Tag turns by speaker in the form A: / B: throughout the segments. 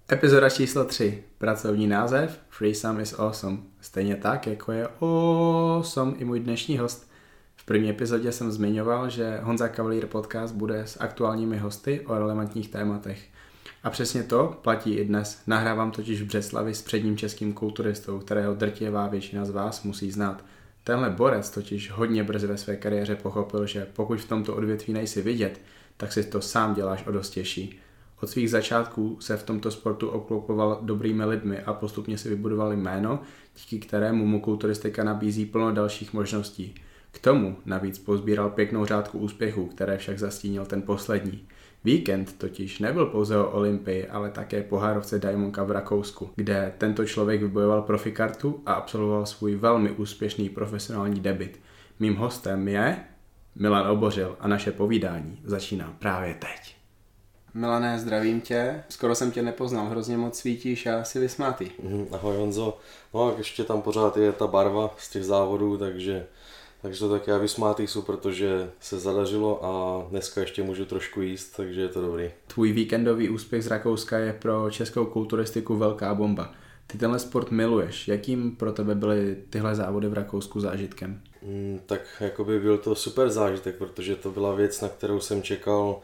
A: Epizoda číslo 3. Pracovní název Threesome is awesome. Stejně tak, jako je awesome i můj dnešní host. V první epizodě jsem zmiňoval, že Honza Cavalier podcast bude s aktuálními hosty o relevantních tématech. A přesně to platí i dnes. Nahrávám totiž v Břeclavi s předním českým kulturistou, kterého drtivá většina z vás musí znát. Tenhle borec totiž hodně brzy ve své kariéře pochopil, že pokud v tomto odvětví nejsi vidět, tak si to sám děláš o dost těžší. Od svých začátků se v tomto sportu obklopoval dobrými lidmi a postupně si vybudoval jméno, díky kterému mu kulturistika nabízí plno dalších možností. K tomu navíc pozbíral pěknou řádku úspěchů, které však zastínil ten poslední. Víkend totiž nebyl pouze o Olympii, ale také pohárovce Diamond Cup v Rakousku, kde tento člověk vybojoval profikartu a absolvoval svůj velmi úspěšný profesionální debut. Mým hostem je Milan Obořil a naše povídání začíná právě teď. Milane, zdravím tě. Skoro jsem tě nepoznal, hrozně moc svítíš a jsi vysmátý.
B: Ahoj Honzo. No a ještě tam pořád je ta barva z těch závodů, takže to tak já vysmátý jsou, protože se zadařilo a dneska ještě můžu trošku jíst, takže je to dobrý.
A: Tvůj víkendový úspěch z Rakouska je pro českou kulturistiku velká bomba. Ty tenhle sport miluješ. Jakým pro tebe byly tyhle závody v Rakousku zážitkem?
B: Tak jakoby byl to super zážitek, protože to byla věc, na kterou jsem čekal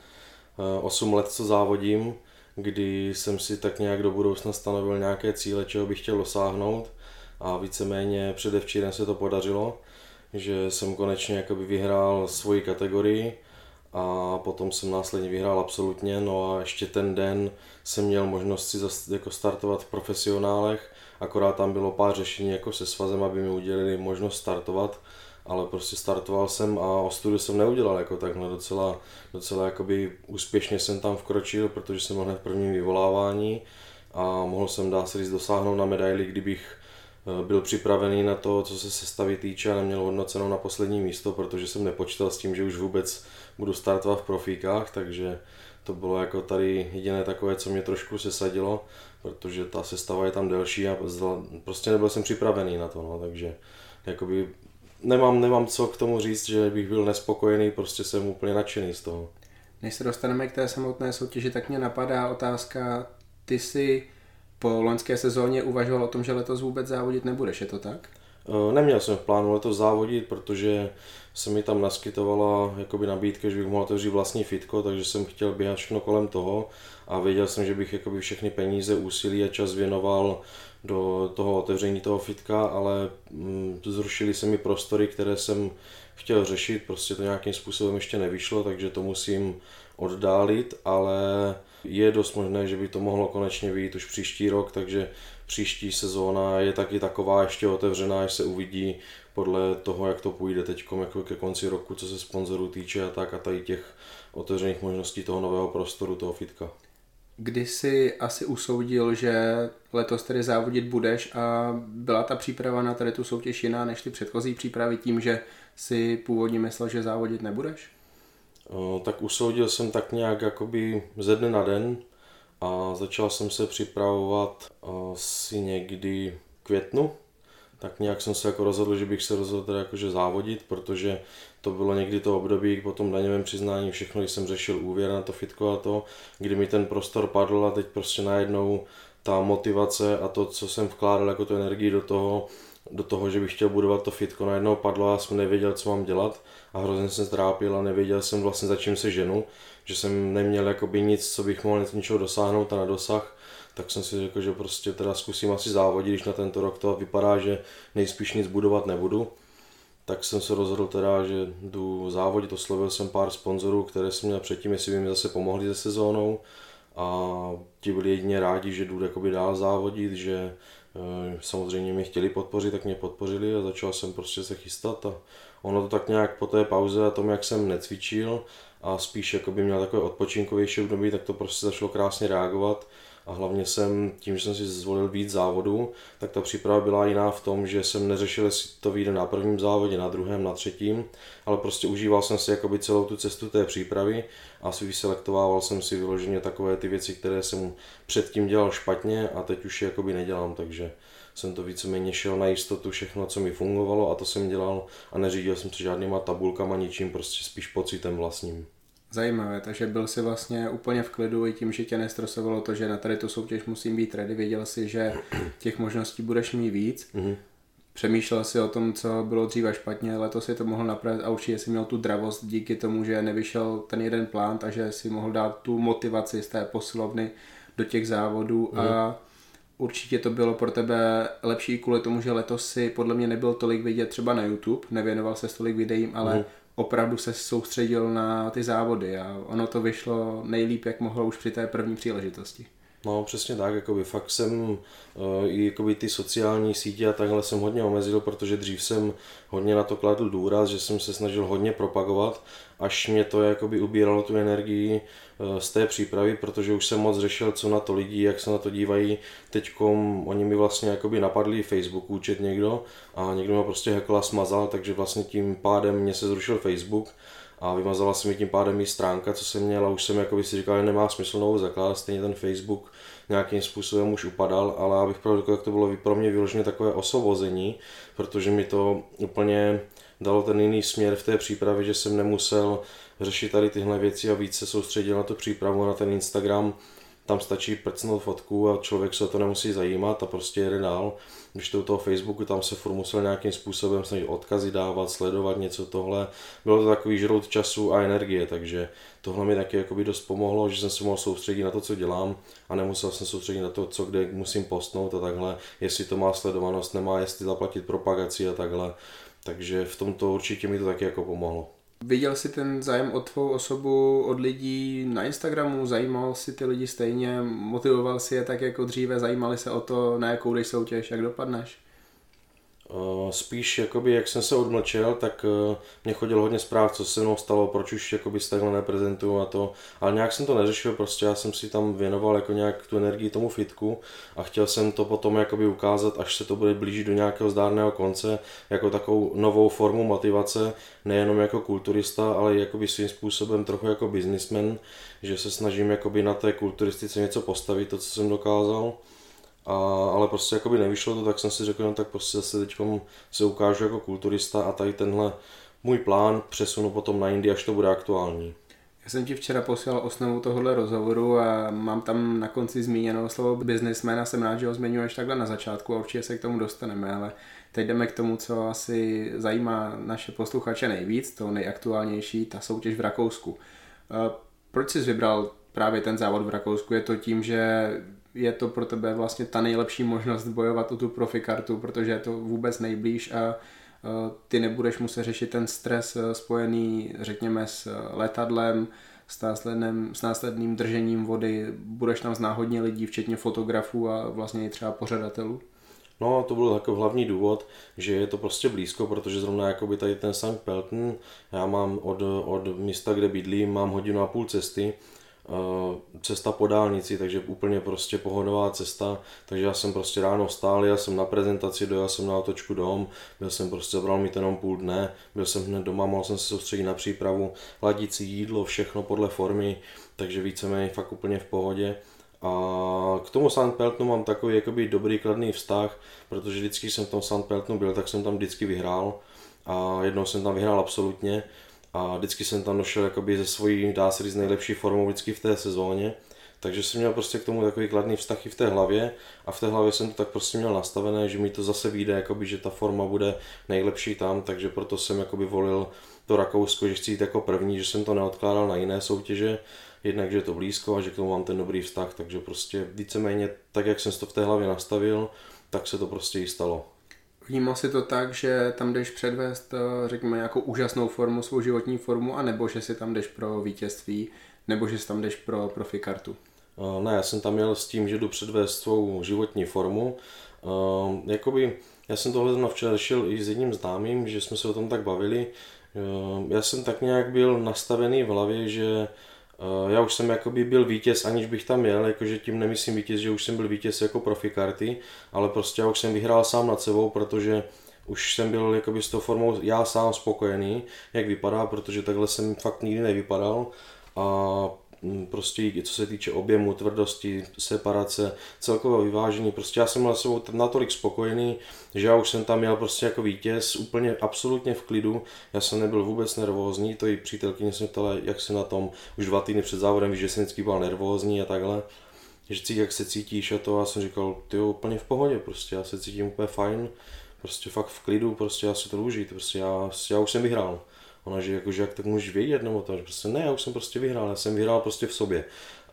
B: 8 let, co závodím, kdy jsem si tak nějak do budoucna stanovil nějaké cíle, čeho bych chtěl dosáhnout a víceméně předevčírem se to podařilo, že jsem konečně jakoby vyhrál svoji kategorii a potom jsem následně vyhrál absolutně, no a ještě ten den jsem měl možnost si jako startovat v profesionálech, akorát tam bylo pár řešení jako se svazem, aby mi udělili možnost startovat, ale prostě startoval jsem a ostudu jsem neudělal jako takhle docela jakoby úspěšně jsem tam vkročil, protože jsem byl hned v prvním vyvolávání a mohl jsem, dá se říct, dosáhnout na medaili, kdybych byl připravený na to, co se sestavy týče a neměl hodnocenou na poslední místo, protože jsem nepočítal s tím, že už vůbec budu startovat v profíkách, takže to bylo jako tady jediné takové, co mě trošku sesadilo, protože ta sestava je tam delší a prostě nebyl jsem připravený na to, no, takže jakoby nemám co k tomu říct, že bych byl nespokojený, prostě jsem úplně nadšený z toho.
A: Než se dostaneme k té samotné soutěži, tak mě napadá otázka, ty jsi po loňské sezóně uvažoval o tom, že letos vůbec závodit nebudeš, je to tak?
B: Neměl jsem v plánu letos závodit, protože se mi tam naskytovala jakoby nabídka, že bych mohl otevřít vlastní fitko, takže jsem chtěl běhat všechno kolem toho a věděl jsem, že bych jakoby všechny peníze, úsilí a čas věnoval do toho otevření toho fitka, ale zrušily se mi prostory, které jsem chtěl řešit, prostě to nějakým způsobem ještě nevyšlo, takže to musím oddálit, ale je dost možné, že by to mohlo konečně vyjít už příští rok, takže příští sezóna je taky taková ještě otevřená, až se uvidí podle toho, jak to půjde teď jako ke konci roku, co se sponzorů týče a tady těch otevřených možností toho nového prostoru, toho fitka.
A: Kdy jsi asi usoudil, že letos tedy závodit budeš a byla ta příprava na tady tu soutěž jiná než ty předchozí přípravy tím, že si původně myslel, že závodit nebudeš?
B: Tak usoudil jsem tak nějak jakoby ze dne na den a začal jsem se připravovat asi někdy v květnu. Tak nějak jsem se jako rozhodl, že bych se rozhodl teda jakože závodit, protože to bylo někdy to období po tom daňovém přiznání všechno, když jsem řešil úvěr na to fitko a to, kdy mi ten prostor padl a teď prostě najednou ta motivace a to, co jsem vkládal jako tu energii do toho, že bych chtěl budovat to fitko, najednou padlo a já jsem nevěděl, co mám dělat a hrozně jsem trápil a nevěděl jsem vlastně, za čím se ženu, že jsem neměl jakoby nic, co bych mohl něčeho dosáhnout a na dosah, tak jsem si řekl, že prostě teda zkusím asi závodit, když na tento rok to vypadá, že nejspíš nic budovat nebudu. Tak jsem se rozhodl teda, že jdu závodit, oslovil jsem pár sponzorů, které jsem měl předtím, jestli by mi zase pomohli se sezónou a ti byli jedině rádi, že jdu jakoby dál závodit, že samozřejmě mě chtěli podpořit, tak mě podpořili a začal jsem prostě se chystat a ono to tak nějak po té pauze a tom, jak jsem necvičil a spíš jakoby měl takové odpočinkovější období, tak to prostě začalo krásně reagovat a hlavně tím, že jsem si zvolil víc závodů, tak ta příprava byla jiná v tom, že jsem neřešil, jestli to vyjde na prvním závodě, na druhém, na třetím, ale prostě užíval jsem si jakoby celou tu cestu té přípravy a vyselektovával jsem si vyloženě takové ty věci, které jsem předtím dělal špatně a teď už je jakoby nedělám, takže jsem to víceméně šel na jistotu všechno, co mi fungovalo a to jsem dělal a neřídil jsem se žádnýma tabulkama, ničím, prostě spíš pocitem vlastním.
A: Zajímavé, takže byl jsi vlastně úplně v klidu i tím, že tě nestresovalo to, že na tady tu soutěž musím být ready, věděl jsi, že těch možností budeš mít víc. Přemýšlel jsi o tom, co bylo dříve špatně, letos si to mohl napravit a určitě jsi měl tu dravost díky tomu, že nevyšel ten jeden plán, takže si mohl dát tu motivaci z té posilovny do těch závodů a určitě to bylo pro tebe lepší kvůli tomu, že letos si podle mě nebyl tolik vidět třeba na YouTube, nevěnoval se tolik videím, ale opravdu se soustředil na ty závody a ono to vyšlo nejlíp, jak mohlo už při té první příležitosti.
B: No přesně tak, jakoby fakt jsem i jakoby ty sociální sítě a takhle jsem hodně omezil, protože dřív jsem hodně na to kladl důraz, že jsem se snažil hodně propagovat, až mě to jakoby ubíralo tu energii z té přípravy, protože už jsem moc řešil, co na to lidi, jak se na to dívají. Teďkom oni mi vlastně jakoby napadli Facebook účet někdo a někdo mě prostě hackl a smazal, takže vlastně tím pádem mě se zrušil Facebook. A vymazala se mi tím pádem i stránka, co jsem měl a už jsem jakoby si říkal, že nemá smysl novou zakládat, stejně ten Facebook nějakým způsobem už upadal, ale abych pravdu řekl, jak to bylo pro mě vyloženě takové osvobození, protože mi to úplně dalo ten jiný směr v té přípravě, že jsem nemusel řešit tady tyhle věci a víc se soustředil na tu přípravu, na ten Instagram. Tam stačí prcnout fotku a člověk se o to nemusí zajímat a prostě jede dál. Když to u toho Facebooku, tam se furt musel nějakým způsobem snažit odkazy dávat, sledovat něco tohle. Bylo to takový žrout času a energie, takže tohle mi taky jakoby dost pomohlo, že jsem se mohl soustředit na to, co dělám a nemusel jsem soustředit na to, co kde musím postnout a takhle, jestli to má sledovanost, nemá, jestli zaplatit propagaci a takhle. Takže v tomto určitě mi to taky jako pomohlo.
A: Viděl jsi ten zájem o tvou osobu od lidí na Instagramu, zajímal si ty lidi stejně, motivoval si je tak jako dříve, zajímali se o to, na jakou jdeš soutěž, jak dopadneš?
B: Spíš, jakoby, jak jsem se odmlčel, tak mě chodilo hodně zpráv, co se mnou stalo, proč už jakoby, se takhle neprezentuju a to, ale nějak jsem to neřešil, prostě já jsem si tam věnoval jako nějak tu energii tomu fitku a chtěl jsem to potom jakoby ukázat, až se to bude blížit do nějakého zdárného konce, jako takovou novou formu motivace, nejenom jako kulturista, ale jakoby svým způsobem trochu jako businessman, že se snažím jakoby na té kulturistice něco postavit, to, co jsem dokázal. Ale prostě jakoby nevyšlo to, tak jsem si řekl, no tak prostě zase teď se ukážu jako kulturista a tady tenhle můj plán přesunu potom na Indii, až to bude aktuální.
A: Já jsem ti včera posílal osnovu tohohle rozhovoru a mám tam na konci zmíněno slovo businessman a jsem rád, že ho zmiňuješ takhle na začátku a určitě se k tomu dostaneme, ale teď jdeme k tomu, co asi zajímá naše posluchače nejvíc, to nejaktuálnější, ta soutěž v Rakousku. Proč jsi vybral právě ten závod v Rakousku? Je to tím, že je to pro tebe vlastně ta nejlepší možnost bojovat o tu profikartu, protože je to vůbec nejblíž a ty nebudeš muset řešit ten stres spojený, řekněme, s letadlem, s následným držením vody, budeš tam znát hodně lidí, včetně fotografů a vlastně i třeba pořadatelů?
B: No, to byl takový hlavní důvod, že je to prostě blízko, protože zrovna jakoby tady ten St. Pölten, já mám od místa, kde bydlím, mám 1,5 hodiny cesty, cesta po dálnici, takže úplně prostě pohodová cesta, takže já jsem prostě ráno vstál, já jsem na prezentaci, dojel jsem na otočku dom, byl jsem prostě, zabral mi to jenom půl dne, byl jsem hned doma, mohl jsem se soustředit na přípravu, ladit si jídlo, všechno podle formy, takže víceméně fakt úplně v pohodě. A k tomu St. Pöltenu mám takový jakoby dobrý kladný vztah, protože vždycky jsem v tom St. Pöltenu byl, tak jsem tam vždycky vyhrál a jednou jsem tam vyhrál absolutně. A vždycky jsem tam došel jakoby ze svojí, dá se říct, nejlepší formou vždycky v té sezóně. Takže jsem měl prostě k tomu takový kladný vztah i v té hlavě a v té hlavě jsem to tak prostě měl nastavené, že mi to zase vyjde, jakoby, že ta forma bude nejlepší tam, takže proto jsem jakoby volil to Rakousko, že chci jít jako první, že jsem to neodkládal na jiné soutěže, jednak, že je to blízko a že k tomu mám ten dobrý vztah, takže prostě víceméně tak, jak jsem to v té hlavě nastavil, tak se to prostě i stalo.
A: Vnímal si to tak, že tam jdeš předvést, řekněme, nějakou úžasnou formu, svou životní formu, anebo že si tam jdeš pro vítězství, nebo že si tam jdeš pro profikartu?
B: Ne, já jsem tam jel s tím, že jdu předvést svou životní formu. Jakoby, já jsem tohle zrovna včera řešil i s jedním známým, že jsme se o tom tak bavili. Já jsem tak nějak byl nastavený v hlavě, že já už jsem jakoby byl vítěz, aniž bych tam jel, jakože tím nemyslím vítěz, že už jsem byl vítěz jako profikarty, ale prostě já už jsem vyhrál sám nad sebou, protože už jsem byl jakoby s tou formou já sám spokojený, jak vypadá, protože takhle jsem fakt nikdy nevypadal a prostě co se týče objemu, tvrdosti, separace, celkového vyvážení, prostě já jsem byl sebou natolik spokojený, že já už jsem tam jel prostě jako vítěz, úplně absolutně v klidu, já jsem nebyl vůbec nervózní, to i přítelkyně se ptala, jak se na tom už 2 týdny před závodem, víš, že jsem vždycky byl nervózní a takhle, že jak se cítíš a to, já jsem říkal, ty jo, úplně v pohodě, prostě já se cítím úplně fajn, prostě fakt v klidu, prostě já si to užít, prostě já už jsem vyhrál. Ona, že jakože jak tak můžeš vědět, nebo to, že prostě ne, já už jsem prostě vyhrál, já jsem vyhrál prostě v sobě.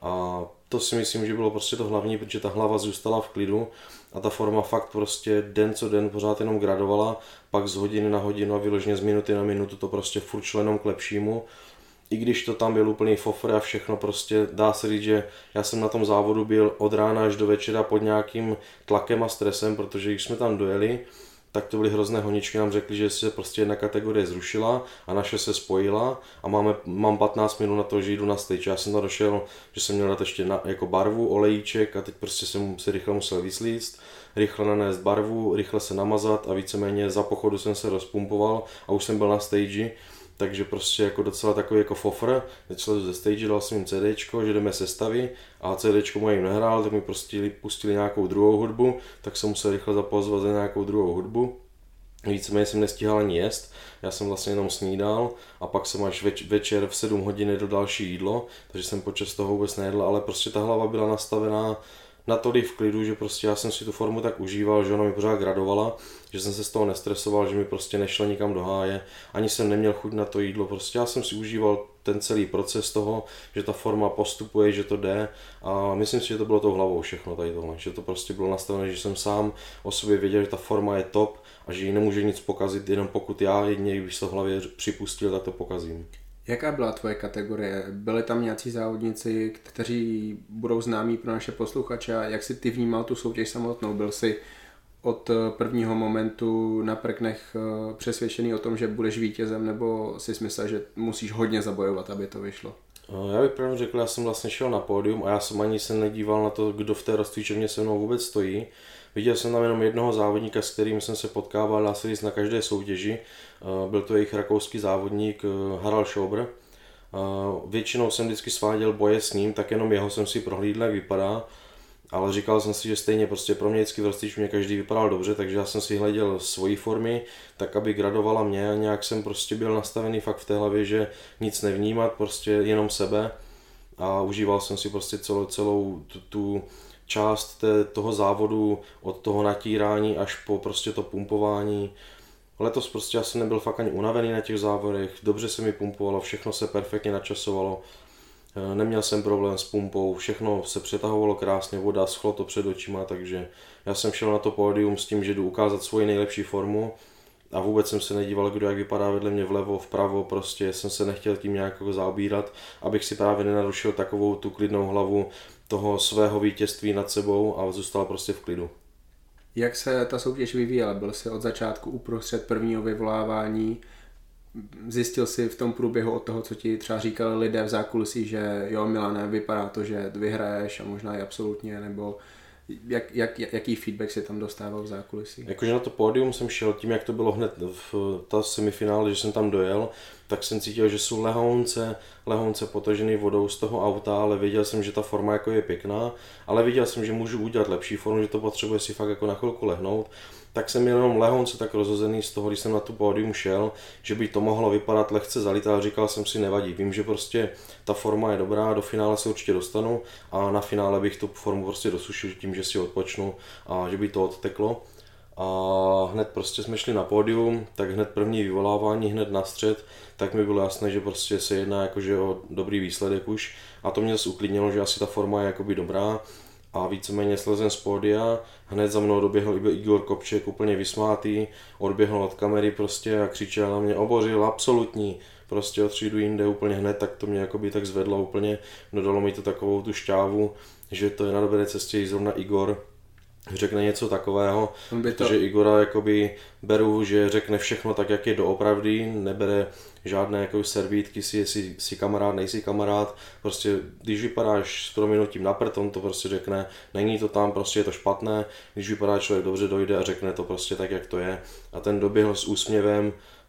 B: A to si myslím, že bylo prostě to hlavní, protože ta hlava zůstala v klidu a ta forma fakt prostě den co den pořád jenom gradovala, pak z hodiny na hodinu a vyloženě z minuty na minutu to prostě furt šlo jenom k lepšímu. I když to tam byl úplný fofr a všechno prostě, dá se říct, že já jsem na tom závodu byl od rána až do večera pod nějakým tlakem a stresem, protože když jsme tam dojeli, tak to byly hrozné honičky, nám řekli, že se prostě jedna kategorie zrušila a naše se spojila a mám 15 minut na to, že jdu na stage. Já jsem tam došel, že jsem měl dát ještě jako barvu, olejíček a teď prostě jsem se rychle musel vyslíct, rychle nanést barvu, rychle se namazat a víceméně za pochodu jsem se rozpumpoval a už jsem byl na stage. Takže prostě jako docela takový jako fofr, teď sledu ze stage, dal jsem jim CDčko, že jdeme sestavy a CDčko mu jim nehrál, tak mi prostě pustili nějakou druhou hudbu, tak jsem musel rychle zapozvat za nějakou druhou hudbu. Víceméně jsem nestíhal ani jíst, já jsem vlastně jenom snídal a pak jsem až večer v 7 hodin jedl další jídlo, takže jsem počas toho vůbec nejedl, ale prostě ta hlava byla nastavená natolik v klidu, že prostě já jsem si tu formu tak užíval, že ona mi pořád gradovala, že jsem se z toho nestresoval, že mi prostě nešlo nikam do háje, ani jsem neměl chuť na to jídlo, prostě já jsem si užíval ten celý proces toho, že ta forma postupuje, že to jde a myslím si, že to bylo tou hlavou všechno tady tohle, že to prostě bylo nastavené, že jsem sám o sobě věděl, že ta forma je top a že ji nemůže nic pokazit, jenom pokud já jedině, když se v hlavě připustil, tak to pokazím.
A: Jaká byla tvoje kategorie? Byli tam nějací závodníci, kteří budou známí pro naše posluchače? Jak jsi ty vnímal tu soutěž samotnou? Byl jsi od prvního momentu na prknech přesvědčený o tom, že budeš vítězem, nebo jsi myslel, že musíš hodně zabojovat, aby to vyšlo?
B: Já bych právě řekl, já jsem vlastně šel na pódium a já jsem ani se nedíval na to, kdo v té rozcvičovně se mnou vůbec stojí. Viděl jsem tam jenom jednoho závodníka, s kterým jsem se potkával, dá se říct, na každé soutěži. Byl to jejich rakouský závodník Harald Schober. Většinou jsem vždycky sváděl boje s ním, tak jenom jeho jsem si prohlídl, jak vypadá. Ale říkal jsem si, že stejně prostě pro mě vždycky v rozcvičovně každý vypadal dobře, takže já jsem si hleděl svoji formy, tak aby gradovala mě a nějak jsem prostě byl nastavený fakt v té hlavě, že nic nevnímat, prostě jenom sebe a užíval jsem si prostě celou tu část toho závodu od toho natírání až po prostě to pumpování. Letos prostě já jsem nebyl fakt ani unavený na těch závodech, dobře se mi pumpovalo, všechno se perfektně načasovalo. Neměl jsem problém s pumpou, všechno se přetahovalo krásně, voda, schlo to před očima, takže já jsem šel na to pódium s tím, že jdu ukázat svoji nejlepší formu a vůbec jsem se nedíval, kdo jak vypadá vedle mě vlevo, vpravo, prostě jsem se nechtěl tím nějak zaobírat, abych si právě nenarušil takovou tu klidnou hlavu toho svého vítězství nad sebou a zůstal prostě v klidu.
A: Jak se ta soutěž vyvíjela? Byl jsi od začátku uprostřed prvního vyvolávání? Zjistil jsi v tom průběhu od toho, co ti třeba říkali lidé v zákulisí, že jo, Milane, vypadá to, že vyhraješ a možná i absolutně, nebo jaký feedback si tam dostával v zákulisí?
B: Jakože na to pódium jsem šel tím, jak to bylo hned v ta semifinále, že jsem tam dojel, tak jsem cítil, že jsou lehonce potažený vodou z toho auta, ale věděl jsem, že ta forma jako je pěkná, ale viděl jsem, že můžu udělat lepší formu, že to potřebuje si fakt jako na chvilku lehnout. Tak jsem jenom lehonce tak rozhozený z toho, když jsem na tu pódium šel, že by to mohlo vypadat lehce zalit, ale říkal jsem si, nevadí, vím, že prostě ta forma je dobrá, do finále se určitě dostanu a na finále bych tu formu prostě dosušil tím, že si odpočnu a že by to odteklo. A hned prostě jsme šli na pódium, tak hned první vyvolávání, hned na střed, tak mi bylo jasné, že prostě se jedná jakože o dobrý výsledek už a to mě zase uklidnilo, že asi ta forma je jakoby dobrá. A víceméně slezem z pódia, hned za mnou doběhl Igor Kopček úplně vysmátý, odběhl od kamery prostě a křičel na mě, obořil, absolutní, prostě o třídu jinde úplně hned, tak to mě jakoby tak zvedlo úplně, dodalo mi to takovou tu šťávu, že to je na dobré cestě, zrovna Igor řekne něco takového, protože Igora jakoby beru, že řekne všechno tak, jak je doopravdy, nebere žádné jako servítky, jestli si kamarád, nejsi kamarád, prostě když vypadáš s prominutím na prd, on to prostě řekne, není to tam, prostě je to špatné, když vypadá člověk dobře, dojde a řekne to prostě tak, jak to je a ten doběhl s úsměvem,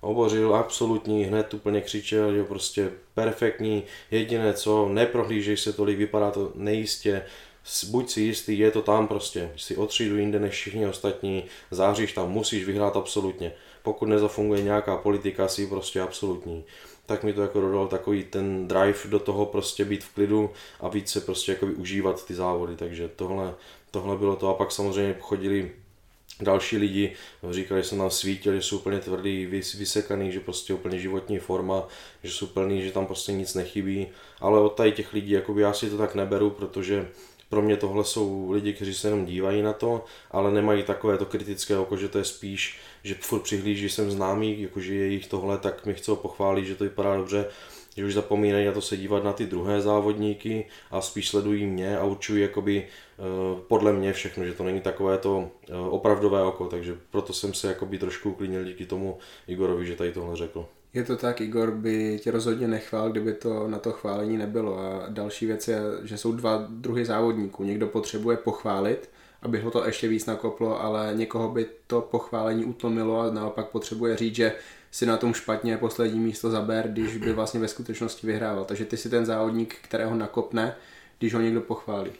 B: Obořil absolutní, hned úplně křičel, že prostě perfektní, jediné co, neprohlížej se tolik, vypadá to nejistě, buď si jistý, je to tam prostě, jsi o třídu jinde než všichni ostatní, záříš tam, musíš vyhrát absolutně. Pokud nezafunguje nějaká politika, jsi prostě absolutní. Tak mi to jako dodal takový ten drive do toho prostě být v klidu a více prostě jakoby užívat ty závody, takže tohle bylo to a pak samozřejmě chodili další lidi, říkali, že se nám svítil, že jsou úplně tvrdý, vysekaný, že prostě úplně životní forma, že jsou plný, že tam prostě nic nechybí, ale od tady těch lidí jakoby já si to tak neberu, protože pro mě tohle jsou lidi, kteří se jenom dívají na to, ale nemají takové to kritické oko, že to je spíš, že furt přihlíží, že jsem známý, jakože je jich tohle, tak mi chcou pochválit, že to vypadá dobře, že už zapomínají na to se dívat na ty druhé závodníky a spíš sledují mě a určují jakoby podle mě všechno, že to není takové to opravdové oko, takže proto jsem se jakoby trošku uklidnil díky tomu Igorovi, že tady tohle řekl.
A: Je to tak, Igor by tě rozhodně nechvál, kdyby to na to chválení nebylo. A další věc je, že jsou dva druhy závodníků. Někdo potřebuje pochválit, aby ho to ještě víc nakoplo, ale někoho by to pochválení utlumilo a naopak potřebuje říct, že si na tom špatně poslední místo zaber, když by vlastně ve skutečnosti vyhrával. Takže ty si ten závodník, kterého nakopne, když ho někdo pochválí.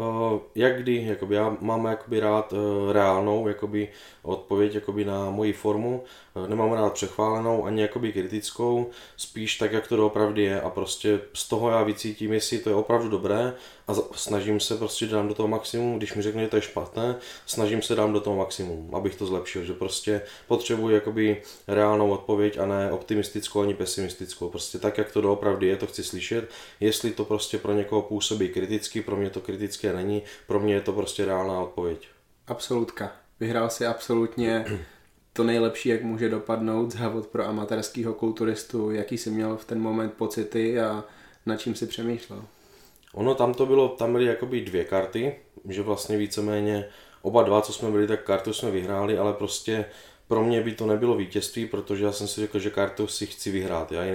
B: Jak kdy, jakoby já mám jakoby rád reálnou jakoby odpověď jakoby na moji formu, nemám rád přechválenou ani jakoby kritickou, spíš tak, jak to doopravdy je a prostě z toho já vycítím, jestli to je opravdu dobré a snažím se prostě dám do toho maximum, když mi řekne, že to je špatné, snažím se dám do toho maximum, abych to zlepšil, že prostě potřebuji jakoby reálnou odpověď a ne optimistickou ani pesimistickou, prostě tak, jak to doopravdy je, to chci slyšet, jestli to prostě pro někoho působí kriticky, pro mě to kritické není, pro mě je to prostě reálná odpověď.
A: Absolutka. Vyhrál si absolutně to nejlepší, jak může dopadnout závod pro amatérského kulturistu. Jaký jsi měl v ten moment pocity a nad čím si přemýšlel?
B: Ono tam byly jakoby dvě karty, že vlastně víceméně oba dva, co jsme byli, tak kartu jsme vyhráli, ale prostě pro mě by to nebylo vítězství, protože já jsem si řekl, že kartu si chci vyhrát, já ji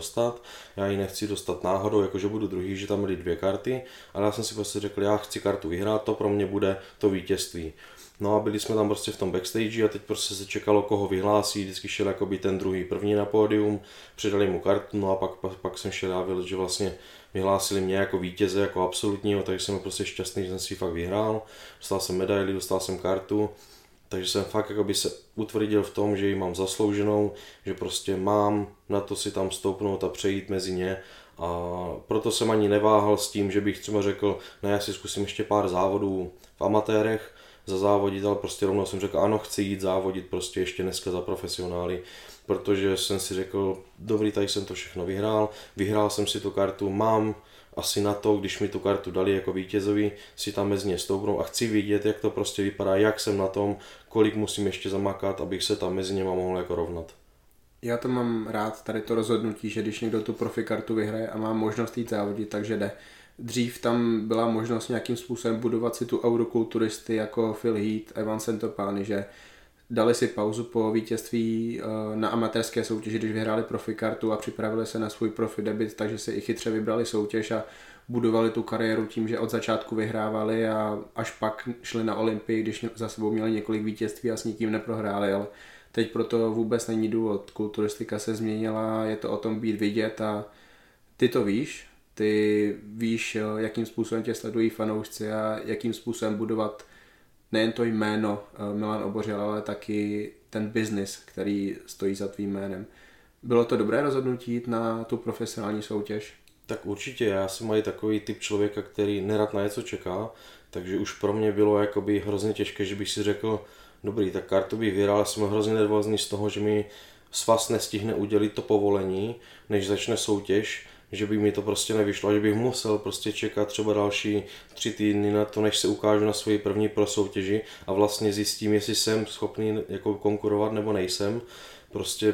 B: nechci dostat náhodou, jakože budu druhý, že tam byly dvě karty, ale já jsem si prostě řekl, já chci kartu vyhrát, to pro mě bude to vítězství. No a byli jsme tam prostě v tom backstage a teď prostě se čekalo, koho vyhlásí, vždycky šel jakoby ten druhý první na pódium, předali mu kartu, no a pak jsem šel a že vlastně vyhlásili mě jako vítěze, jako absolutního, takže jsem prostě šťastný, že jsem si fakt vyhrál, dostal jsem medaili, dostal jsem kartu, takže jsem fakt jakoby se utvrdil v tom, že ji mám zaslouženou, že prostě mám na to si tam stoupnout a přejít mezi ně a proto jsem ani neváhal s tím, že bych třeba řekl, ne, já si zkusím ještě pár závodů v amatérech, zazávodit, ale prostě rovnou jsem řekl, ano, chci jít závodit prostě ještě dneska za profesionály, protože jsem si řekl, dobrý, tady jsem to všechno vyhrál jsem si tu kartu, mám asi na to, když mi tu kartu dali jako vítězovi, si tam mezi ně stoupnou a chci vidět, jak to prostě vypadá, jak jsem na tom, kolik musím ještě zamakat, abych se tam mezi něma mohl jako rovnat.
A: Já to mám rád, tady to rozhodnutí, že když někdo tu profikartu vyhraje a má možnost jít závodit, takže jde. Dřív tam byla možnost nějakým způsobem budovat si tu eurokulturisty jako Phil Heath, Evan Santopani, že dali si pauzu po vítězství na amatérské soutěži, když vyhráli profikartu a připravili se na svůj profi debut, takže si i chytře vybrali soutěž a budovali tu kariéru tím, že od začátku vyhrávali a až pak šli na Olympii, když za sebou měli několik vítězství a s nikým neprohráli, ale teď proto vůbec není důvod. Kulturistika se změnila, je to o tom být vidět a ty to víš. Ty víš, jakým způsobem tě sledují fanoušci a jakým způsobem budovat nejen to jméno Milan Obořil, ale taky ten biznis, který stojí za tvým jménem. Bylo to dobré rozhodnutí jít na tu profesionální soutěž?
B: Tak určitě, já jsem mají takový typ člověka, který nerad na něco čeká, takže už pro mě bylo jakoby hrozně těžké, že bych si řekl, dobrý, tak kartu bych vyhrál, já jsem hrozně nervózní z toho, že mi svaz nestihne udělit to povolení, než začne soutěž, že by mi to prostě nevyšlo, že bych musel prostě čekat třeba další 3 týdny na to, než se ukážu na svoji první pro soutěži a vlastně zjistím, jestli jsem schopný jako konkurovat nebo nejsem. Prostě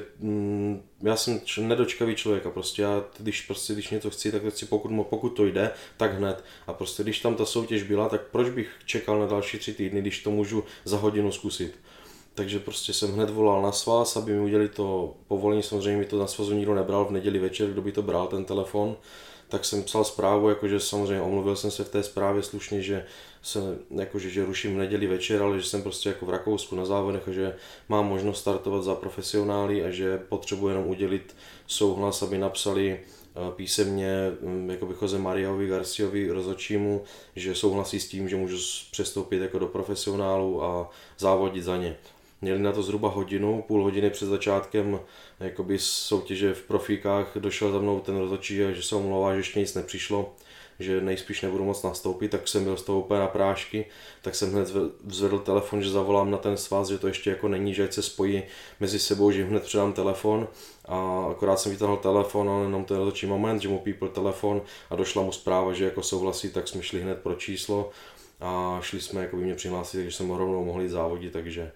B: já jsem nedočkavý člověk a prostě já, když něco chci, tak chci, pokud to jde, tak hned. A prostě když tam ta soutěž byla, tak proč bych čekal na další 3 týdny, když to můžu za hodinu zkusit. Takže prostě jsem hned volal na svaz, aby mi udělali to povolení, samozřejmě mi to na svazu nikdo nebral v neděli večer, kdo by to bral, ten telefon. tak jsem psal zprávu, jakože samozřejmě omluvil jsem se v té zprávě slušně, že že ruším v neděli večer, ale že jsem prostě jako v Rakousku na závodech a že mám možnost startovat za profesionály a že potřebuji jenom udělit souhlas, aby napsali písemně jakoby Jose Mariaovi Garciovi rozhodčímu, že souhlasí s tím, že můžu přestoupit jako do profesionálu a závodit za ně. Měli na to zhruba hodinu, půl hodiny před začátkem jakoby soutěže v profíkách došel za mnou ten rozhodčí, že se omlouvá, že ještě nic nepřišlo, že nejspíš nebudu moc nastoupit, tak jsem byl z toho úplně na prášky, tak jsem hned zvedl telefon, že zavolám na ten svaz, že to ještě jako není, že ať se spojí mezi sebou, že hned předám telefon a akorát jsem vytáhl telefon, ale jenom ten rozhodčí moment, že mu pípl telefon a došla mu zpráva, že jako souhlasí, tak jsme šli hned pro číslo a šli jsme jako by mě přihlásit, takže jsem rovnou mohli závodit, takže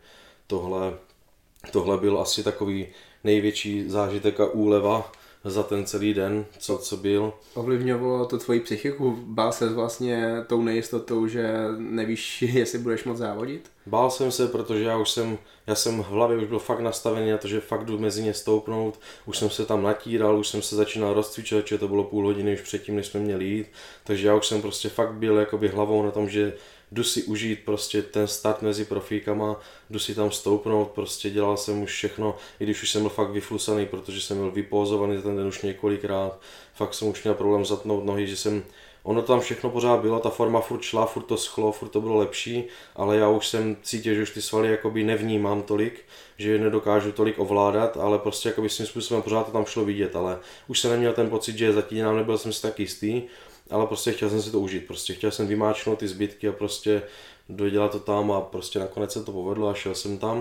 B: tohle byl asi takový největší zážitek a úleva za ten celý den, co byl.
A: Ovlivňovalo to tvoji psychiku? Bál ses vlastně tou nejistotou, že nevíš, jestli budeš moc závodit?
B: Bál jsem se, protože já jsem v hlavě už byl fakt nastavený na to, že fakt jdu mezi ně stoupnout, už jsem se tam natíral, už jsem se začínal rozcvičovat, že to bylo půl hodiny už předtím, než jsme měli jít, takže já už jsem prostě fakt byl jakoby hlavou na tom, že jdu si užít prostě ten start mezi profíkama, jdu si tam stoupnout, prostě dělal jsem už všechno, i když už jsem byl fakt vyflusaný, protože jsem byl vypózovaný za ten den už několikrát, fakt jsem už měl problém zatnout nohy, ono tam všechno pořád bylo, ta forma furt šla, furt to schlo, furt to bylo lepší, ale já už jsem cítil, že už ty svaly jakoby nevnímám tolik, že je nedokážu tolik ovládat, ale prostě jakoby svým způsobem pořád to tam šlo vidět, ale už jsem neměl ten pocit, že je zatínám, nebyl jsem si tak jistý, ale prostě chtěl jsem si to užít, prostě chtěl jsem vymáčknout ty zbytky a prostě dodělat to tam a prostě nakonec se to povedlo a šel jsem tam.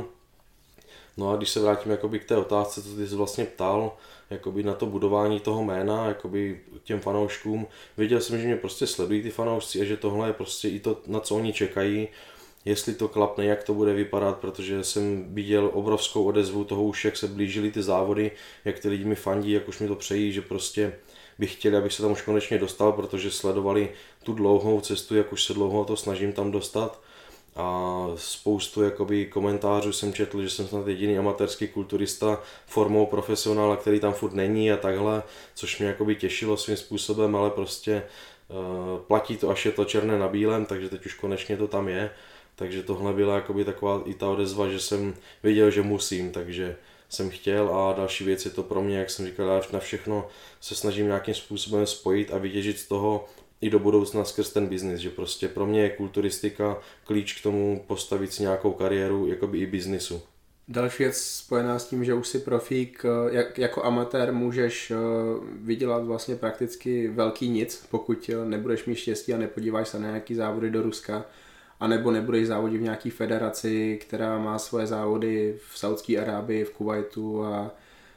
B: No a když se vrátím jakoby k té otázce, co ty jsi vlastně ptal, jakoby na to budování toho jména, jakoby těm fanouškům, věděl jsem, že mě prostě sledují ty fanoušci a že tohle je prostě i to, na co oni čekají, jestli to klapne, jak to bude vypadat, protože jsem viděl obrovskou odezvu toho už, jak se blížily ty závody, jak ty lidi mi fandí, jak už mi to přejí, že prostě bych chtěl, abych se tam už konečně dostal, protože sledovali tu dlouhou cestu, jak už se dlouho to snažím tam dostat. A spoustu jakoby komentářů jsem četl, že jsem snad jediný amatérský kulturista formou profesionála, který tam furt není a takhle, což mě jakoby těšilo svým způsobem, ale prostě platí to, až je to černé na bílém, takže teď už konečně to tam je. Takže tohle byla jakoby taková i ta odezva, že jsem věděl, že musím, takže jsem chtěl a další věc je to pro mě, jak jsem říkal, já na všechno se snažím nějakým způsobem spojit a vytěžit z toho i do budoucna skrz ten biznis, že prostě pro mě je kulturistika klíč k tomu postavit si nějakou kariéru, jakoby i biznisu.
A: Další věc spojená s tím, že už si profík, jako amatér můžeš vydělat vlastně prakticky velký nic, pokud nebudeš mít štěstí a nepodíváš se na nějaký závody do Ruska, anebo nebudeš závodit v nějaký federaci, která má svoje závody v Saudské Arábii, v Kuwaitu a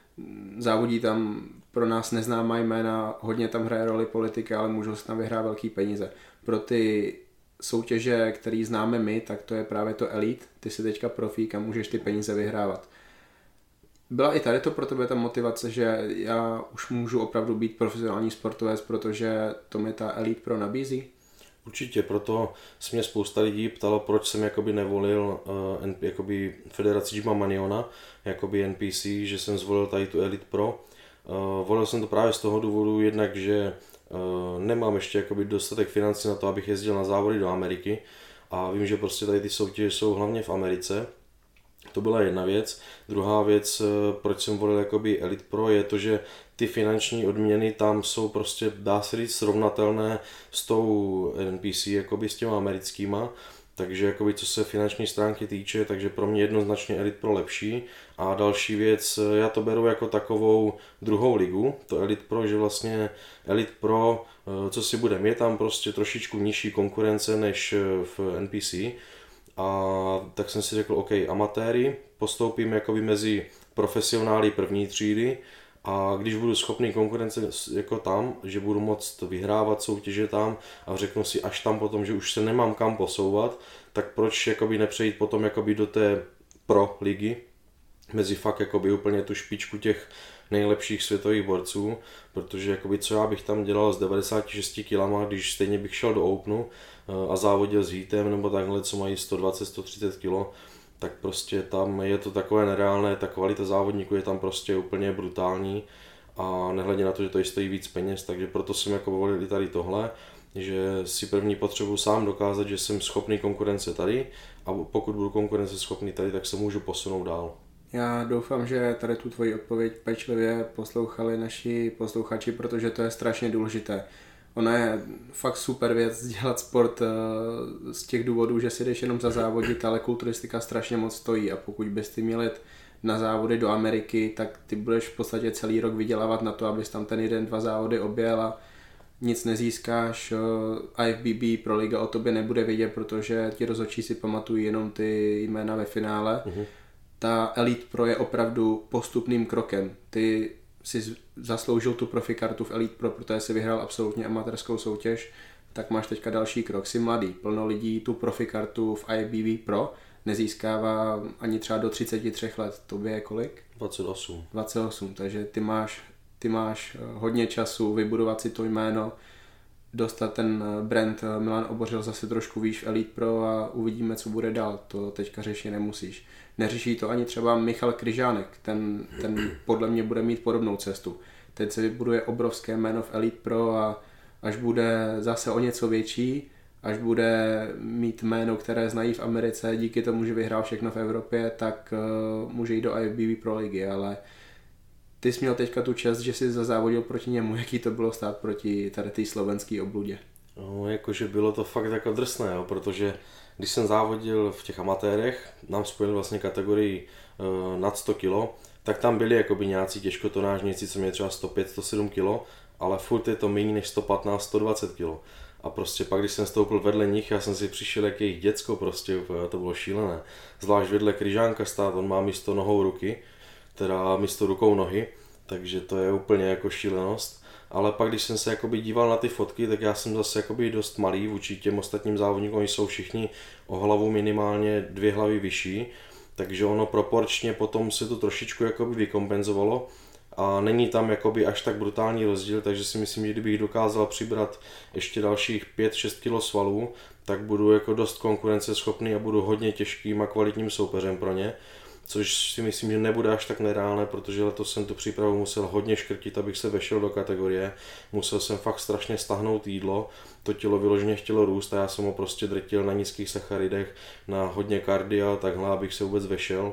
A: závodí tam pro nás neznámá jména, hodně tam hraje roli politika, ale můžou se tam vyhrát velký peníze. Pro ty soutěže, které známe my, tak to je právě to elite, ty jsi teďka profík a můžeš ty peníze vyhrávat. Byla i tady to pro tebe ta motivace, že já už můžu opravdu být profesionální sportovec, protože to mi ta elite pro nabízí?
B: Určitě, proto se mě spousta lidí ptalo, proč jsem jakoby nevolil jakoby Federaci Jima Maniona, jakoby NPC, že jsem zvolil tady tu Elite Pro. Volil jsem to právě z toho důvodu jednak, že nemám ještě jakoby dostatek financí na to, abych jezdil na závody do Ameriky a vím, že prostě tady ty soutěže jsou hlavně v Americe. To byla jedna věc. Druhá věc, proč jsem volil jakoby Elite Pro, je to, že ty finanční odměny tam jsou prostě, dá se říct, srovnatelné s tou NPC, jakoby s těma americkýma. Takže jakoby co se finanční stránky týče, takže pro mě jednoznačně Elite Pro lepší. A další věc, já to beru jako takovou druhou ligu, to Elite Pro, že vlastně Elite Pro, co si budem, je tam prostě trošičku nižší konkurence než v NPC. A tak jsem si řekl, OK, amatéry, postoupím jakoby mezi profesionály první třídy a když budu schopný konkurence jako tam, že budu moct vyhrávat soutěže tam a řeknu si až tam potom, že už se nemám kam posouvat, tak proč jakoby nepřejít potom jakoby do té pro ligy, mezi fakt jakoby úplně tu špičku těch nejlepších světových borců, protože jakoby co já bych tam dělal s 96 kg, když stejně bych šel do Openu a závodil s Heatem nebo takhle, co mají 120-130 kg, tak prostě tam je to takové nereálné, ta kvalita závodníků je tam prostě úplně brutální a nehledě na to, že to stojí víc peněz, takže proto jsem jako volil i tady tohle, že si první potřebuji sám dokázat, že jsem schopný konkurence tady a pokud budu konkurenceschopný tady, tak se můžu posunout dál.
A: Já doufám, že tady tu tvoji odpověď pečlivě poslouchali naši posluchači, protože to je strašně důležité. Ona je fakt super věc dělat sport z těch důvodů, že si jdeš jenom za závodit, ale kulturistika strašně moc stojí a pokud bys ty měl jít na závody do Ameriky, tak ty budeš v podstatě celý rok vydělávat na to, abys tam ten 1-2 závody objel a nic nezískáš. IFBB pro liga o tobě nebude vědět, protože ti rozhodčí si pamatují jenom ty jména ve finále. Ta Elite Pro je opravdu postupným krokem. Ty si zasloužil tu profikartu v Elite Pro, protože si vyhrál absolutně amatérskou soutěž, tak máš teďka další krok. Jsi mladý, plno lidí tu profikartu v IFBB Pro nezískává ani třeba do 33 let. Tobě je kolik?
B: 28.
A: 28, takže ty máš hodně času vybudovat si to jméno, dostat ten brand. Milan Obořil zase trošku výš v Elite Pro a uvidíme, co bude dál. To teďka řešit nemusíš. Neřeší to ani třeba Michal Kryžánek, ten podle mě bude mít podobnou cestu. Teď se vybuduje obrovské jméno v Elite Pro a až bude zase o něco větší, až bude mít jméno, které znají v Americe, díky tomu, že vyhrál všechno v Evropě, tak může jít do IFBB Pro ligy, ale ty jsi měl teďka tu čest, že jsi zazávodil proti němu. Jaký to bylo stát proti tady té slovenské obludě?
B: No, jakože bylo to fakt jako drsné, jo, protože když jsem závodil v těch amatérech, nám spojili vlastně kategorii nad 100 kg, tak tam byli jakoby nějací těžkotonážníci, co měli třeba 105-107 kg, ale furt je to méně než 115-120 kg. A prostě pak, když jsem stoupil vedle nich, já jsem si přišel jak jejich děcko prostě, to bylo šílené. Zvlášť vedle Kryžánka stát, on má místo nohou ruky, teda místo rukou nohy, takže to je úplně jako šílenost. Ale pak, když jsem se jakoby díval na ty fotky, tak já jsem zase jakoby dost malý vůči těm ostatním závodníkům, oni jsou všichni o hlavu minimálně 2 hlavy vyšší, takže ono proporčně potom se to trošičku jakoby vykompenzovalo a není tam jakoby až tak brutální rozdíl, takže si myslím, že kdybych dokázal přibrat ještě dalších 5-6 kg svalů, tak budu jako dost konkurenceschopný a budu hodně těžkým a kvalitním soupeřem pro ně. Což si myslím, že nebude až tak nereálné, protože letos jsem tu přípravu musel hodně škrtit, abych se vešel do kategorie. Musel jsem fakt strašně stáhnout jídlo, to tělo vyloženě chtělo růst a já jsem ho prostě drtil na nízkých sacharidech, na hodně kardia, takhle, abych se vůbec vešel.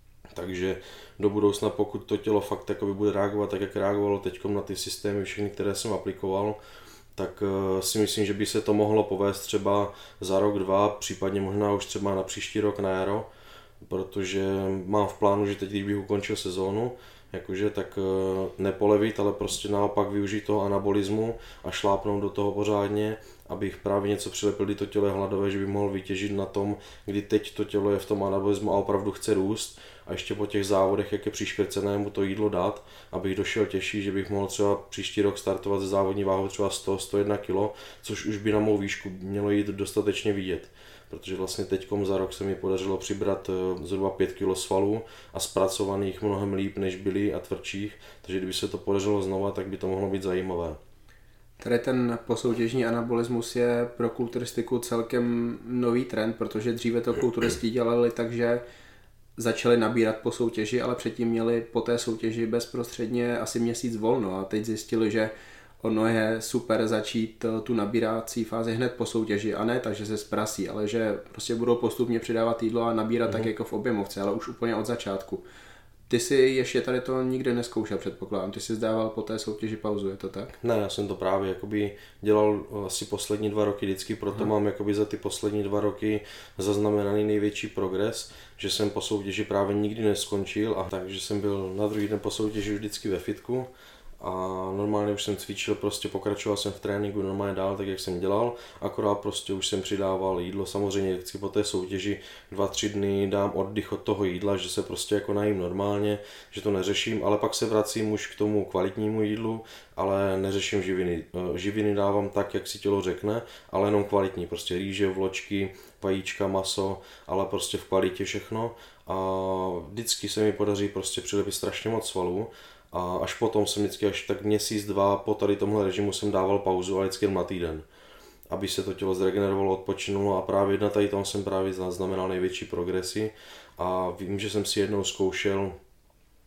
B: Takže do budoucna, pokud to tělo fakt takoby bude reagovat tak, jak reagovalo teďkom na ty systémy všechny, které jsem aplikoval, tak si myslím, že by se to mohlo povést třeba za rok, 2, případně možná už třeba na příští rok na jaro, protože mám v plánu, že teď, když bych ukončil sezónu, jakože tak nepolevit, ale prostě naopak využít toho anabolismu a šlápnout do toho pořádně, abych právě něco přilepil, kdy to tělo je hladové, že bych mohl vytěžit na tom, kdy teď to tělo je v tom anabolismu a opravdu chce růst a ještě po těch závodech, jak je přiškrcené, mu to jídlo dát, abych došel těžší, že bych mohl třeba příští rok startovat ze závodní váhou třeba 100-101 kg, což už by na mou výšku mělo jít dostatečně vidět. Protože vlastně teďkom za rok se mi podařilo přibrat zhruba 5 kg svalů a zpracovaných mnohem líp, než byly a tvrdších, takže kdyby se to podařilo znova, tak by to mohlo být zajímavé.
A: Tady ten posoutěžní anabolismus je pro kulturistiku celkem nový trend, protože dříve to kulturisti dělali tak, že začali nabírat po soutěži, ale předtím měli po té soutěži bezprostředně asi měsíc volno a teď zjistili, že ono je super začít tu nabírací fázi hned po soutěži a ne tak, že se zprasí, ale že prostě budou postupně přidávat jídlo a nabírat tak jako v objemovce, ale už úplně od začátku. Ty si ještě tady to nikdy nezkoušel, předpokládám, ty si zdával po té soutěži pauzu, je to tak?
B: Ne, já jsem to právě jakoby dělal asi poslední 2 roky vždycky, proto mám jakoby za ty poslední 2 roky zaznamenaný největší progres, že jsem po soutěži právě nikdy neskončil a takže jsem byl na druhý den po soutěži vždycky ve fitku. A normálně už jsem cvičil, prostě pokračoval jsem v tréninku normálně dál, tak jak jsem dělal, akorát prostě už jsem přidával jídlo, samozřejmě vždycky po té soutěži 2-3 dny dám oddych od toho jídla, že se prostě jako najím normálně, že to neřeším, ale pak se vracím už k tomu kvalitnímu jídlu, ale neřeším živiny. Živiny dávám tak, jak si tělo řekne, ale jenom kvalitní, prostě rýže, vločky, vajíčka, maso, ale prostě v kvalitě všechno a vždycky se mi podaří prostě přilepit strašně moc svalů. A až potom jsem vždycky až tak měsíc, 2 po tady tomhle režimu jsem dával pauzu, ale vždycky na týden, aby se to tělo zregenerovalo, odpočinulo a právě na tady tom jsem právě zaznamenal největší progresy a vím, že jsem si jednou zkoušel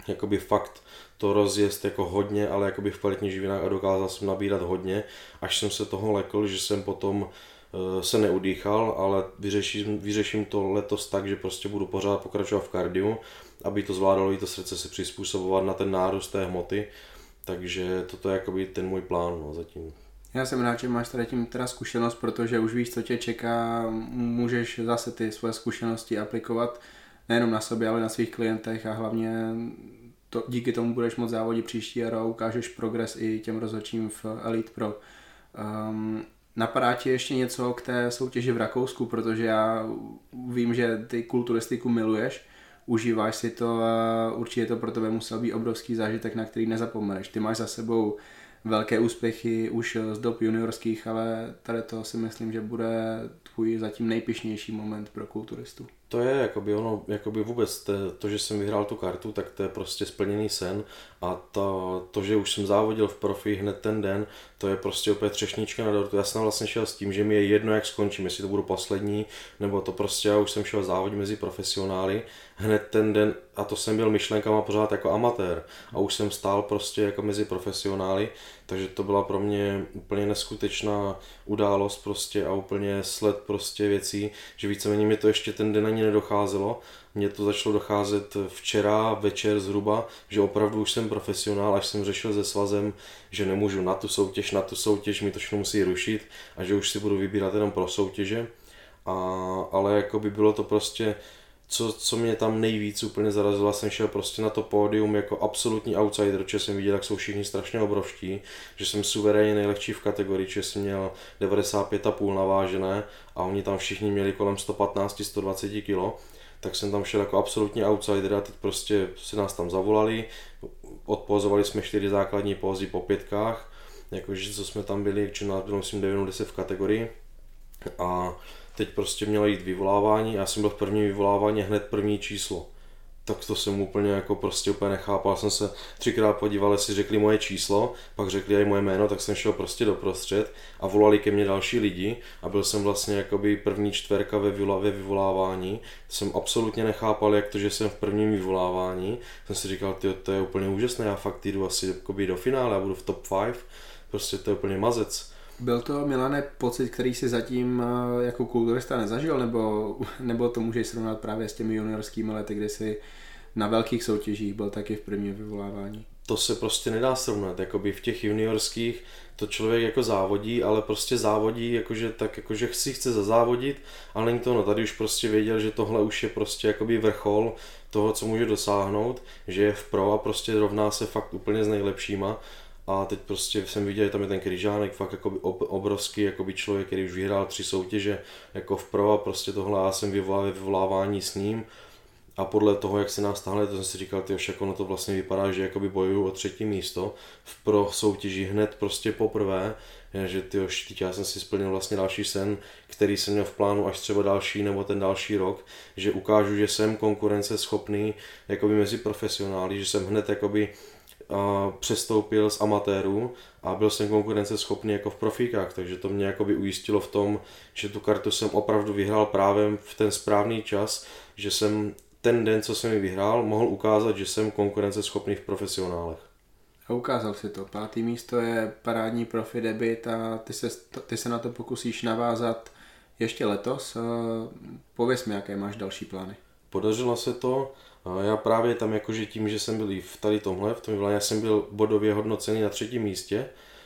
B: jakoby fakt to rozjezd jako hodně, ale jakoby v kvalitních živinách a dokázal jsem nabírat hodně, až jsem se toho lekl, že jsem potom se neudýchal, ale vyřeším to letos tak, že prostě budu pořád pokračovat v kardiu, aby to zvládalo i to srdce se přizpůsobovat na ten nárůst té hmoty, takže toto je jakoby ten můj plán, no, zatím.
A: Já jsem rád, že máš tady tím teda zkušenost, protože už víš, co tě čeká, můžeš zase ty svoje zkušenosti aplikovat nejenom na sobě, ale na svých klientech a hlavně díky tomu budeš moct závodit příští rok a ukážeš progres i těm rozhodčím v Elite Pro. Napadá ti ještě něco k té soutěži v Rakousku, protože já vím, že ty kulturistiku miluješ, užíváš si to a určitě to pro tebe musel být obrovský zážitek, na který nezapomeneš. Ty máš za sebou velké úspěchy už z dob juniorských, ale tady to si myslím, že bude tvůj zatím nejpyšnější moment pro kulturistu.
B: To je jakoby ono, jakoby vůbec to, že jsem vyhrál tu kartu, tak to je prostě splněný sen a to, že už jsem závodil v profi hned ten den, to je prostě opět třešnička na dortu. Já jsem vlastně šel s tím, že mi je jedno, jak skončím, jestli to budu poslední, nebo to prostě já už jsem šel závodit mezi profesionály hned ten den a to jsem byl myšlenkama pořád jako amatér a už jsem stál prostě jako mezi profesionály, takže to byla pro mě úplně neskutečná událost prostě a úplně sled prostě věcí, že víceméně mi to ještě ten den ani nedocházelo. Mně to začalo docházet včera večer zhruba, že opravdu už jsem profesionál, až jsem řešil se svazem, že nemůžu na tu soutěž, mi to všechno musí rušit a že už si budu vybírat jenom pro soutěže. Ale jako by bylo to prostě, co mě tam nejvíc úplně zarazilo, jsem šel prostě na to pódium jako absolutní outsider, že jsem viděl, jak jsou všichni strašně obrovští, že jsem suverénně nejlehčí v kategorii, že jsem měl 95,5 navážené a oni tam všichni měli kolem 115-120 kg, tak jsem tam šel jako absolutní outsider a teď prostě si nás tam zavolali, odpozovali jsme 4 základní pózy po 5kách, jakože co jsme tam byli, či nás bylo myslím 9-10 v kategorii a teď prostě mělo jít vyvolávání, já jsem byl v prvním vyvolávání hned první číslo. Tak to jsem úplně nechápal, jsem se 3krát podíval, jestli řekli moje číslo, pak řekli i moje jméno, tak jsem šel prostě doprostřed a volali ke mně další lidi a byl jsem vlastně jakoby první čtverka ve vyvolávání. Jsem absolutně nechápal, jak to, že jsem v prvním vyvolávání. Jsem si říkal, to je úplně úžasné, já fakt jdu asi jakoby do finále, já budu v top 5, prostě to je úplně mazec.
A: Byl to, Milane, pocit, který si zatím jako kulturista nezažil, nebo to můžeš srovnat právě s těmi juniorskými lety, kdy jsi na velkých soutěžích byl taky v prvním vyvolávání?
B: To se prostě nedá srovnat, jakoby v těch juniorských to člověk jako závodí, ale prostě závodí jakože si chce zazávodit, ale není to ono, tady už prostě věděl, že tohle už je prostě jakoby vrchol toho, co může dosáhnout, že je v pro a prostě rovná se fakt úplně s nejlepšíma. A teď prostě jsem viděl, že tam je ten Kryžánek, fakt jakoby obrovský jakoby člověk, který už vyhrál 3 soutěže jako v pro a prostě tohle já jsem vyvolal vyvolávání s ním. A podle toho, jak se nás táhne, to jsem si říkal, však ono to vlastně vypadá, že jakoby bojuju o 3. místo v pro soutěži hned prostě poprvé, že já jsem si splnil vlastně další sen, který jsem měl v plánu až třeba další nebo ten další rok, že ukážu, že jsem konkurenceschopný jakoby mezi profesionály, že jsem hned jakoby přestoupil z amatérů a byl jsem konkurenceschopný jako v profíkách, takže to mě jakoby ujistilo v tom, že tu kartu jsem opravdu vyhrál právě v ten správný čas, že jsem ten den, co jsem ji vyhrál, mohl ukázat, že jsem konkurenceschopný v profesionálech.
A: A ukázal si to. 5. místo je parádní profi debut a ty se na to pokusíš navázat ještě letos. Pověz mi, jaké máš další plány.
B: Podařilo se to. Já právě tam jakože tím, že jsem byl v tady tomhle, já jsem byl bodově hodnocený na 3. místě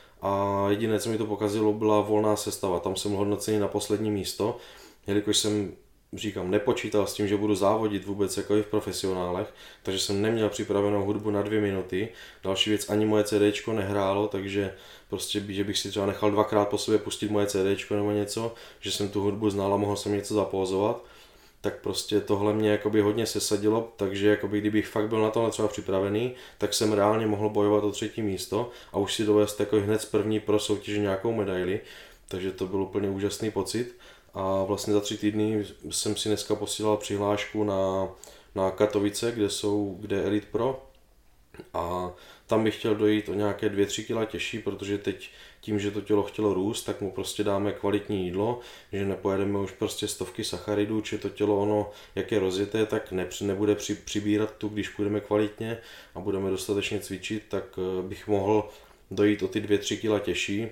B: a jediné, co mi to pokazilo, byla volná sestava. Tam jsem byl hodnocený na poslední místo, jelikož jsem, říkám, nepočítal s tím, že budu závodit vůbec jako i v profesionálech, takže jsem neměl připravenou hudbu na 2 minuty. Další věc, ani moje CDčko nehrálo, takže prostě, že bych si třeba nechal 2krát po sobě pustit moje CDčko nebo něco, že jsem tu hudbu znal a mohl jsem něco zapózovat. Tak prostě tohle mě jakoby hodně sesadilo, takže jakoby kdybych fakt byl na tohle třeba připravený, tak jsem reálně mohl bojovat o 3. místo a už si dovést jako hned z první pro soutěže nějakou medaili, takže to byl úplně úžasný pocit a vlastně za 3 týdny jsem si dneska posílal přihlášku na Katovice, kde je Elite Pro A tam bych chtěl dojít o nějaké 2-3 kg těžší, protože teď tím, že to tělo chtělo růst, tak mu prostě dáme kvalitní jídlo, že nepojedeme už prostě stovky sacharidů, či to tělo ono, jak je rozjeté, tak nebude přibírat tu, když půjdeme kvalitně a budeme dostatečně cvičit, tak bych mohl dojít o ty 2-3 kg těžší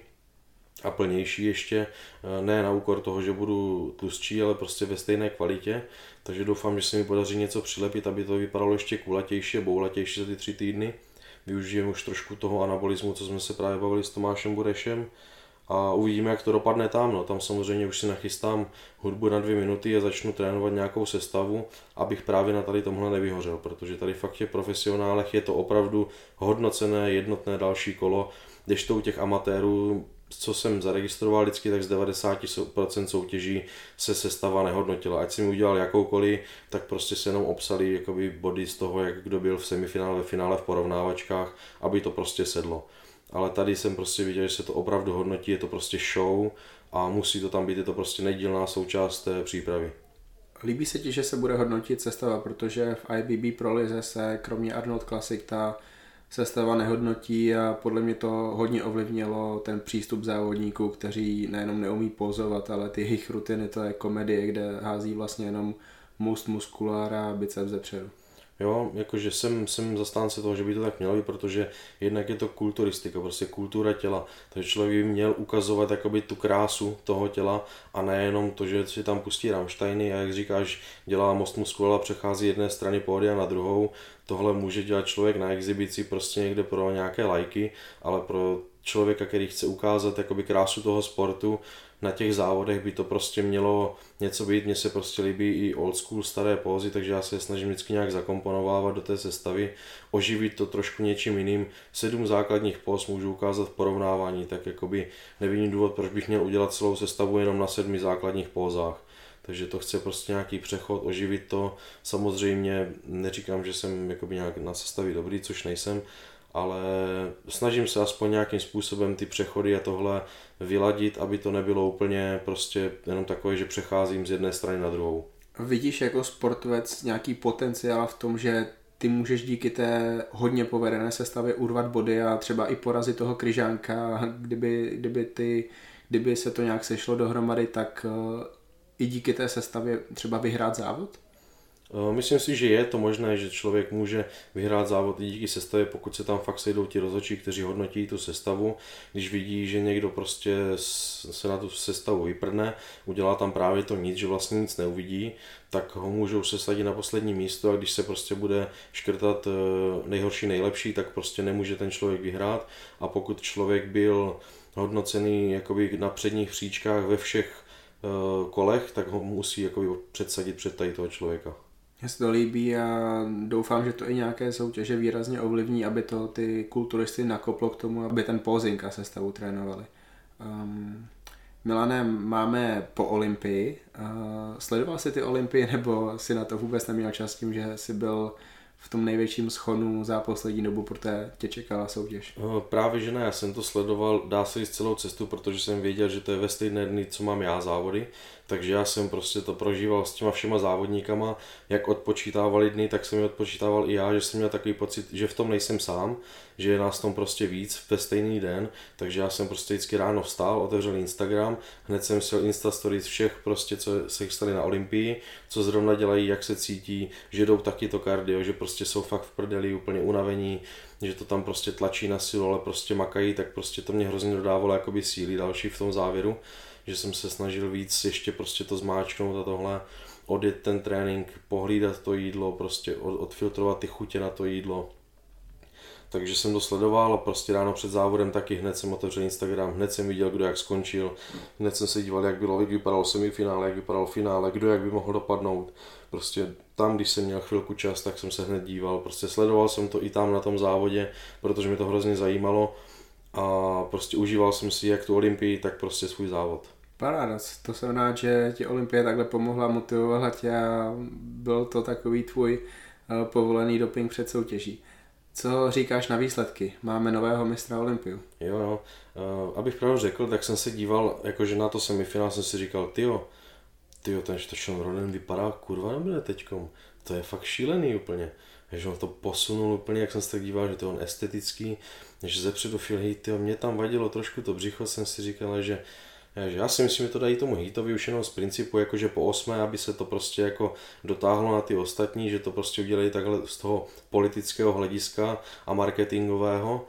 B: a plnější ještě, ne na úkor toho, že budu tlustší, ale prostě ve stejné kvalitě, takže doufám, že se mi podaří něco přilepit, aby to vypadalo ještě kulatější a boulatější za ty 3 týdny. Využijeme už trošku toho anabolismu, co jsme se právě bavili s Tomášem Burešem a uvidíme, jak to dopadne tam. No, tam samozřejmě už si nachystám hudbu na 2 minuty a začnu trénovat nějakou sestavu, abych právě na tady tomhle nevyhořel, protože tady fakt je profesionálech, je to opravdu hodnocené, jednotné další kolo, kdežto u těch amatérů, co jsem zaregistroval vždycky, tak z 90% soutěží se sestava nehodnotila. Ať jsem udělal jakoukoliv, tak prostě se jenom obsali jakoby body z toho, jak kdo byl v semifinále, ve finále, v porovnávačkách, aby to prostě sedlo. Ale tady jsem prostě viděl, že se to opravdu hodnotí, je to prostě show a musí to tam být, je to prostě nedílná součást té přípravy.
A: Líbí se ti, že se bude hodnotit sestava, protože v IBB Pro lize se kromě Arnold Classic ta sestava nehodnotí a podle mě to hodně ovlivnilo ten přístup závodníků, kteří nejenom neumí pozovat, ale ty jejich rutiny, to je komedie, kde hází vlastně jenom most muskulár a biceps zepředu.
B: Jo, jakože jsem zastánce toho, že by to tak mělo být, protože jednak je to kulturistika, prostě kultura těla, takže člověk by měl ukazovat jakoby tu krásu toho těla a nejenom to, že si tam pustí Rammsteiny a jak říkáš, dělá most muskulár a přechází jedné strany pódia na druhou. Tohle může dělat člověk na exibici prostě někde pro nějaké lajky, ale pro člověka, který chce ukázat jakoby krásu toho sportu, na těch závodech by to prostě mělo něco být. Mně se prostě líbí i old school staré pózy, takže já se snažím vždycky nějak zakomponovávat do té sestavy, oživit to trošku něčím jiným. 7 základních póz můžu ukázat v porovnávání, tak jakoby nevidím důvod, proč bych měl udělat celou sestavu jenom na 7 základních pózách. Takže to chce prostě nějaký přechod, oživit to. Samozřejmě neříkám, že jsem jakoby nějak na sestavě dobrý, což nejsem, ale snažím se aspoň nějakým způsobem ty přechody a tohle vyladit, aby to nebylo úplně prostě jenom takové, že přecházím z jedné strany na druhou.
A: Vidíš jako sportovec nějaký potenciál v tom, že ty můžeš díky té hodně povedené sestavě urvat body a třeba i porazit toho Kryžánka, kdyby se to nějak sešlo dohromady, tak i díky té sestavě třeba vyhrát závod?
B: Myslím si, že je to možné, že člověk může vyhrát závod i díky sestavě, pokud se tam fakt sejdou ti rozhodčí, kteří hodnotí tu sestavu. Když vidí, že někdo prostě se na tu sestavu vyprdne, udělá tam právě to nic, že vlastně nic neuvidí, tak ho můžou sesadit na poslední místo a když se prostě bude škrtat nejhorší, nejlepší, tak prostě nemůže ten člověk vyhrát. A pokud člověk byl hodnocený jakoby na předních příčkách ve všech kolech, tak ho musí jakoby předsadit před tady toho člověka.
A: Mně se to líbí a doufám, že to i nějaké soutěže výrazně ovlivní, aby to ty kulturisty nakoplo k tomu, aby ten posing a sestavu trénovali. Milane, máme po Olympii. Sledoval jsi ty Olympie, nebo si na to vůbec neměl čas tím, že jsi byl v tom největším schonu za poslední dobu, protože tě čekala soutěž?
B: Právě že ne, já jsem to sledoval, dá se říct celou cestu, protože jsem věděl, že to je ve stejné dny, co mám já závody, takže já jsem prostě to prožíval s těma všema závodníkama, jak odpočítávali dny, tak jsem je odpočítával i já, že jsem měl takový pocit, že v tom nejsem sám, že je nás tom prostě víc ve stejný den, takže já jsem prostě vždycky ráno vstál, otevřel Instagram, hned jsem si Insta stories všech prostě, co se chystali na Olympii, co zrovna dělají, jak se cítí, že jdou taky to kardio, že prostě jsou fakt v prdeli, úplně unavení, že to tam prostě tlačí na silu, ale prostě makají, tak prostě to mě hrozně dodávalo jakoby síly další v tom závěru, že jsem se snažil víc ještě prostě to zmáčknout a tohle, odjet ten trénink, pohlídat to jídlo, prostě odfiltrovat ty chutě na to jídlo. Takže jsem to sledoval a prostě ráno před závodem taky hned jsem otevřel Instagram, hned jsem viděl, kdo jak skončil, hned jsem se díval, jak vypadalo semifinále, jak vypadalo finále, kdo jak by mohl dopadnout. Prostě tam, když jsem měl chvilku čas, tak jsem se hned díval, prostě sledoval jsem to i tam na tom závodě, protože mě to hrozně zajímalo a prostě užíval jsem si jak tu Olympii, tak prostě svůj závod.
A: Paráda, to jsem rád, že ti Olympie takhle pomohla, motivovala tě a byl to takový tvůj povolený doping před soutěží. Co říkáš na výsledky? Máme nového mistra Olympiu.
B: Jo. Abych pravdu řekl, tak jsem se díval, jakože na to semifinál jsem si říkal, tyjo, ten Sean Roden vypadá kurva dobře teďkom. To je fakt šílený úplně. Takže on to posunul úplně, jak jsem se tak díval, že to je on estetický, že zepředu feel heat, mě tam vadilo trošku to břicho, jsem si říkal, že já si myslím, že to dají tomu heatovi už jenom z principu, jakože po 8, aby se to prostě jako dotáhlo na ty ostatní, že to prostě udělají takhle z toho politického hlediska a marketingového.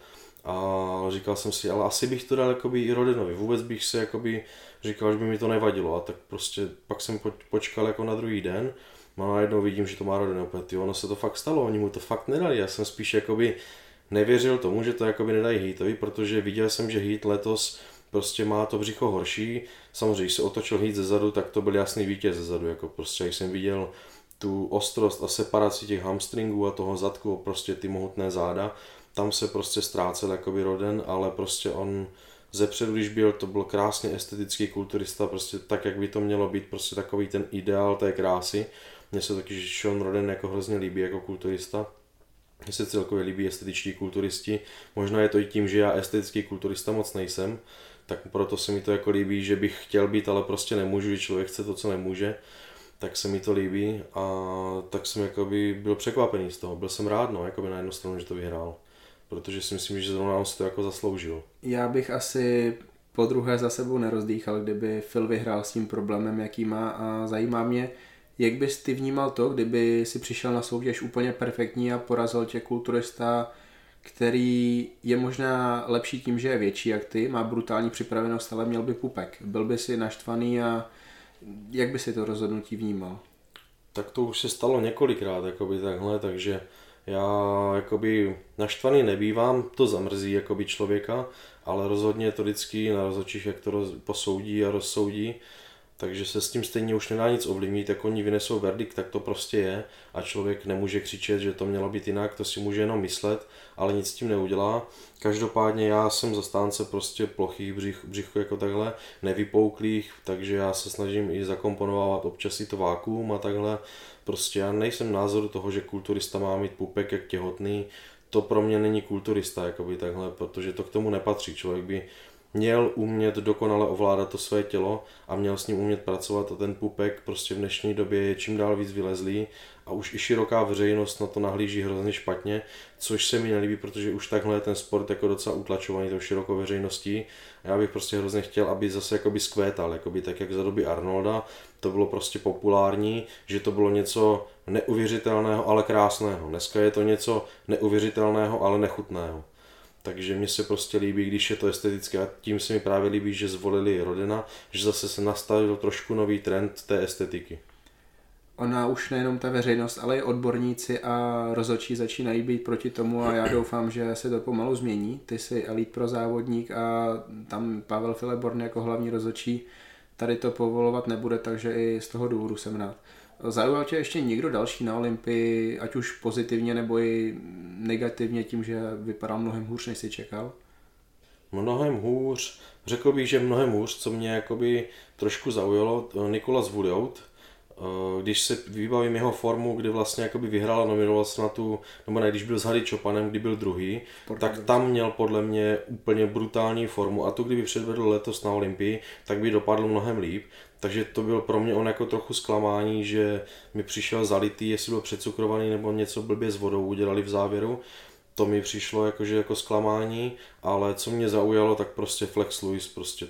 B: A říkal jsem si, ale asi bych to dal jakoby i Rodenovi, vůbec bych si jakoby říkal, že by mi to nevadilo a tak prostě pak jsem počkal jako na druhý den. A najednou vidím, že to má Roden opět, ono se to fakt stalo, oni mu to fakt nedali, já jsem spíš jakoby nevěřil tomu, že to jakoby nedají Heatovi, protože viděl jsem, že Heat letos prostě má to břicho horší, samozřejmě, když se otočil Heat zezadu, tak to byl jasný vítěz zezadu, jako prostě, jak jsem viděl tu ostrost a separaci těch hamstringů a toho zadku, prostě ty mohutné záda, tam se prostě ztrácel jakoby Roden, ale prostě on zepředu, když byl, to byl krásně estetický kulturista, prostě tak, jak by to mělo být, prostě takový ten ideál té krásy. Mně se taky Sean Roden jako hrozně líbí jako kulturista. Mně se celkově líbí estetičtí kulturisti. Možná je to i tím, že já estetický kulturista moc nejsem, tak proto se mi to jako líbí, že bych chtěl být, ale prostě nemůžu, že člověk chce to, co nemůže. Tak se mi to líbí a tak jsem jakoby byl překvapený z toho. Byl jsem rád, no, jakoby na jednu stranu, že to vyhrál. Protože si myslím, že zrovna on si to jako zasloužil.
A: Já bych asi po druhé za sebou nerozdýchal, kdyby Phil vyhrál s tím problémem, jaký má, a zajímá mě, jak bys ty vnímal to, kdyby si přišel na soutěž úplně perfektní a porazil tě kulturista, který je možná lepší tím, že je větší jak ty, má brutální připravenost, ale měl by pupek. Byl by si naštvaný a jak by si to rozhodnutí vnímal?
B: Tak to už se stalo několikrát, jakoby takhle, takže já jakoby naštvaný nebývám, to zamrzí jakoby člověka, ale rozhodně je to vždycky na rozhodčích, jak to posoudí a rozsoudí, takže se s tím stejně už nedá nic ovlivnit, jak oni vynesou verdikt, tak to prostě je a člověk nemůže křičet, že to mělo být jinak, to si může jenom myslet, ale nic s tím neudělá. Každopádně já jsem zastánce prostě plochých břichů jako takhle, nevypouklých, takže já se snažím i zakomponovat občas i to vákuum a takhle. Prostě já nejsem názoru toho, že kulturista má mít pupek jak těhotný, to pro mě není kulturista jakoby takhle, protože to k tomu nepatří, člověk by měl umět dokonale ovládat to své tělo a měl s ním umět pracovat a ten pupek prostě v dnešní době je čím dál víc vylezlý a už i široká veřejnost na to nahlíží hrozně špatně, což se mi nelíbí, protože už takhle je ten sport jako docela utlačovaný tou širokou veřejností a já bych prostě hrozně chtěl, aby zase jakoby skvétal, jakoby tak jak za doby Arnolda, to bylo prostě populární, že to bylo něco neuvěřitelného, ale krásného. Dneska je to něco neuvěřitelného, ale nechutného. Takže mně se prostě líbí, když je to estetické a tím se mi právě líbí, že zvolili Rodena, že zase se nastavil trošku nový trend té estetiky.
A: Ona už nejenom ta veřejnost, ale i odborníci a rozhodčí začínají být proti tomu a já doufám, že se to pomalu změní. Ty jsi Elite Pro závodník a tam Pavel Fileborn jako hlavní rozhodčí tady to povolovat nebude, takže i z toho důvodu jsem rád. Zaujal tě ještě někdo další na Olympii, ať už pozitivně nebo i negativně tím, že vypadal mnohem hůř, než jsi čekal?
B: Mnohem hůř, řekl bych, že mnohem hůř, co mě jakoby trošku zaujalo, Nicolas Vuilloud, když se vybavím jeho formu, kdy vlastně jakoby vyhrál a nominoval se na tu, nebo ne, když byl s Harry Chopanem, kdy byl druhý, tak tam měl podle mě úplně brutální formu a to kdyby předvedl letos na Olympii, tak by dopadl mnohem líp. Takže to byl pro mě on jako trochu zklamání, že mi přišel zalitý, jestli byl předcukrovaný nebo něco blbě s vodou udělali v závěru. To mi přišlo jakože jako zklamání, ale co mě zaujalo, tak prostě Flex Lewis, prostě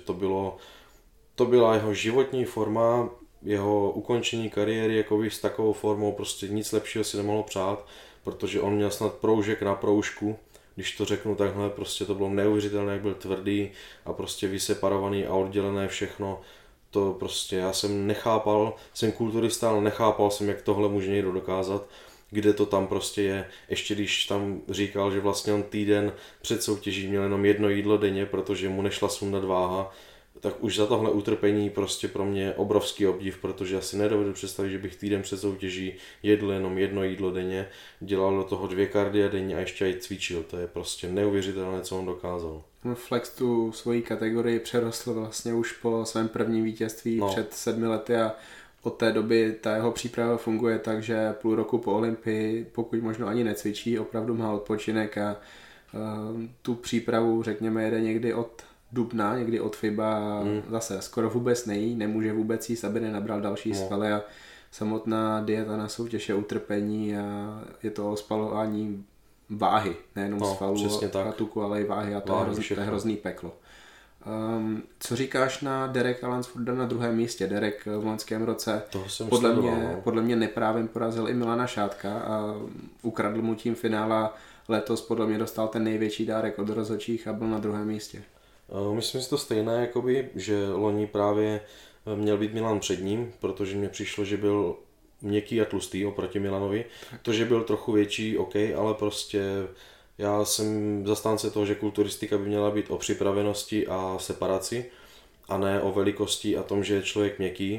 B: to byla jeho životní forma, jeho ukončení kariéry jako s takovou formou, prostě nic lepšího si nemohlo přát, protože on měl snad proužek na proužku, když to řeknu takhle, prostě to bylo neuvěřitelné, jak byl tvrdý a prostě vyseparovaný a oddělené všechno. To prostě já jsem nechápal, jsem kulturista, ale nechápal jsem, jak tohle může někdo dokázat, kde to tam prostě je. Ještě když tam říkal, že vlastně on týden před soutěží měl jenom jedno jídlo denně, protože mu nešla sundat váha, tak už za tohle utrpení prostě pro mě obrovský obdiv, protože já si nedovedu představit, že bych týden před soutěží jedl jenom jedno jídlo denně, dělal do toho 2 kardia denně a ještě i cvičil. To je prostě neuvěřitelné, co on dokázal.
A: Flex tu svoji kategorii přerostl vlastně už po svém prvním vítězství před 7 lety a od té doby ta jeho příprava funguje tak, že půl roku po Olympii, pokud možno ani necvičí, opravdu má odpočinek a tu přípravu, řekněme, jede někdy od dubna, někdy od FIBA a zase skoro vůbec nejí, nemůže vůbec jíst, aby nenabral další svaly a samotná dieta na soutěž je utrpení a je to o spalování váhy, nejenom svalů a tuku, ale i váhy a to je hrozný peklo. Co říkáš na Dereka Lansforda na druhém místě? Derek v loňském roce podle mě neprávem porazil i Milana Šátka a ukradl mu tím finále. Letos podle mě dostal ten největší dárek od rozhodčích a byl na druhém místě.
B: Myslím si to stejné, jakoby, že loni právě měl být Milan před ním, protože mně přišlo, že byl měkký a tlustý oproti Milanovi. To, že byl trochu větší, OK, ale prostě já jsem zastánce toho, že kulturistika by měla být o připravenosti a separaci a ne o velikosti a tom, že je člověk měkký.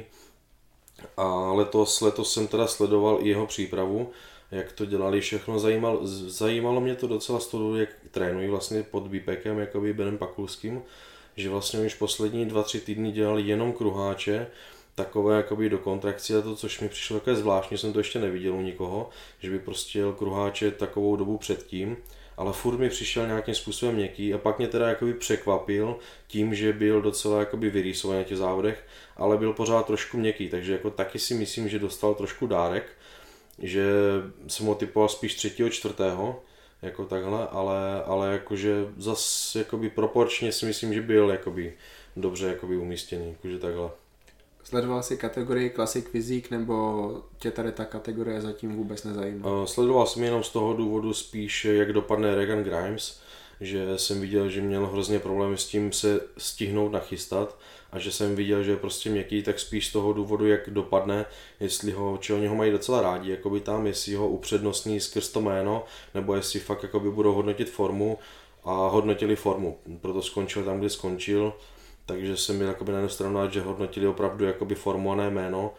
B: A letos jsem teda sledoval i jeho přípravu, jak to dělali všechno. Zajímalo mě to docela z toho, jak trénují vlastně pod BPEKem, jakoby Benem Pakulským, že vlastně už poslední 2-3 týdny dělali jenom kruháče, takové jakoby do kontrakcí a to, což mi přišlo také zvláštně, jsem to ještě neviděl u nikoho, že by prostě jel kruháče takovou dobu předtím, ale furt mi přišel nějakým způsobem měkký a pak mě teda jakoby překvapil tím, že byl docela jakoby vyrýsovaný na těch závodech, ale byl pořád trošku měkký, takže jako taky si myslím, že dostal trošku dárek, že jsem ho typoval spíš 3., 4. jako takhle, ale jakože zas jakoby proporčně si myslím, že byl jakoby dobře jakoby umístěný, jakože takhle.
A: Sledoval jsi kategorii Classic Physique, nebo tě tady ta kategorie zatím vůbec nezajímá?
B: Sledoval jsem jenom z toho důvodu spíš, jak dopadne Regan Grimes, že jsem viděl, že měl hrozně problémy s tím se stihnout nachystat a že jsem viděl, že je prostě měkký, tak spíš z toho důvodu, jak dopadne, jestli či oni ho mají docela rádi, jakoby tam, jestli ho upřednostní skrz to jméno, nebo jestli fakt jakoby budou hodnotit formu a hodnotili formu, proto skončil tam, kde skončil. Takže jsem byl jakoby na jednu stranu rád, že hodnotili opravdu jakoby formu a ne jméno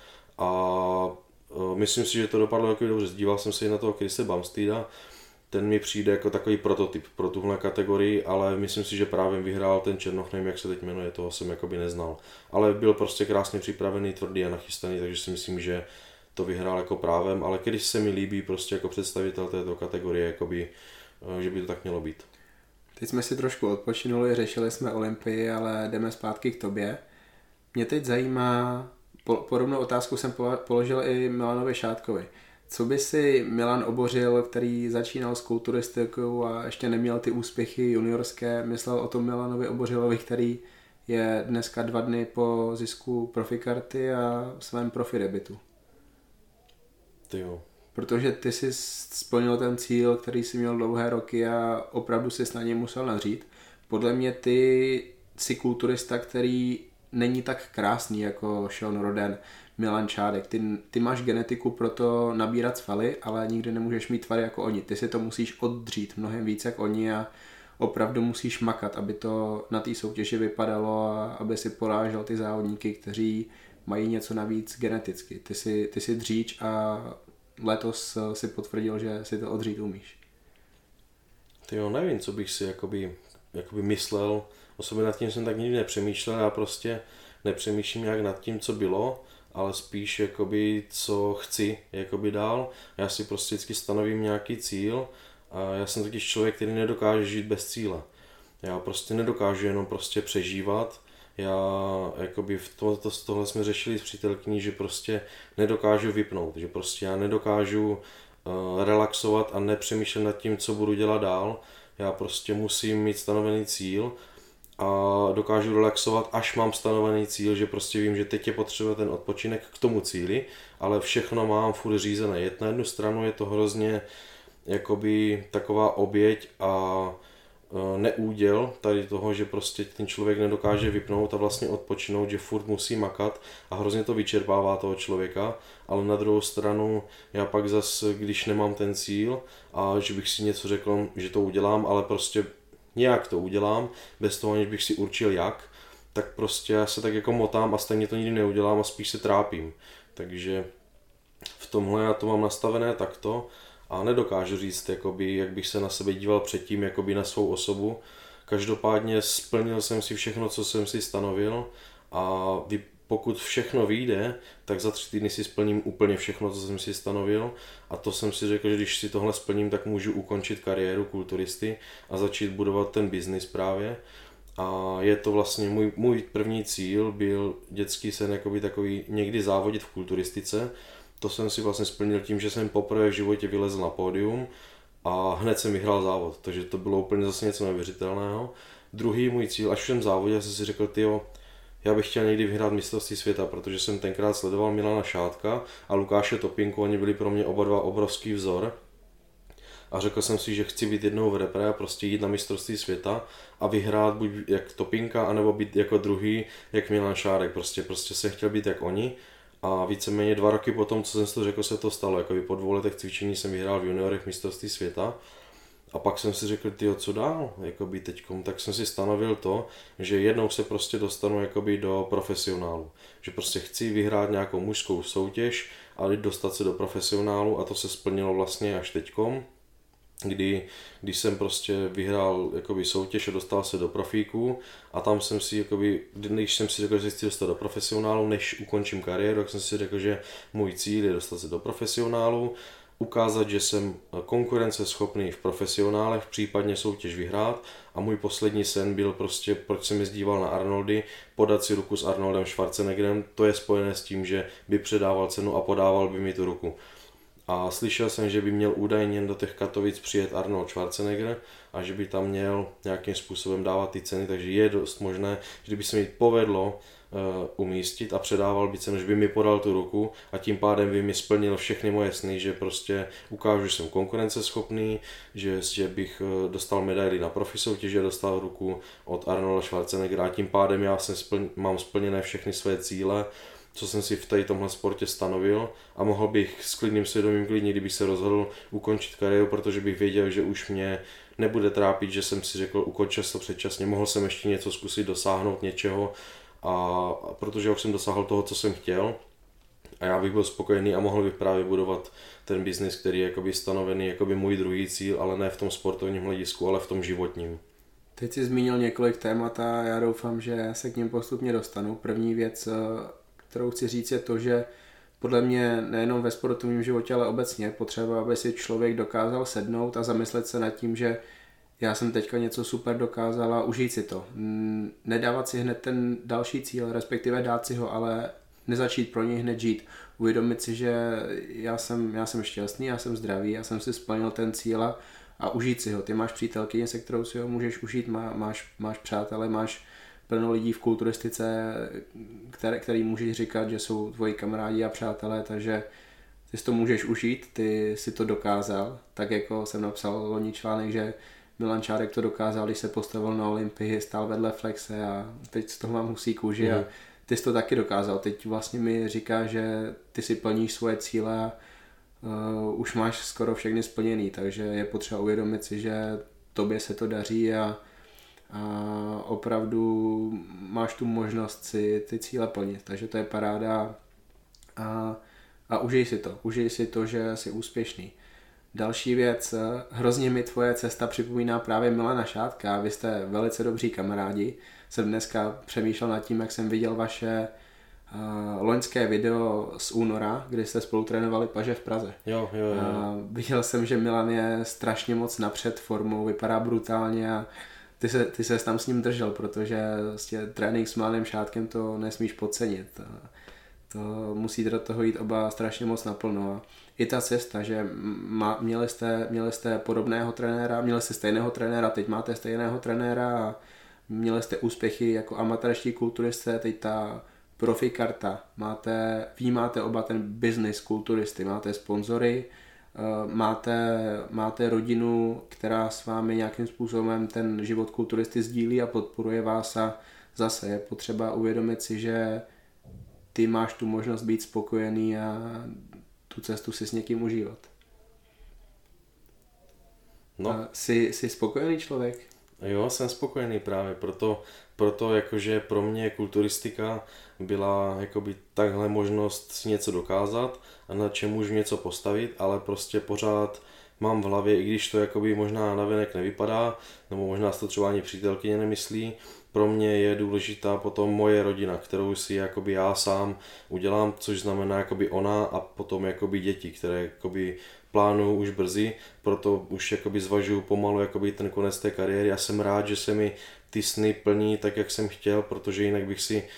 B: a myslím si, že to dopadlo jakoby dobře. Díval jsem se i na toho Chrise Bumsteada, ten mi přijde jako takový prototyp pro tuhle kategorii, ale myslím si, že právě vyhrál ten Černoch, nevím jak se teď jmenuje, toho jsem jakoby neznal. Ale byl prostě krásně připravený, tvrdý a nachystaný, takže si myslím, že to vyhrál jako právem, ale když se mi líbí prostě jako představitel této kategorie, jakoby, že by to tak mělo být.
A: Teď jsme si trošku odpočinuli, řešili jsme Olympii, ale jdeme zpátky k tobě. Mě teď zajímá, podobnou otázku jsem položil i Milanovi Šátkovi. Co by si Milan Obořil, který začínal s kulturistikou a ještě neměl ty úspěchy juniorské, myslel o tom Milanovi Obořilovi, který je dneska 2 dny po zisku profikarty a svém profi debutu?
B: Tyjo.
A: Protože ty jsi splnil ten cíl, který jsi měl dlouhé roky a opravdu jsi na něj musel nadřít. Podle mě ty jsi kulturista, který není tak krásný jako Sean Roden, Milan Šádek. Ty máš genetiku pro to nabírat svaly, ale nikdy nemůžeš mít tvary jako oni. Ty si to musíš oddřít mnohem víc jak oni a opravdu musíš makat, aby to na té soutěži vypadalo a aby si porážel ty závodníky, kteří mají něco navíc geneticky. Ty jsi dříč a letos si potvrdil, že si to odřít umíš.
B: Tyjo, nevím, co bych si jakoby myslel. Osobně nad tím jsem tak nikdy nepřemýšlel, já prostě nepřemýšlím nějak nad tím, co bylo, ale spíš jakoby, co chci jakoby dál. Já si prostě vždycky stanovím nějaký cíl a já jsem totiž člověk, který nedokáže žít bez cíle. Já prostě nedokážu jenom prostě přežívat. Já jakoby tohle jsme řešili s přítelkyní, že prostě nedokážu vypnout, že prostě já nedokážu relaxovat a nepřemýšlet nad tím, co budu dělat dál. Já prostě musím mít stanovený cíl a dokážu relaxovat, až mám stanovený cíl, že prostě vím, že teď je potřeba ten odpočinek k tomu cíli, ale všechno mám furt řízené. Jet na jednu stranu je to hrozně jakoby taková oběť a neúděl tady toho, že prostě ten člověk nedokáže vypnout a vlastně odpočinout, že furt musí makat a hrozně to vyčerpává toho člověka, ale na druhou stranu já pak zase, když nemám ten cíl a že bych si něco řekl, že to udělám, ale prostě nějak to udělám, bez toho, aniž bych si určil jak, tak prostě já se tak jako motám a stejně to nikdy neudělám a spíš se trápím. Takže v tomhle já to mám nastavené takto a nedokážu říct, jakoby, jak bych se na sebe díval předtím, jakoby na svou osobu. Každopádně splnil jsem si všechno, co jsem si stanovil a pokud všechno vyjde, tak za 3 týdny si splním úplně všechno, co jsem si stanovil a to jsem si řekl, že když si tohle splním, tak můžu ukončit kariéru kulturisty a začít budovat ten biznis právě. A je to vlastně můj první cíl, byl dětský sen jakoby takový někdy závodit v kulturistice, to jsem si vlastně splnil tím, že jsem poprvé v životě vylezl na pódium a hned jsem vyhrál závod, takže to bylo úplně zase něco neuvěřitelného. Druhý můj cíl, až v tom závodě, jsem si řekl, tyjo, já bych chtěl někdy vyhrát mistrovství světa, protože jsem tenkrát sledoval Milana Šátka a Lukáše Topinku, oni byli pro mě oba dva obrovský vzor. A řekl jsem si, že chci být jednou v repre a prostě jít na mistrovství světa a vyhrát buď jak Topinka, anebo být jako druhý, jak Milan Šárek. Prostě jsem chtěl být jak oni. A víceméně 2 roky potom, co jsem si to řekl, se to stalo. Jakoby po 2 letech cvičení jsem vyhrál v juniorech mistrovství světa. A pak jsem si řekl, tyjo, co dál, jakoby teďkom, tak jsem si stanovil to, že jednou se prostě dostanu jakoby do profesionálu. Že prostě chci vyhrát nějakou mužskou soutěž a dostat se do profesionálu a to se splnilo vlastně až teďkom. Když jsem prostě vyhrál jakoby soutěž a dostal se do profíků a tam jsem si jakoby, když jsem si řekl, že chci dostat do profesionálu, než ukončím kariéru, tak jsem si řekl, že můj cíl je dostat se do profesionálu, ukázat, že jsem konkurenceschopný v profesionálech, případně soutěž vyhrát a můj poslední sen byl prostě, proč jsem jezdíval na Arnoldy, podat si ruku s Arnoldem Schwarzeneggerem, to je spojené s tím, že by předával cenu a podával by mi tu ruku. A slyšel jsem, že by měl údajně do těch Katovic přijet Arnold Schwarzenegger a že by tam měl nějakým způsobem dávat ty ceny, takže je dost možné, že by se mi povedlo umístit a předával by cenu, že by mi podal tu ruku a tím pádem by mi splnil všechny moje sny, že prostě ukážu, že jsem konkurenceschopný, že bych dostal medaili na profi soutěži a dostal ruku od Arnolda Schwarzeneggera a tím pádem já mám splněné všechny své cíle, co jsem si v tomhle sportě stanovil a mohl bych s klidným svědomím klidně, kdybych se rozhodl ukončit kariéru, protože bych věděl, že už mě nebude trápit, že jsem si řekl ukončil to předčasně, mohl jsem ještě něco zkusit dosáhnout něčeho a protože už jsem dosáhl toho, co jsem chtěl a já bych byl spokojený a mohl bych právě budovat ten biznis, který je jakoby stanovený jakoby můj druhý cíl, ale ne v tom sportovním hledisku, ale v tom životním.
A: Teď jsi zmínil několik témat a já doufám, že se k nim postupně dostanu. První věc, kterou chci říct, je to, že podle mě nejenom ve sportovním životě, ale obecně potřeba, aby si člověk dokázal sednout a zamyslet se nad tím, že já jsem teďka něco super dokázal a užít si to. Nedávat si hned ten další cíl, respektive dát si ho, ale nezačít pro něj hned žít. Uvědomit si, že já jsem šťastný, já jsem zdravý, já jsem si splnil ten cíl a užít si ho. Ty máš přítelkyni, se kterou si ho můžeš užít, máš přátele, máš plno lidí v kulturistice, který můžeš říkat, že jsou tvoji kamarádi a přátelé, takže ty si to můžeš užít, ty si to dokázal, tak jako jsem napsal loni článek, že Milan Šárek to dokázal, když se postavil na Olympii, stál vedle Flexe a teď z toho mám husí kůži a ty jsi to taky dokázal. Teď vlastně mi říká, že ty si plníš svoje cíle a už máš skoro všechny splněný, takže je potřeba uvědomit si, že tobě se to daří a opravdu máš tu možnost si ty cíle plnit, takže to je paráda a užij si to, že jsi úspěšný. Další věc, hrozně mi tvoje cesta připomíná právě Milana Šátka, vy jste velice dobří kamarádi, jsem dneska přemýšlel nad tím, jak jsem viděl vaše loňské video z února, kdy jste spolu trénovali paže v Praze.
B: Jo.
A: Viděl jsem, že Milan je strašně moc napřed formou, vypadá brutálně a ty se tam s ním držel, protože vlastně trénink s Milanem Šátkem to nesmíš podcenit. To musíte do toho jít oba strašně moc naplno. A i ta cesta, že měli jste podobného trenéra, měli jste stejného trenéra, teď máte stejného trenéra a měli jste úspěchy jako amatérští kulturisté, teď ta profi karta, máte oba ten business kulturisty, máte sponzory, máte rodinu, která s vámi nějakým způsobem ten život kulturisty sdílí a podporuje vás a zase je potřeba uvědomit si, že ty máš tu možnost být spokojený a tu cestu si s někým užívat.
B: No.
A: Jsi spokojený člověk?
B: Jo, jsem spokojený právě, proto jakože pro mě kulturistika byla jakoby takhle možnost si něco dokázat a na čem můžu něco postavit, ale prostě pořád mám v hlavě, i když to jakoby možná navenek nevypadá, nebo možná to třeba ani přítelkyně nemyslí, pro mě je důležitá potom moje rodina, kterou si jakoby já sám udělám, což znamená jakoby ona a potom jakoby děti, které jakoby plánuju už brzy, proto už jakoby zvažuju pomalu jakoby ten konec té kariéry a jsem rád, že se mi ty sny plní tak, jak jsem chtěl, protože jinak bych si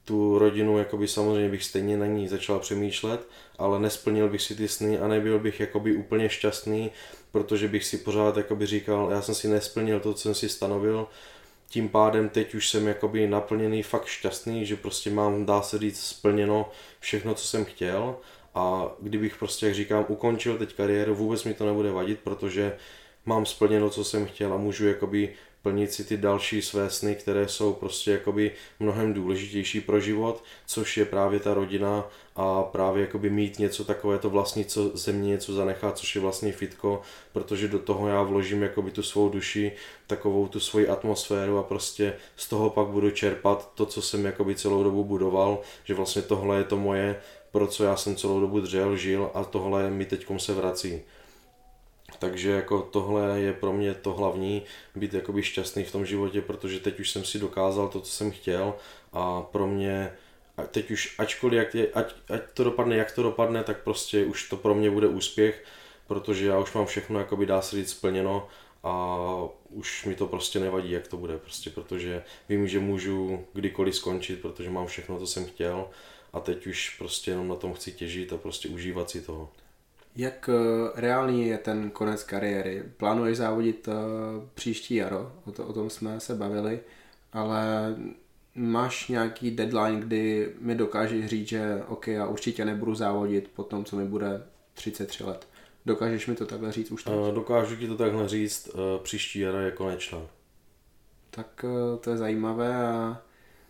B: tu rodinu, jakoby samozřejmě bych stejně na ní začal přemýšlet, ale nesplnil bych si ty sny a nebyl bych jakoby úplně šťastný, protože bych si pořád jakoby říkal, já jsem si nesplnil to, co jsem si stanovil, tím pádem teď už jsem jakoby naplněný, fakt šťastný, že prostě mám, dá se říct, splněno všechno, co jsem chtěl, a kdybych prostě, jak říkám, ukončil teď kariéru, vůbec mi to nebude vadit, protože mám splněno, co jsem chtěl a můžu jakoby plnit si ty další své sny, které jsou prostě jakoby mnohem důležitější pro život, což je právě ta rodina a právě jakoby mít něco takové to vlastní, co ze mě něco zanechá, což je vlastně fitko, protože do toho já vložím jakoby tu svou duši, takovou tu svoji atmosféru a prostě z toho pak budu čerpat to, co jsem jakoby celou dobu budoval, že vlastně tohle je to moje, pro co já jsem celou dobu dřel, žil a tohle mi teďkom se vrací. Takže jako tohle je pro mě to hlavní, být jakoby šťastný v tom životě, protože teď už jsem si dokázal to, co jsem chtěl, a pro mě teď už ačkoliv, ať to dopadne, jak to dopadne, tak prostě už to pro mě bude úspěch, protože já už mám všechno, jakoby dá se říct, splněno a už mi to prostě nevadí, jak to bude, prostě protože vím, že můžu kdykoliv skončit, protože mám všechno, co jsem chtěl, a teď už prostě jenom na tom chci těžit a prostě užívat si toho.
A: Jak reálný je ten konec kariéry? Plánuješ závodit příští jaro? O tom jsme se bavili, ale máš nějaký deadline, kdy mi dokážeš říct, že OK, já určitě nebudu závodit po tom, co mi bude 33 let. Dokážeš mi to takhle říct už teď?
B: Dokážu ti to takhle říct, příští jaro je konečná.
A: Tak to je zajímavé a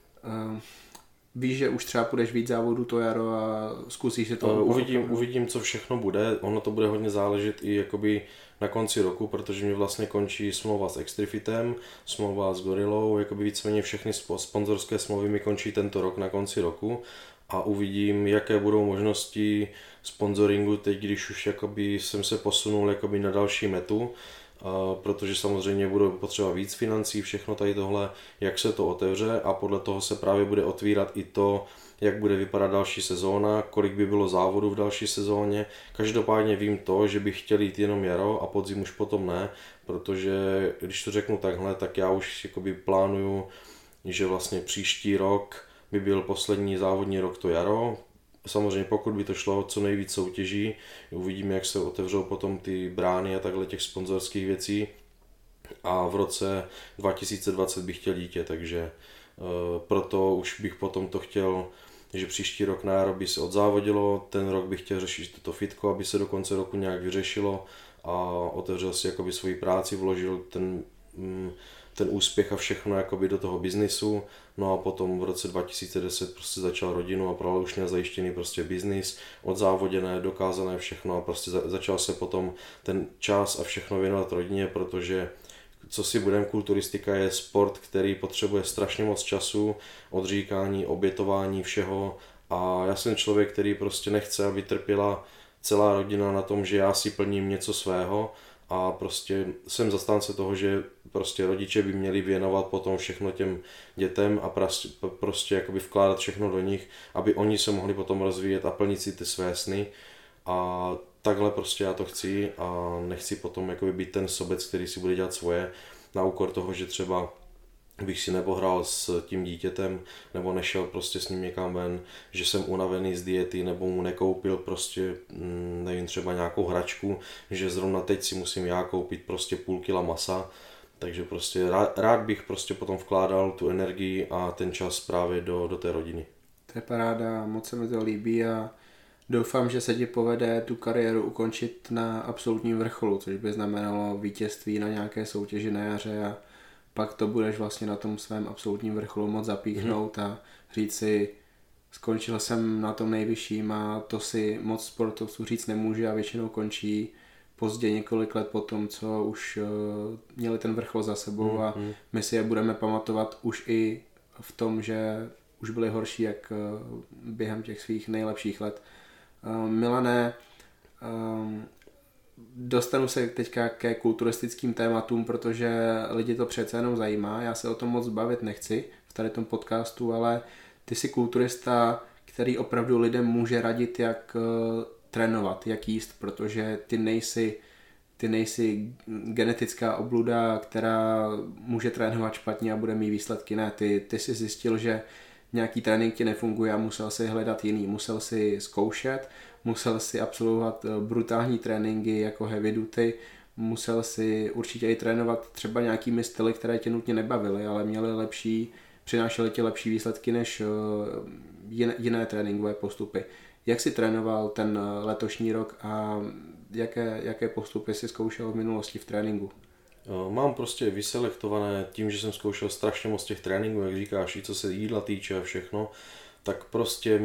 A: víš, že už třeba půjdeš víc závodů to jaro a zkusíš si to?
B: Uvidím, co všechno bude. Ono to bude hodně záležet i jakoby na konci roku, protože mi vlastně končí smlouva s Extrifitem, smlouva s Gorillou, jakoby víceméně všechny sponzorské smlouvy mi končí tento rok na konci roku a uvidím, jaké budou možnosti sponsoringu teď, když už jakoby jsem se posunul jakoby na další metu, protože samozřejmě budu potřeba víc financí, všechno tady tohle, jak se to otevře, a podle toho se právě bude otvírat i to, jak bude vypadat další sezóna, kolik by bylo závodů v další sezóně. Každopádně vím to, že bych chtěl jít jenom jaro a podzim už potom ne, protože když to řeknu takhle, tak já už jakoby plánuju, že vlastně příští rok by byl poslední závodní rok to jaro. Samozřejmě pokud by to šlo co nejvíc soutěží, uvidíme, jak se otevřou potom ty brány a takhle těch sponzorských věcí, a v roce 2020 bych chtěl dítě, takže proto už bych potom to chtěl, že příští rok na jaro by se odzávodilo, ten rok bych chtěl řešit toto fitko, aby se do konce roku nějak vyřešilo a otevřel si jakoby svoji práci, vložil ten úspěch a všechno jakoby do toho biznisu. No a potom v roce 2010 prostě začal rodinu a právě už měl zajištěný prostě biznis, odzávoděné, dokázané všechno, a prostě začal se potom ten čas a všechno věnovat rodině, protože co si budem, kulturistika je sport, který potřebuje strašně moc času, odříkání, obětování všeho, a já jsem člověk, který prostě nechce, aby trpěla celá rodina na tom, že já si plním něco svého, a prostě jsem zastánce toho, že prostě rodiče by měli věnovat potom všechno těm dětem a prostě jakoby vkládat všechno do nich, aby oni se mohli potom rozvíjet a plnit si ty své sny, a takhle prostě já to chci a nechci potom jakoby být ten sobec, který si bude dělat svoje na úkor toho, že třeba bych si nepohrál s tím dítětem nebo nešel prostě s ním někam ven, že jsem unavený z diety nebo mu nekoupil prostě, nevím, třeba nějakou hračku, že zrovna teď si musím já koupit prostě půl kila masa, takže prostě rád bych prostě potom vkládal tu energii a ten čas právě do té rodiny.
A: To je paráda, moc se mi to líbí a doufám, že se ti povede tu kariéru ukončit na absolutním vrcholu, což by znamenalo vítězství na nějaké soutěži na jaře, a pak to budeš vlastně na tom svém absolutním vrcholu moc zapíchnout a říct si, skončil jsem na tom nejvyšším, a to si moc sportovců říct nemůže a většinou končí pozdě, několik let potom, co už měli ten vrchol za sebou, a my si je budeme pamatovat už i v tom, že už byli horší jak během těch svých nejlepších let. Milané, dostanu se teďka ke kulturistickým tématům, protože lidi to přece jenom zajímá. Já se o tom moc bavit nechci v tady tom podcastu, ale ty jsi kulturista, který opravdu lidem může radit, jak trénovat, jak jíst, protože ty nejsi genetická obluda, která může trénovat špatně a bude mít výsledky. Ne, ty jsi zjistil, že nějaký trénink ti nefunguje a musel si hledat jiný, musel si zkoušet, musel si absolvovat brutální tréninky jako heavy duty, musel si určitě i trénovat třeba nějakými styly, které tě nutně nebavily, ale přinášely ti lepší výsledky než jiné tréninkové postupy. Jak jsi trénoval ten letošní rok a jaké postupy jsi zkoušel v minulosti v tréninku?
B: Mám prostě vyselektované tím, že jsem zkoušel strašně moc těch tréninků, jak říkáš, i co se jídla týče a všechno, tak prostě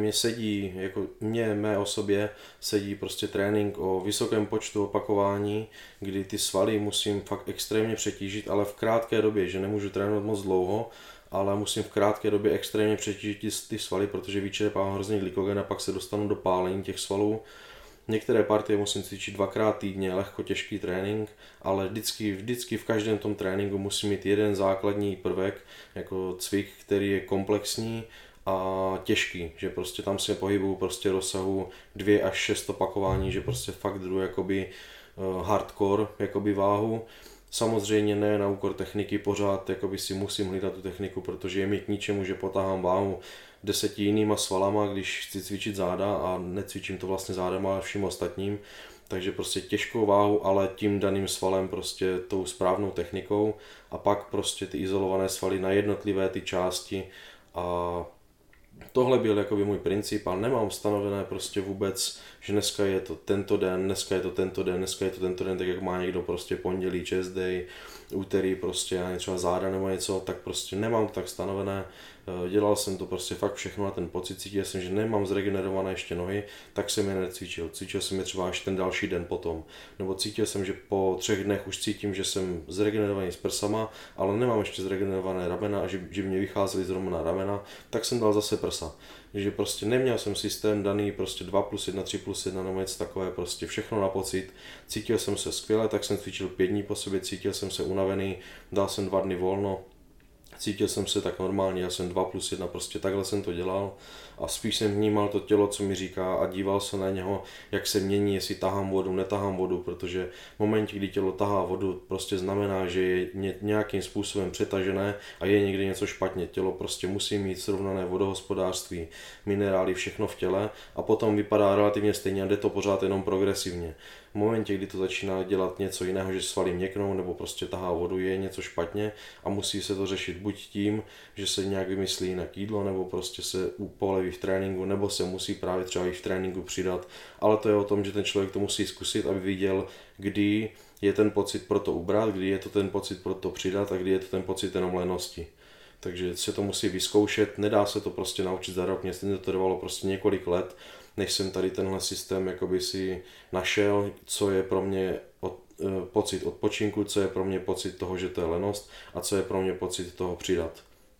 B: mé osobě sedí prostě trénink o vysokém počtu opakování, kdy ty svaly musím fakt extrémně přetížit, ale v krátké době, že nemůžu trénovat moc dlouho, ale musím v krátké době extrémně přetížit ty svaly, protože vyčerpám hrozně glykogen a pak se dostanu do pálení těch svalů. Některé partie musím cvičit 2x týdně, lehko těžký trénink, ale vždycky v každém tom tréninku musím mít jeden základní prvek, jako cvik, který je komplexní a těžký, že prostě tam se pohybuju prostě rozsahu 2 až 6 opakování, že prostě fakt jdu jakoby hardcore, jakoby váhu. Samozřejmě ne na úkor techniky, pořád jakoby si musím hlídat tu techniku, protože je mi k ničemu, že potáhám váhu 10 jinýma svalama, když chci cvičit záda a necvičím to vlastně zádama, ale vším ostatním. Takže prostě těžkou váhu, ale tím daným svalem prostě tou správnou technikou a pak prostě ty izolované svaly na jednotlivé ty části a tohle byl jakoby můj princip a nemám stanovené prostě vůbec, že dneska je to tento den, dneska je to tento den, dneska je to tento den, tak jak má někdo prostě pondělí, chest day, úterý prostě a třeba záda nebo něco, tak prostě nemám to tak stanovené. Dělal jsem to prostě fakt všechno na ten pocit, cítil jsem, že nemám zregenerované ještě nohy, tak jsem je necvičil. Cvičil jsem je třeba až ten další den potom. Nebo cítil jsem, že po 3 dnech už cítím, že jsem zregenerovaný s prsama, ale nemám ještě zregenerované ramena a že mě vycházely zrovna ramena, tak jsem dal zase prsa. Takže prostě neměl jsem systém daný prostě 2+1, 3+1 nebo něco takové, prostě všechno na pocit. Cítil jsem se skvěle, tak jsem cvičil 5 dní po sobě, cítil jsem se unavený, dal jsem 2 dny volno. Cítil jsem se tak normálně, já jsem 2+1, prostě takhle jsem to dělal a spíš jsem vnímal to tělo, co mi říká a díval se na něho, jak se mění, jestli tahám vodu, netahám vodu, protože v momentě, kdy tělo tahá vodu, prostě znamená, že je nějakým způsobem přetažené a je někde něco špatně. Tělo prostě musí mít srovnané vodohospodářství, minerály, všechno v těle a potom vypadá relativně stejně a jde to pořád jenom progresivně. V momentě, kdy to začíná dělat něco jiného, že svaly měknou nebo prostě tahá vodu, je něco špatně a musí se to řešit buď tím, že se nějak vymyslí jinak jídlo, nebo prostě se poleví v tréninku, nebo se musí právě třeba i v tréninku přidat. Ale to je o tom, že ten člověk to musí zkusit, aby viděl, kdy je ten pocit pro to ubrat, kdy je to ten pocit pro to přidat a kdy je to ten pocit jenom lenosti. Takže se to musí vyzkoušet, nedá se to prostě naučit za rok, mě to trvalo prostě několik let, než jsem tady tenhle systém jakoby si našel, co je pro mě pocit odpočinku, co je pro mě pocit toho, že to je lenost a co je pro mě pocit toho přidat.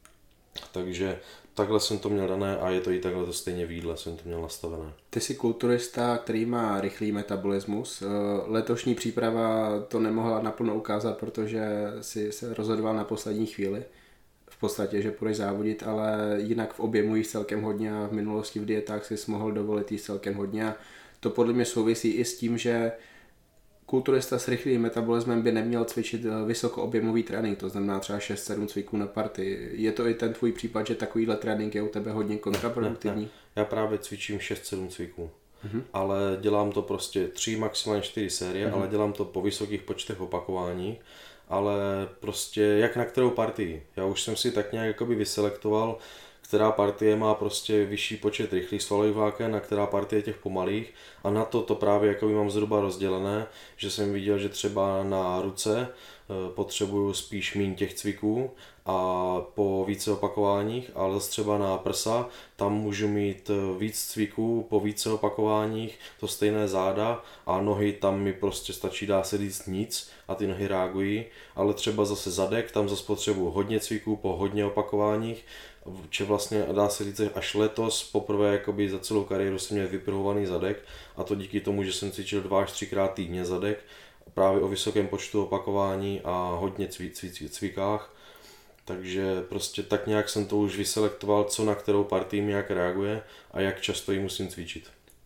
B: Takže takhle jsem to měl dané a je to i takhle to stejně v jídle jsem to měl nastavené.
A: Ty jsi kulturista, který má rychlý metabolismus. Letošní příprava to nemohla naplno ukázat, protože si se rozhodoval na poslední chvíli. V podstatě, že půjdeš závodit, ale jinak v objemu jíš celkem hodně a v minulosti v dietách si mohl dovolit jíst celkem hodně. A to podle mě souvisí i s tím, že kulturista s rychlým metabolismem by neměl cvičit vysokoobjemový trénink, to znamená třeba 6-7 cviků na party. Je to i ten tvůj případ, že takovýhle trénink je u tebe hodně kontraproduktivní?
B: Ne. Já právě cvičím 6-7 cviků, ale dělám to prostě 3, maximálně 4 série, ale dělám to po vysokých počtech opakování, ale prostě jak na kterou partii. Já už jsem si tak nějak jakoby vyselektoval, která partie má prostě vyšší počet rychlých svalových vláken a která partie těch pomalých a na to právě jakoby mám zhruba rozdělené, že jsem viděl, že třeba na ruce potřebuju spíš míň těch cviků a po více opakováních, ale zase třeba na prsa, tam můžu mít víc cviků po více opakováních, to stejné záda a nohy, tam mi prostě stačí, dá se říct nic a ty nohy reagují, ale třeba zase zadek, tam zase potřebuju hodně cviků po hodně opakováních, či vlastně dá se říct, až letos poprvé jakoby za celou kariéru jsem měl vypruhovaný zadek a to díky tomu, že jsem cvičil 2 až 3krát týdně zadek, právě o vysokém počtu opakování a hodně cvikách. Takže prostě tak nějak jsem to už vyselektoval, co na kterou partii mi jak reaguje a jak často ji musím cvičit.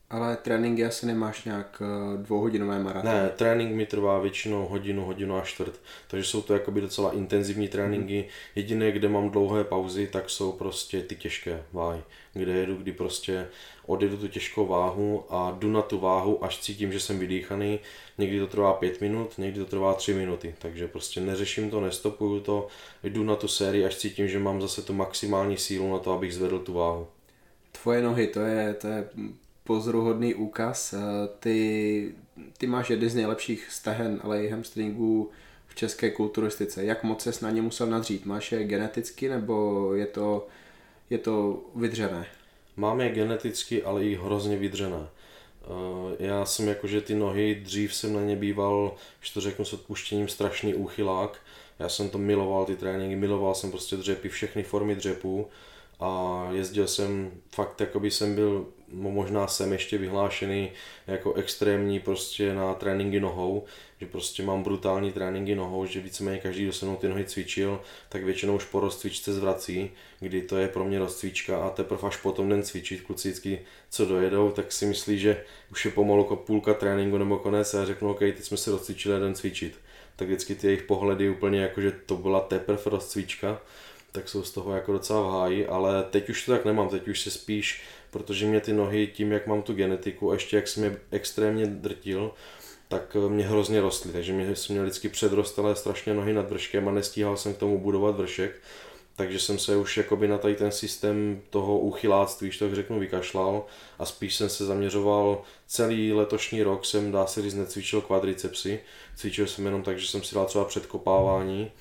A: Ale tréninky asi nemáš nějak dvouhodinové maratony?
B: Ne, trénink mi trvá většinou hodinu, hodinu a čtvrt, takže jsou to jakoby docela intenzivní tréninky. Jediné, kde mám dlouhé pauzy, tak jsou prostě ty těžké váhy, kde jedu, kdy prostě odjedu tu těžkou váhu a jdu na tu váhu, až cítím, že jsem vydýchaný. Někdy to trvá 5 minut, někdy to trvá 3 minuty, takže prostě neřeším to, nestopuju to, jdu na tu sérii, až cítím, že mám zase tu maximální sílu na to, abych zvedl tu váhu.
A: Tvoje nohy, to je pozoruhodný úkaz. Ty máš jeden z nejlepších stehen, ale i hamstringů v české kulturistice. Jak moc ses na ně musel nadřít? Máš je geneticky nebo je to vydřené?
B: Mám je geneticky, ale i hrozně vydřené. Já jsem jakože ty nohy, dřív jsem na ně býval, že to řeknu s odpuštěním, strašný úchylák. Já jsem to miloval, ty tréninky, miloval jsem prostě dřepy, všechny formy dřepů a jezdil jsem, fakt jakoby jsem byl, možná jsem ještě vyhlášený jako extrémní prostě na tréninky nohou, že prostě mám brutální tréninky nohou, že víceméně každý, kdo se mnou ty nohy cvičil, tak většinou už po rozcvičce zvrací, kdy to je pro mě rozcvička a teprve až potom den cvičit. Kluci vždycky, co dojedou, tak si myslí, že už je pomalu půlka tréninku nebo konec a já řeknu, OK, teď jsme se rozcvičili a jdem cvičit. Tak vždycky ty jejich pohledy úplně jako, že to byla teprve rozcvička, tak jsou z toho jako docela v háji, ale teď už to tak nemám, teď už se spíš, protože mě ty nohy tím, jak mám tu genetiku a ještě jak jsem je extrémně drtil, tak mě hrozně rostly, takže jsem měl vždycky předrostlé strašně nohy nad vrškem a nestíhal jsem k tomu budovat vršek, takže jsem se už jakoby na tady ten systém toho úchyláctví, tak řeknu, vykašlal a spíš jsem se zaměřoval, celý letošní rok jsem, dá se říct, necvičil kvadricepsy, cvičil jsem jenom tak, že jsem si dal třeba předkopávání,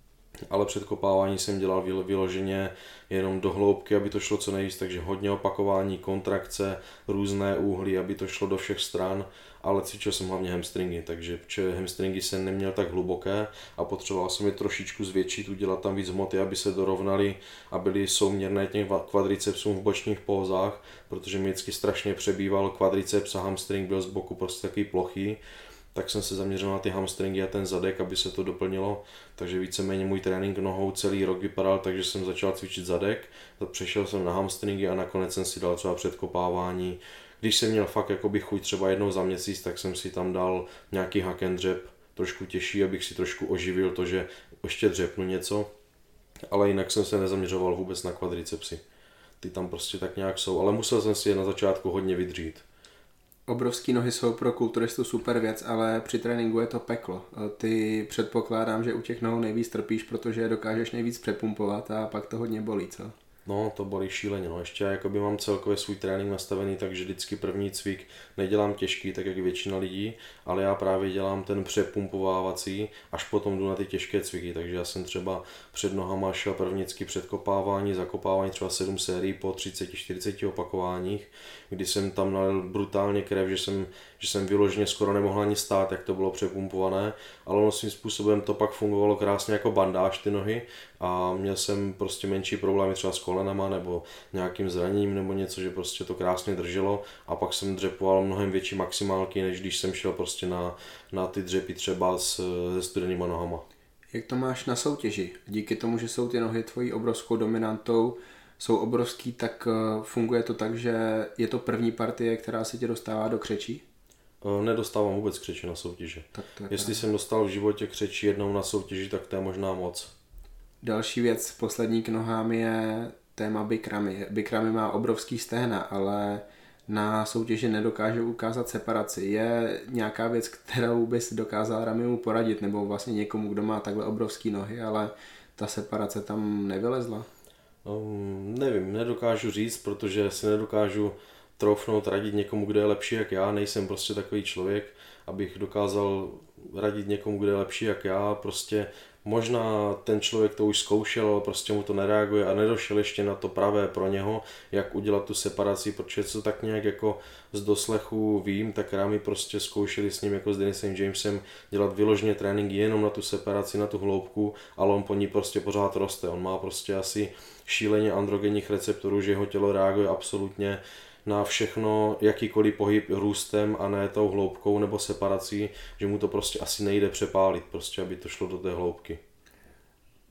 B: ale předkopávání jsem dělal vyloženě jenom do hloubky, aby to šlo co nejvíc, takže hodně opakování, kontrakce, různé úhly, aby to šlo do všech stran, ale cvičil jsem hlavně hamstringy, takže hamstringy jsem neměl tak hluboké a potřeboval jsem je trošičku zvětšit, udělat tam víc hmoty, aby se dorovnaly a byly souměrné těm kvadricepsům v bočních pózách, protože mi vždycky strašně přebýval kvadriceps a hamstring byl z boku prostě takový plochý. Tak jsem se zaměřil na ty hamstringy a ten zadek, aby se to doplnilo, takže víceméně můj trénink nohou celý rok vypadal, takže jsem začal cvičit zadek, přešel jsem na hamstringy a nakonec jsem si dal třeba předkopávání. Když jsem měl fakt jakoby chuť třeba jednou za měsíc, tak jsem si tam dal nějaký hack and dřep, trošku těžší, abych si trošku oživil to, že ještě dřepnu něco, ale jinak jsem se nezaměřoval vůbec na kvadricepsy. Ty tam prostě tak nějak jsou, ale musel jsem si je na začátku hodně vydřít.
A: Obrovský nohy jsou pro kulturistu super věc, ale při tréninku je to peklo. Ty předpokládám, že u těch nohou nejvíc trpíš, protože je dokážeš nejvíc přepumpovat a pak to hodně bolí, co?
B: No, to bolí šíleně, no. Ještě jakoby mám celkově svůj trénink nastavený, takže vždycky první cvik nedělám těžký, tak jak většina lidí, ale já právě dělám ten přepumpovávací, až potom jdu na ty těžké cviky, takže já jsem třeba před nohama šel prvnicky předkopávání, zakopávání třeba 7 sérií po 30-40 opakováních, kdy jsem tam nalil brutálně krev, že jsem vyloženě skoro nemohl ani stát, jak to bylo přepumpované, ale ono svým způsobem to pak fungovalo krásně jako bandáž ty nohy a měl jsem prostě menší problémy třeba s kolenama nebo nějakým zraněním nebo něco, že prostě to krásně drželo a pak jsem dřepoval mnohem větší maximálky, než když jsem šel prostě na ty dřepy třeba se studenýma nohama.
A: Jak to máš na soutěži? Díky tomu, že jsou ty nohy tvojí obrovskou dominantou, jsou obrovský, tak funguje to tak, že je to první partie, která se tě dostává do křečí?
B: Nedostávám vůbec křeči na soutěži. Jestli jsem dostal v životě křeči jednou na soutěži, tak to je možná moc.
A: Další věc, poslední k nohám je téma Bikrami. Bikrami má obrovský stehna, ale na soutěži nedokáže ukázat separaci. Je nějaká věc, kterou bys dokázal Ramimu poradit, nebo vlastně někomu, kdo má takhle obrovský nohy, ale ta separace tam nevylezla?
B: Nevím, nedokážu říct, protože si nedokážu troufnout radit někomu, kdo je lepší jak já, nejsem prostě takový člověk, abych dokázal radit někomu, kdo je lepší jak já, prostě možná ten člověk to už zkoušel, ale prostě mu to nereaguje a nedošel ještě na to pravé pro něho, jak udělat tu separaci, protože co tak nějak jako z doslechu vím, tak Rami prostě zkoušeli s ním jako s Dennisem Jamesem dělat vyloženě tréninky jenom na tu separaci, na tu hloubku, ale on po ní prostě pořád roste, on má prostě asi šíleně androgenních receptorů, že jeho tělo reaguje absolutně na všechno, jakýkoliv pohyb růstem a ne tou hloubkou nebo separací, že mu to prostě asi nejde přepálit, prostě aby to šlo do té hloubky.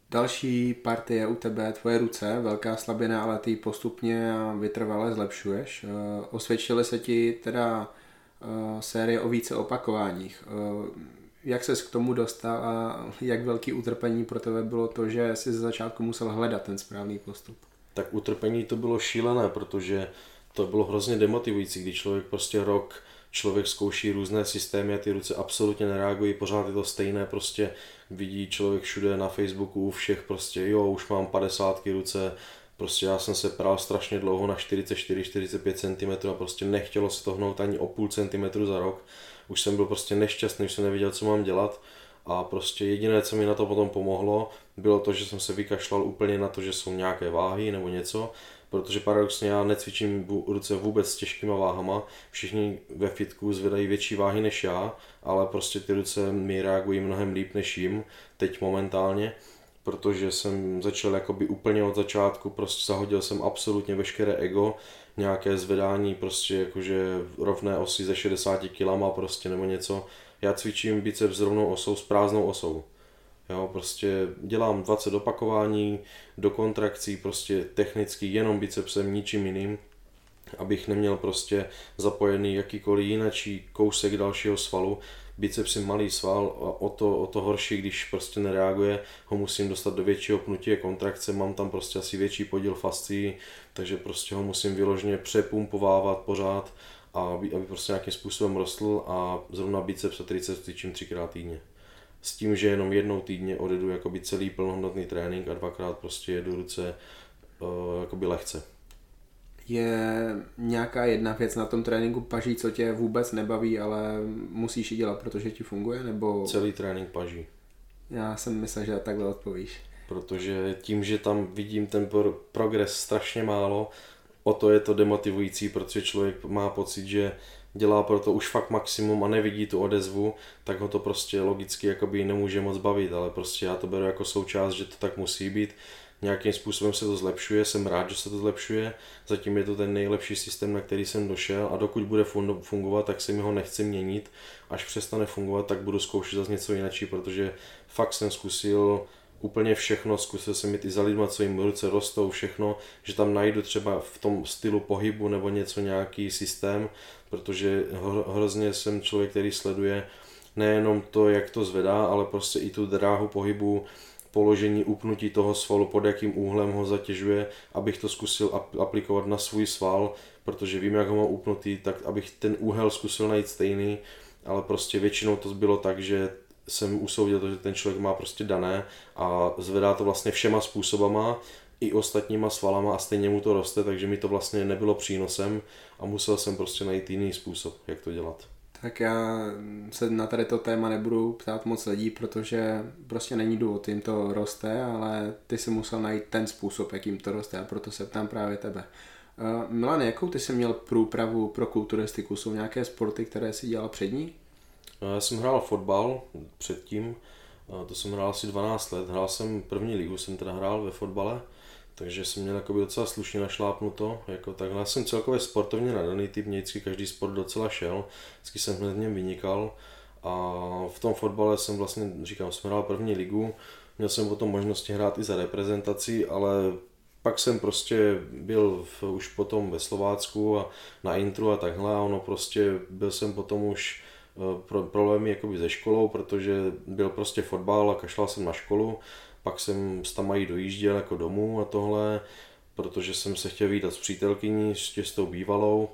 A: Další partie u tebe, tvoje ruce, velká slabina, ale ty postupně a vytrvale zlepšuješ. Osvědčily se ti teda série o více opakováních. Jak ses k tomu dostal a jak velký utrpení pro tebe bylo to, že jsi ze začátku musel hledat ten správný postup?
B: Tak utrpení to bylo šílené, protože to bylo hrozně demotivující, když člověk prostě rok člověk zkouší různé systémy a ty ruce absolutně nereagují, pořád je to stejné, prostě vidí člověk všude na Facebooku u všech prostě jo, už mám 50 ruce, prostě já jsem se pral strašně dlouho na 44-45 cm a prostě nechtělo se to hnout ani o půl centimetru za rok, už jsem byl prostě nešťastný, už jsem nevěděl, co mám dělat a prostě jediné, co mi na to potom pomohlo, bylo to, že jsem se vykašlal úplně na to, že jsou nějaké váhy nebo něco, protože paradoxně já necvičím ruce vůbec s těžkýma váhama, všichni ve fitku zvedají větší váhy než já, ale prostě ty ruce mi reagují mnohem líp než jim, teď momentálně, protože jsem začal jakoby úplně od začátku, prostě zahodil jsem absolutně veškeré ego, nějaké zvedání prostě jakože rovné osy ze 60 kg prostě nebo něco, já cvičím biceps s rovnou osou, s prázdnou osou. Jo, prostě dělám 20 opakování do kontrakcí, prostě technicky jenom bicepsem, ničím jiným, abych neměl prostě zapojený jakýkoliv jinačí kousek dalšího svalu. Biceps je malý sval a o to horší, když prostě nereaguje, ho musím dostat do většího pnutí kontrakce, mám tam prostě asi větší podíl fascií, takže prostě ho musím vyloženě přepumpovávat pořád, aby prostě nějakým způsobem rostl a zrovna biceps a triceps cvičím 3x týdně. S tím, že jenom jednou týdně odjedu jakoby celý plnohodnotný trénink a dvakrát prostě jedu ruce jakoby lehce.
A: Je nějaká jedna věc na tom tréninku paží, co tě vůbec nebaví, ale musíš ji dělat, protože ti funguje, nebo...
B: Celý trénink paží.
A: Já jsem myslel, že takhle odpovíš.
B: Protože tím, že tam vidím ten progres strašně málo, o to je to demotivující, protože člověk má pocit, že dělá pro to už fakt maximum a nevidí tu odezvu, tak ho to prostě logicky jakoby nemůže moc bavit, ale prostě já to beru jako součást, že to tak musí být. Nějakým způsobem se to zlepšuje, jsem rád, že se to zlepšuje, zatím je to ten nejlepší systém, na který jsem došel a dokud bude fungovat, tak si mi ho nechci měnit, až přestane fungovat, tak budu zkoušet zase něco jiného, protože fakt jsem zkusil úplně všechno, zkusil jsem jít i za lidma, co jim ruce rostou, všechno, že tam najdu třeba v tom stylu pohybu nebo něco, nějaký systém, protože hrozně jsem člověk, který sleduje nejenom to, jak to zvedá, ale prostě i tu dráhu pohybu, položení, upnutí toho svalu, pod jakým úhlem ho zatěžuje, abych to zkusil aplikovat na svůj sval, protože vím, jak ho mám upnutý, tak abych ten úhel zkusil najít stejný, ale prostě většinou to bylo tak, že jsem usoudil to, že ten člověk má prostě dané a zvedá to vlastně všema způsobama, i ostatníma svalama a stejně mu to roste, takže mi to vlastně nebylo přínosem a musel jsem prostě najít jiný způsob, jak to dělat.
A: Tak já se na tady to téma nebudu ptát moc lidí, protože prostě není důvod, jim to roste, ale ty si musel najít ten způsob, jak jim to roste a proto se ptám právě tebe. Milane, jakou ty jsi měl průpravu pro kulturistiku? Jsou nějaké sporty, které jsi dělal před ní?
B: Já jsem hrál fotbal předtím, to jsem hrál asi 12 let, hrál jsem první ligu, jsem teda hrál ve fotbale, takže jsem měl docela slušně našlápnuto, jako takhle. Já jsem celkově sportovně nadaný typ, mě vždycky každý sport docela šel, vždycky jsem hned v něm vynikal a v tom fotbale jsem vlastně, říkám, jsem hrál první ligu, měl jsem potom možnosti hrát i za reprezentaci, ale pak jsem prostě byl už potom ve Slovácku a na intru a takhle a ono prostě byl jsem potom už problémy jakoby se školou, protože byl prostě fotbal a kašlal jsem na školu, pak jsem tam mají dojížděl jako domů a tohle, protože jsem se chtěl vídat s přítelkyní, s tou bývalou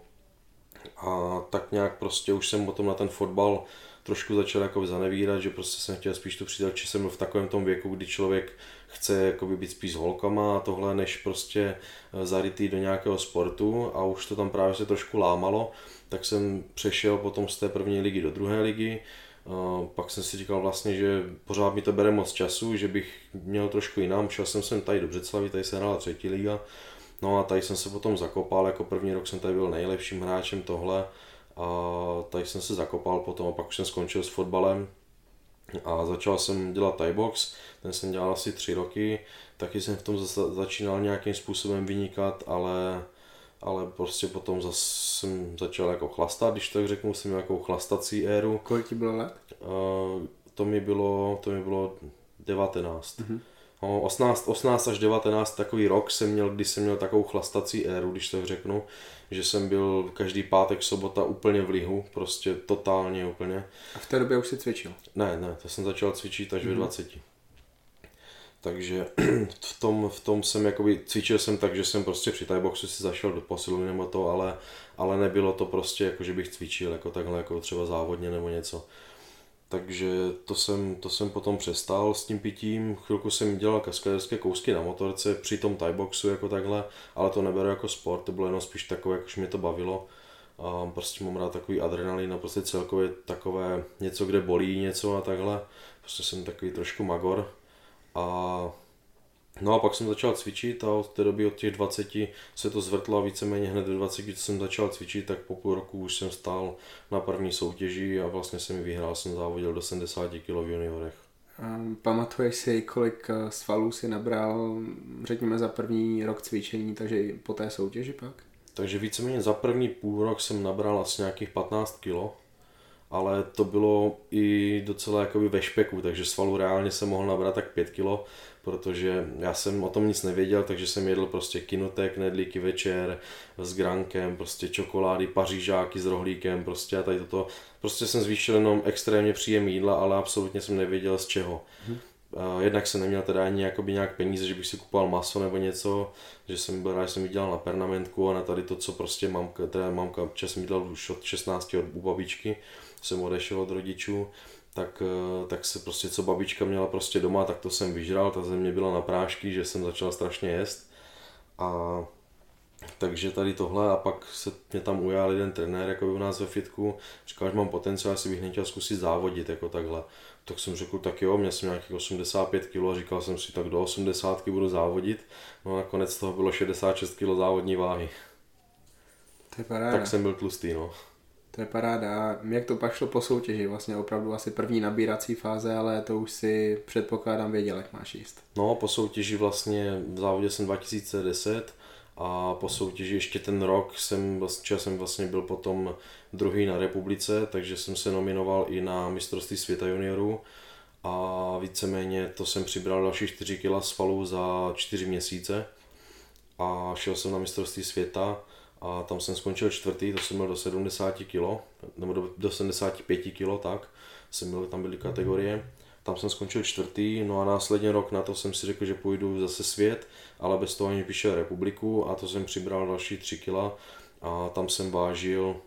B: a tak nějak prostě už jsem potom na ten fotbal trošku začal jakoby zanevírat, že prostě jsem chtěl spíš tu přítelkyni, jsem byl v takovém tom věku, kdy člověk chce jakoby být spíš s holkama a tohle, než prostě zarytý do nějakého sportu a už to tam právě se trošku lámalo, tak jsem přešel potom z té první ligy do druhé ligy. Pak jsem si říkal vlastně, že pořád mi to bere moc času, že bych měl trošku jinam. Šel jsem sem tady do Břeclavi, tady se hrála třetí liga. No a tady jsem se potom zakopal, jako první rok jsem tady byl nejlepším hráčem tohle. A tady jsem se zakopal potom a pak už jsem skončil s fotbalem. A začal jsem dělat Thai box, ten jsem dělal asi 3 roky. Taky jsem v tom začínal nějakým způsobem vynikat, ale prostě potom zase jsem začal jako chlastat, když tak řeknu, jsem měl jako chlastací éru.
A: Kolik ti bylo let?
B: To mi bylo 19. 18 až 19 takový rok jsem měl, kdy jsem měl takovou chlastací éru, když to řeknu, že jsem byl každý pátek, sobota úplně v lihu, prostě totálně úplně.
A: A v té době už si cvičil?
B: Ne, to jsem začal cvičit až ve 20. Takže v tom jsem jakoby, cvičil jsem tak, že jsem prostě při Thai boxu si zašel do posilovny nebo to, ale nebylo to prostě jako, že bych cvičil jako takhle, jako třeba závodně nebo něco. Takže to jsem potom přestal s tím pitím, chvilku jsem dělal kaskaderské kousky na motorce při tom Thai boxu jako takhle, ale to neberu jako sport, to bylo jenom spíš takové, jakož mě to bavilo. A prostě mám rád takový adrenalin a prostě celkově takové něco, kde bolí něco a takhle. Prostě jsem takový trošku magor. No a pak jsem začal cvičit a od té doby, od těch 20 se to zvrtlo a víceméně hned ve 20, když jsem začal cvičit, tak po půl roku už jsem stál na první soutěži a vlastně jsem ji vyhrál, jsem závodil do 70 kg v juniorech.
A: Pamatuješ si, kolik svalů si nabral, řekněme, za první rok cvičení, takže po té soutěži pak?
B: Takže víceméně za první půl rok jsem nabral asi nějakých 15 kg, ale to bylo i docela jakoby ve špeku, takže svalů reálně jsem mohl nabrat tak 5 kg, protože já jsem o tom nic nevěděl, takže jsem jedl prostě kinutek, knedlíky večer s grankem, prostě čokolády, pařížáky s rohlíkem, prostě a tady toto. Prostě jsem zvýšil jenom extrémně příjem jídla, ale absolutně jsem nevěděl z čeho. Jednak jsem neměl teda ani nějak peníze, že bych si kupoval maso nebo něco, že jsem byl rád, že jsem vydělal na pernamentku a na tady to, co prostě mamka jsem dělal už od 16 u babičky, jsem odešel od rodičů, tak se prostě co babička měla prostě doma, tak to jsem vyžral, ta země byla na prášky, že jsem začal strašně jíst. A takže tady tohle a pak se mě tam ujal jeden trenér jako u nás ve fitku, říkal, že mám potenciál, jestli bych nechtěl zkusit závodit jako takhle. Tak jsem řekl, tak jo, měl jsem nějakých 85 kg a říkal jsem si, tak do 80 budu závodit. No a nakonec toho bylo 66 kg závodní váhy.
A: To je paráda.
B: Tak jsem byl tlustý, no.
A: To je paráda. A jak to pak šlo po soutěži? Vlastně opravdu asi první nabírací fáze, ale to už si předpokládám věděl, jak máš jíst.
B: No, po soutěži vlastně v závodě jsem 2010 a po soutěži ještě ten rok jsem vlastně byl potom druhý na republice, takže jsem se nominoval i na mistrovství světa juniorů a víceméně to jsem přibral další 4 kg svalů za 4 měsíce a šel jsem na mistrovství světa a tam jsem skončil čtvrtý, to jsem byl do 70 kg, nebo do 75 kg, tak tam byly kategorie. Tam jsem skončil čtvrtý, no a následně rok na to jsem si řekl, že půjdu zase svět, ale bez toho ani píšel republiku a to jsem přibral další 3 kg a tam jsem vážil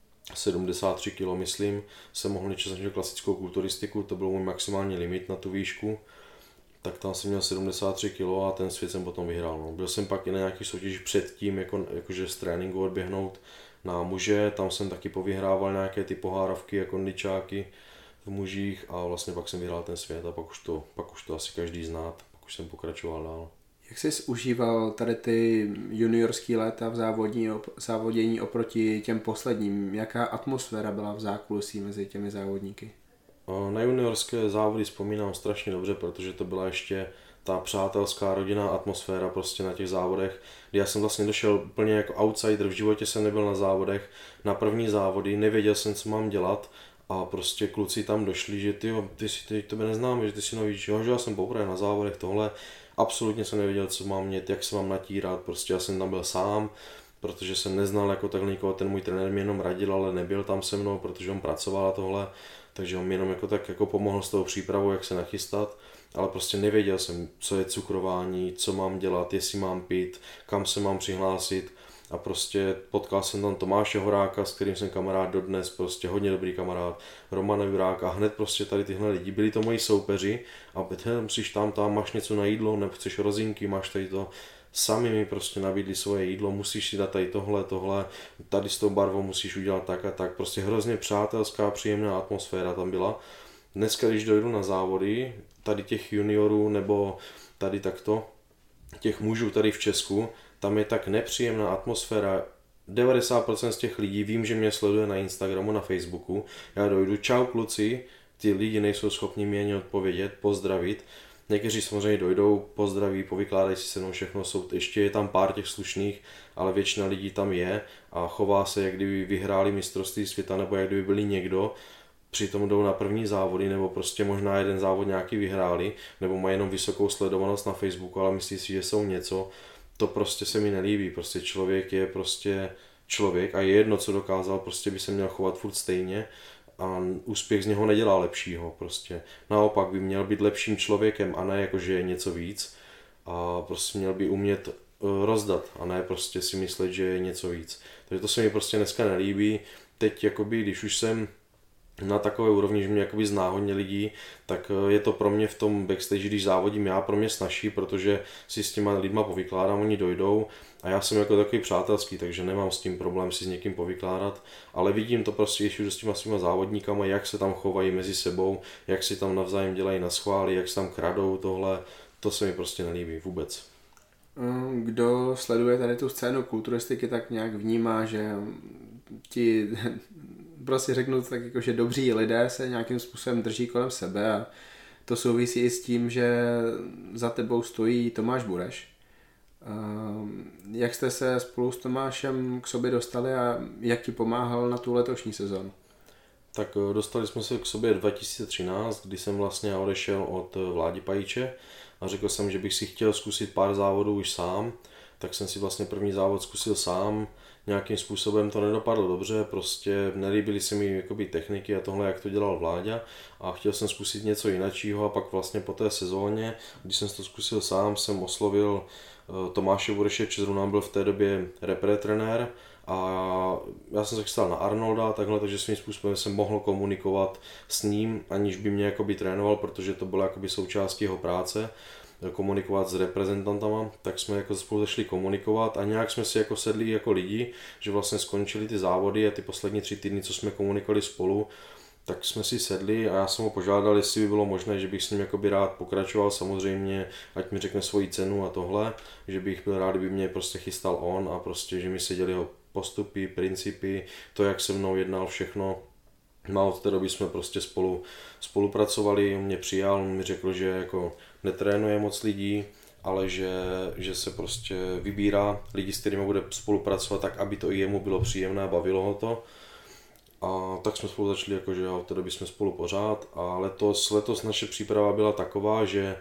B: 73 kg, myslím, jsem mohl něčeho klasickou kulturistiku, to byl můj maximální limit na tu výšku, tak tam jsem měl 73 kg a ten svět jsem potom vyhrál. No. Byl jsem pak i na nějaký soutěži předtím, jakože z tréninku odběhnout na muže, tam jsem taky povyhrával nějaké ty pohárovky jako kondičáky v mužích a vlastně pak jsem vyhrál ten svět a pak už to asi každý zná, pak už jsem pokračoval dál.
A: Jak jsi užíval tady ty juniorský léta v závodění oproti těm posledním? Jaká atmosféra byla v zákulisí mezi těmi závodníky?
B: Na juniorské závody vzpomínám strašně dobře, protože to byla ještě ta přátelská rodinná atmosféra prostě na těch závodech, kdy já jsem vlastně došel úplně jako outsider, v životě jsem nebyl na závodech, na první závody, nevěděl jsem, co mám dělat a prostě kluci tam došli, že ty tebe neznáme, že ty si nový, že já jsem poprvé na závodech tohle, absolutně jsem nevěděl, co mám mět, jak se mám natírat, prostě já jsem tam byl sám, protože jsem neznal jako takhle nikoho, ten můj trenér mi jenom radil, ale nebyl tam se mnou, protože on pracoval a tohle, takže on mi jenom jako tak jako pomohl s tou přípravou, jak se nachystat, ale prostě nevěděl jsem, co je cukrování, co mám dělat, jestli mám pít, kam se mám přihlásit a prostě potkal jsem tam Tomáše Horáka, s kterým jsem kamarád dodnes, prostě hodně dobrý kamarád, Romana Juráka a hned prostě tady tyhle lidi, byli to moji soupeři a musíš tam, máš něco na jídlo, nebo chceš rozinky, máš tady to, sami mi prostě nabídli svoje jídlo, musíš si dát tady tohle, tady s tou barvou musíš udělat tak a tak, prostě hrozně přátelská, příjemná atmosféra tam byla. Dneska, když dojdu na závody, tady těch juniorů nebo tady takto, těch mužů tady v Česku, tam je tak nepříjemná atmosféra, 90% z těch lidí, vím, že mě sleduje na Instagramu, na Facebooku, já dojdu, čau kluci, ty lidi nejsou schopni mi ani odpovědět, pozdravit, někteří samozřejmě dojdou, pozdraví, povykládají si se mnou všechno, ještě je tam pár těch slušných, ale většina lidí tam je a chová se, jak kdyby vyhráli mistrovství světa nebo jak kdyby byli někdo přitom jdou na první závody, nebo prostě možná jeden závod nějaký vyhráli, nebo mají jenom vysokou sledovanost na Facebooku, ale myslí si, že jsou něco, to prostě se mi nelíbí. Prostě člověk je prostě člověk a je jedno, co dokázal, prostě by se měl chovat furt stejně a úspěch z něho nedělá lepšího prostě. Naopak by měl být lepším člověkem a ne jako, že je něco víc a prostě měl by umět rozdat a ne prostě si myslet, že je něco víc. Takže to se mi prostě dneska nelíbí. Teď jakoby, když už jsem na takové úrovni, že mě jakoby zná hodně lidí, tak je to pro mě v tom backstage, když závodím já, pro mě snaží, protože si s těma lidma povykládám, oni dojdou a já jsem jako takový přátelský, takže nemám s tím problém si s někým povykládat, ale vidím to prostě ještě s těma svýma závodníkama, jak se tam chovají mezi sebou, jak si tam navzájem dělají na schvály, jak se tam kradou tohle, to se mi prostě nelíbí vůbec.
A: Kdo sleduje tady tu scénu kulturistiky, tak nějak vnímá, že ti prostě řeknu tak jako, že dobří lidé se nějakým způsobem drží kolem sebe a to souvisí i s tím, že za tebou stojí Tomáš Bureš. Jak jste se spolu s Tomášem k sobě dostali a jak ti pomáhal na tu letošní sezónu?
B: Tak dostali jsme se k sobě 2013, kdy jsem vlastně odešel od Vládi Pajíče a řekl jsem, že bych si chtěl zkusit pár závodů už sám, tak jsem si vlastně první závod zkusil sám, nějakým způsobem to nedopadlo dobře, prostě nelíbily se mi jakoby techniky a tohle, jak to dělal Vláďa a chtěl jsem zkusit něco jiného a pak vlastně po té sezóně, když jsem to zkusil sám, jsem oslovil Tomáše Bureše, Čezrunám byl v té době repre trenér a já jsem se chystal na Arnolda takhle, takže svým způsobem jsem mohl komunikovat s ním, aniž by mě jakoby trénoval, protože to bylo jakoby součástí jeho práce, komunikovat s reprezentantama, tak jsme jako spolu začali komunikovat a nějak jsme si jako sedli jako lidi, že vlastně skončily ty závody a ty poslední 3 týdny, co jsme komunikovali spolu, tak jsme si sedli a já jsem ho požádal, jestli by bylo možné, že bych s ním jakoby rád pokračoval, samozřejmě, ať mi řekne svoji cenu a tohle, že bych byl rád, kdyby mě prostě chystal on a prostě, že mi seděli jeho postupy, principy, to, jak se mnou jednal, všechno. No od té doby jsme prostě spolupracovali, mě přijal, mi řekl, že jako netrénuje moc lidí, ale že se prostě vybírá lidi, s kterými bude spolupracovat tak, aby to i jemu bylo příjemné, bavilo ho to. A tak jsme spolu začali, jakože od té doby jsme spolu pořád a letos naše příprava byla taková, že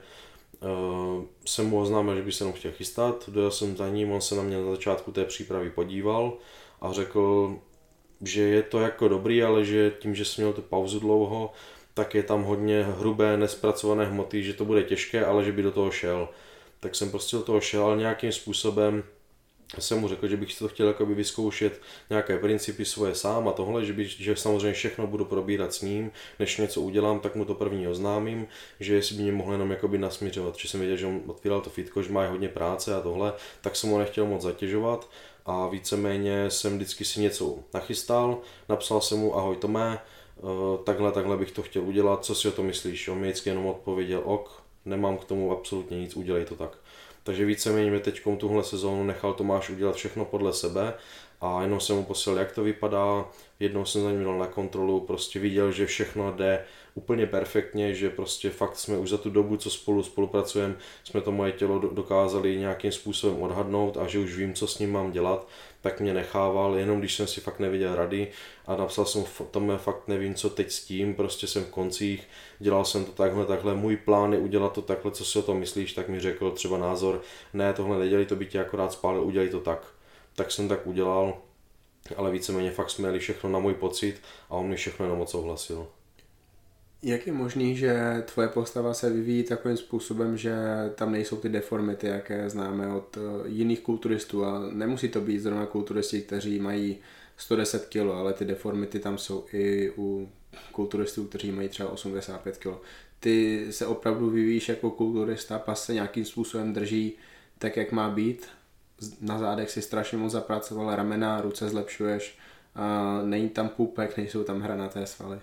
B: jsem mu oznámil, že by se mnou chtěl chystat, dojel jsem za ním, on se na mě na začátku té přípravy podíval a řekl, že je to jako dobrý, ale že tím, že jsem měl tu pauzu dlouho, tak je tam hodně hrubé, nespracované hmoty, že to bude těžké, ale že by do toho šel. Tak jsem prostě do toho šel, ale nějakým způsobem jsem mu řekl, že bych si to chtěl jakoby vyzkoušet nějaké principy svoje sám a tohle, že samozřejmě všechno budu probírat s ním, než něco udělám, tak mu to první oznámím, že jestli by mě mohl jenom jakoby nasměřovat, že jsem věděl, že on otvíral to fitko, že má hodně práce a tohle, tak jsem ho nechtěl moc zatěžovat a víceméně jsem vždycky si něco nachystal, napsal jsem mu ahoj Tomé, takhle bych to chtěl udělat, co si o to myslíš, on mi vždycky jenom odpověděl ok, nemám k tomu absolutně nic, udělej to tak. Takže víceméně mě teď tuhle sezónu nechal Tomáš udělat všechno podle sebe a jenom jsem mu posílal, jak to vypadá, jednou jsem za ním měl na kontrolu, prostě viděl, že všechno jde úplně perfektně, že prostě fakt jsme už za tu dobu, co spolupracujeme, jsme to moje tělo dokázali nějakým způsobem odhadnout a že už vím, co s ním mám dělat, tak mě nechával, jenom když jsem si fakt nevěděl rady a napsal jsem Tome, fakt nevím, co teď s tím, prostě jsem v koncích, dělal jsem to takhle, můj plán je udělat to takhle, co si o tom myslíš, tak mi řekl třeba názor, ne, tohle nedělej, to by tě akorát spálil, udělej to tak. Tak jsem tak udělal, ale víceméně fakt jsme jeli všechno na můj pocit a on mi všechno jenom odsouhlasil.
A: Jak je možný, že tvoje postava se vyvíjí takovým způsobem, že tam nejsou ty deformity, jaké známe od jiných kulturistů a nemusí to být zrovna kulturisti, kteří mají 110 kg, ale ty deformity tam jsou i u kulturistů, kteří mají třeba 85 kg. Ty se opravdu vyvíjíš jako kulturista, pas se nějakým způsobem drží tak, jak má být. Na zádech si strašně moc zapracoval, ramena, ruce zlepšuješ, a není tam pupek, nejsou tam hranaté svaly.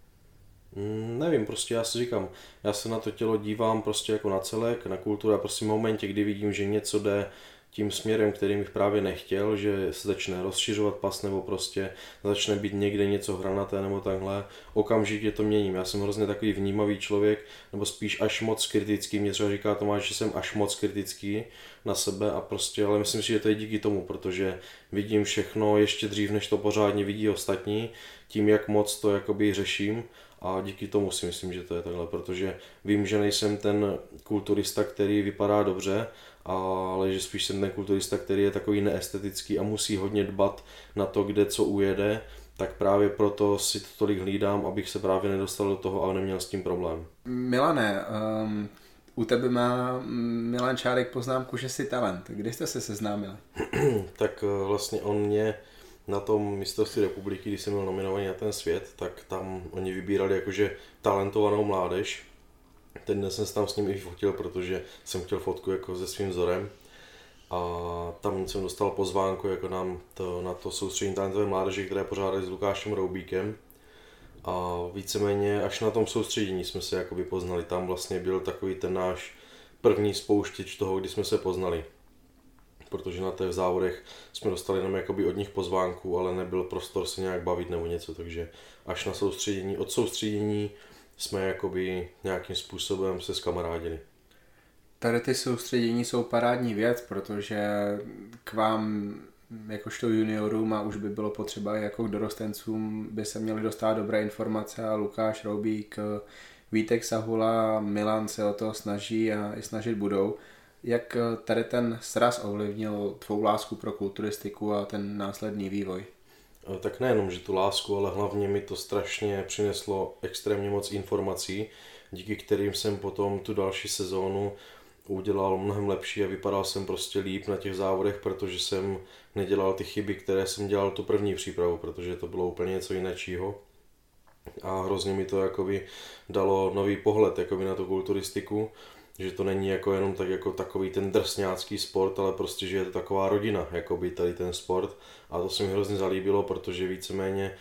B: Nevím, prostě já si říkám, já se na to tělo dívám prostě jako na celek, na kulturu a prostě v momentě, kdy vidím, že něco jde tím směrem, kterým bych právě nechtěl, že se začne rozšiřovat pas nebo prostě začne být někde něco hranaté nebo takhle, okamžitě to měním. Já jsem hrozně takový vnímavý člověk, nebo spíš až moc kritický. Mě třeba říká Tomáš, že jsem až moc kritický na sebe a prostě, ale myslím si, že to je díky tomu, protože vidím všechno ještě dřív, než to pořádně vidí ostatní, tím, jak moc to jakoby řeším. A díky tomu si myslím, že to je takhle, protože vím, že nejsem ten kulturista, který vypadá dobře, ale že spíš jsem ten kulturista, který je takový neestetický a musí hodně dbat na to, kde co ujede, tak právě proto si to tolik hlídám, abych se právě nedostal do toho a neměl s tím problém.
A: Milane, u tebe má Milan Čárek poznámku, že jsi talent. Kdy jste se seznámili?
B: Tak vlastně on mě na tom mistrovství republiky, když jsem byl nominovaný na ten svět, tak tam oni vybírali jakože talentovanou mládež. Ten den jsem se tam s ním i fotil, protože jsem chtěl fotku jako se svým vzorem. A tam jsem dostal pozvánku jako na to soustředění talentové mládeže, které pořádali s Lukášem Roubíkem. A víceméně až na tom soustředění jsme se jakoby poznali. Tam vlastně byl takový ten náš první spouštěč toho, kdy jsme se poznali. Protože na těch závodech jsme dostali jenom jakoby od nich pozvánku, ale nebyl prostor se nějak bavit nebo něco, takže až na soustředění, od soustředění jsme jakoby nějakým způsobem se zkamarádili.
A: Tady ty soustředění jsou parádní věc, protože k vám jakožto juniorům a už by bylo potřeba jako k dorostencům by se měly dostat dobré informace a Lukáš Roubík, Vítek Sahula, Milan se o to snaží a i snažit budou. Jak tady ten sraz ovlivnil tvou lásku pro kulturistiku a ten následný vývoj?
B: Tak nejenom, že tu lásku, ale hlavně mi to strašně přineslo extrémně moc informací, díky kterým jsem potom tu další sezónu udělal mnohem lepší a vypadal jsem prostě líp na těch závodech, protože jsem nedělal ty chyby, které jsem dělal tu první přípravu, protože to bylo úplně něco jiného. A hrozně mi to jakoby dalo nový pohled jakoby na tu kulturistiku, že to není jako jenom tak jako takový ten drsňácký sport, ale prostě, že je to taková rodina, jakoby tady ten sport. A to se mi hrozně zalíbilo, protože víceméně,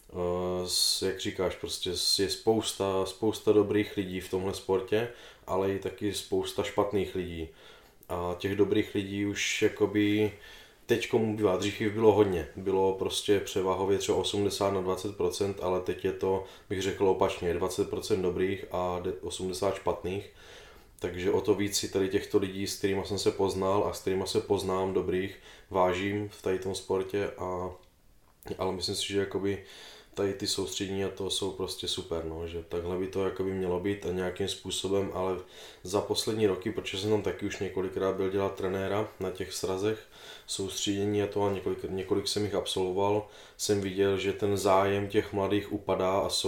B: jak říkáš, prostě je spousta dobrých lidí v tomhle sportě, ale i taky spousta špatných lidí. A těch dobrých lidí už jakoby teďko mu bývá, dřív jich bylo hodně, bylo prostě převahově třeba 80 na 20%, ale teď je to, bych řekl opačně, 20% dobrých a 80 špatných. Takže o to víc si tady těchto lidí, s kterými jsem se poznal a s kterými se poznám dobrých, vážím v tady tom sportě, ale myslím si, že jakoby tady ty soustředění a to jsou prostě super, no, že takhle by to jakoby mělo být a nějakým způsobem, ale za poslední roky, protože jsem tam taky už několikrát byl dělat trenéra na těch srazech, soustředění a to a několik jsem jich absolvoval, jsem viděl, že ten zájem těch mladých upadá a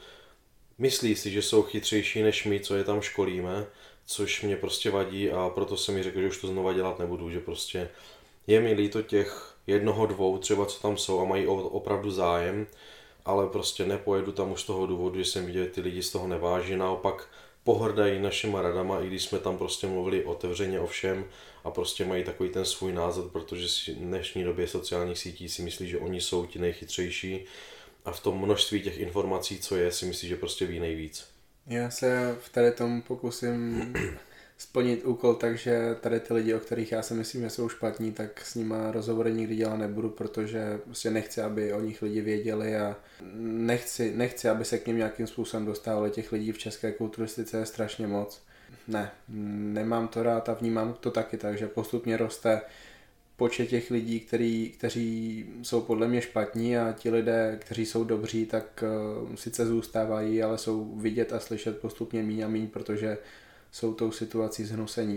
B: myslí si, že jsou chytřejší než my, co je tam školíme, což mě prostě vadí a proto jsem mi řekl, že už to znova dělat nebudu, že prostě je mi líto těch 1, 2 třeba, co tam jsou a mají opravdu zájem, ale prostě nepojedu tam už z toho důvodu, že jsem viděl, že ty lidi z toho neváží, naopak pohrdají našima radama, i když jsme tam prostě mluvili otevřeně o všem a prostě mají takový ten svůj názor, protože v dnešní době sociálních sítí si myslí, že oni jsou ti nejchytřejší a v tom množství těch informací, co je, si myslí, že prostě ví nejvíc.
A: Já se v tady tom pokusím splnit úkol, takže tady ty lidi, o kterých já si myslím, že jsou špatní, tak s nima rozhovory nikdy dělat nebudu, protože prostě nechci, aby o nich lidi věděli a nechci, aby se k ním nějakým způsobem dostávali. Těch lidí v české kulturistice je strašně moc. Ne, nemám to rád a vnímám to taky, takže postupně roste počet těch lidí, kteří jsou podle mě špatní a ti lidé, kteří jsou dobří, tak sice zůstávají, ale jsou vidět a slyšet postupně míň a míň, protože jsou tou situací zhnusení.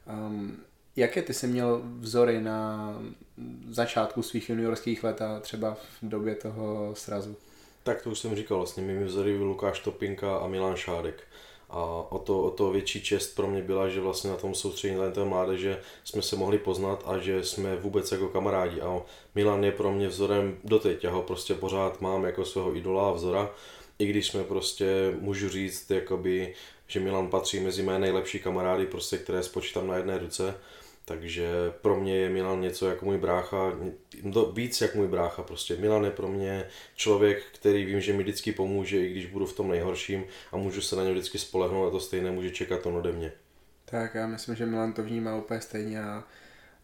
A: Jaké ty jsi měl vzory na začátku svých juniorských let a třeba v době toho srazu?
B: Tak to už jsem říkal, vlastně mými vzory byl Lukáš Topinka a Milan Šádek. A o to větší čest pro mě byla, že vlastně na tom soustředění té mládeže jsme se mohli poznat a že jsme vůbec jako kamarádi. A Milan je pro mě vzorem doteď, já ho prostě pořád mám jako svého idola a vzora. I když jsme prostě, můžu říct, jakoby, že Milan patří mezi mé nejlepší kamarády, prostě, které spočítám na jedné ruce. Takže pro mě je Milan něco jako můj brácha, víc jak můj brácha prostě. Milan je pro mě člověk, který vím, že mi vždycky pomůže, i když budu v tom nejhorším a můžu se na něj vždycky spolehnout a to stejné může čekat on ode mě.
A: Tak já myslím, že Milan to vnímá úplně stejně a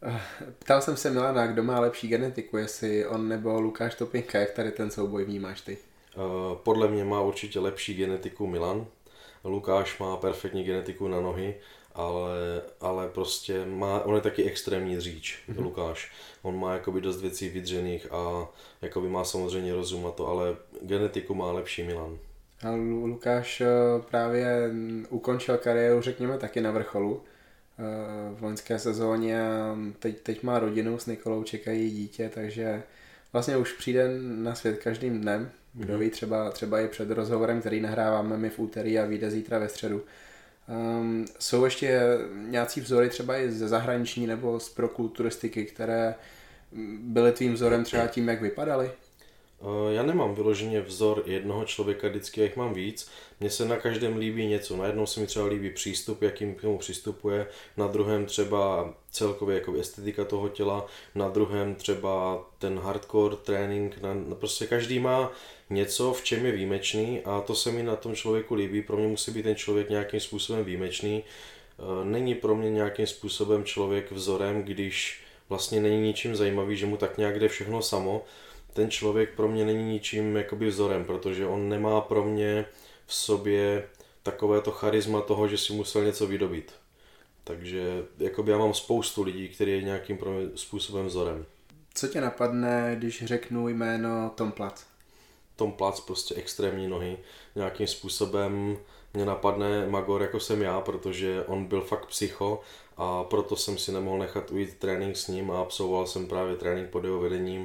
A: Ptal jsem se Milana, kdo má lepší genetiku, jestli on nebo Lukáš Topinka, jak tady ten souboj vnímáš ty?
B: Podle mě má určitě lepší genetiku Milan. Lukáš má perfektní genetiku na nohy, ale prostě on je taky extrémní dříč, Lukáš. On má jakoby dost věcí vydřených a jakoby má samozřejmě rozum a to, ale genetiku má lepší Milan.
A: A Lukáš právě ukončil kariéru, řekněme, taky na vrcholu v loňské sezóně a teď má rodinu, s Nikolou čekají dítě, takže vlastně už přijde na svět každým dnem. Kdo ví, třeba i před rozhovorem, který nahráváme my v úterý a vyjde zítra ve středu. Jsou ještě nějací vzory třeba i ze zahraniční nebo z prokulturistiky, které byly tvým vzorem třeba tím, jak vypadaly?
B: Já nemám vyloženě vzor jednoho člověka, vždycky jak mám víc. Mně se na každém líbí něco. Na jednou se mi třeba líbí přístup, jakým k němu přistupuje, na druhém třeba celkově jako estetika toho těla, na druhém třeba ten hardcore trénink. Prostě každý má něco, v čem je výjimečný a to se mi na tom člověku líbí. Pro mě musí být ten člověk nějakým způsobem výjimečný. Není pro mě nějakým způsobem člověk vzorem, když vlastně není ničím zajímavý, že mu tak nějak jde všechno samo. Ten člověk pro mě není ničím jakoby vzorem, protože on nemá pro mě v sobě takové to charisma toho, že si musel něco vydobít. Takže jakoby já mám spoustu lidí, který je nějakým pro mě způsobem vzorem.
A: Co tě napadne, když řeknu jméno Tom Platz?
B: Tom Platz, prostě extrémní nohy. Nějakým způsobem mě napadne Magor, jako jsem já, protože on byl fakt psycho a proto jsem si nemohl nechat ujít trénink s ním a absolvoval jsem právě trénink pod jeho vedením,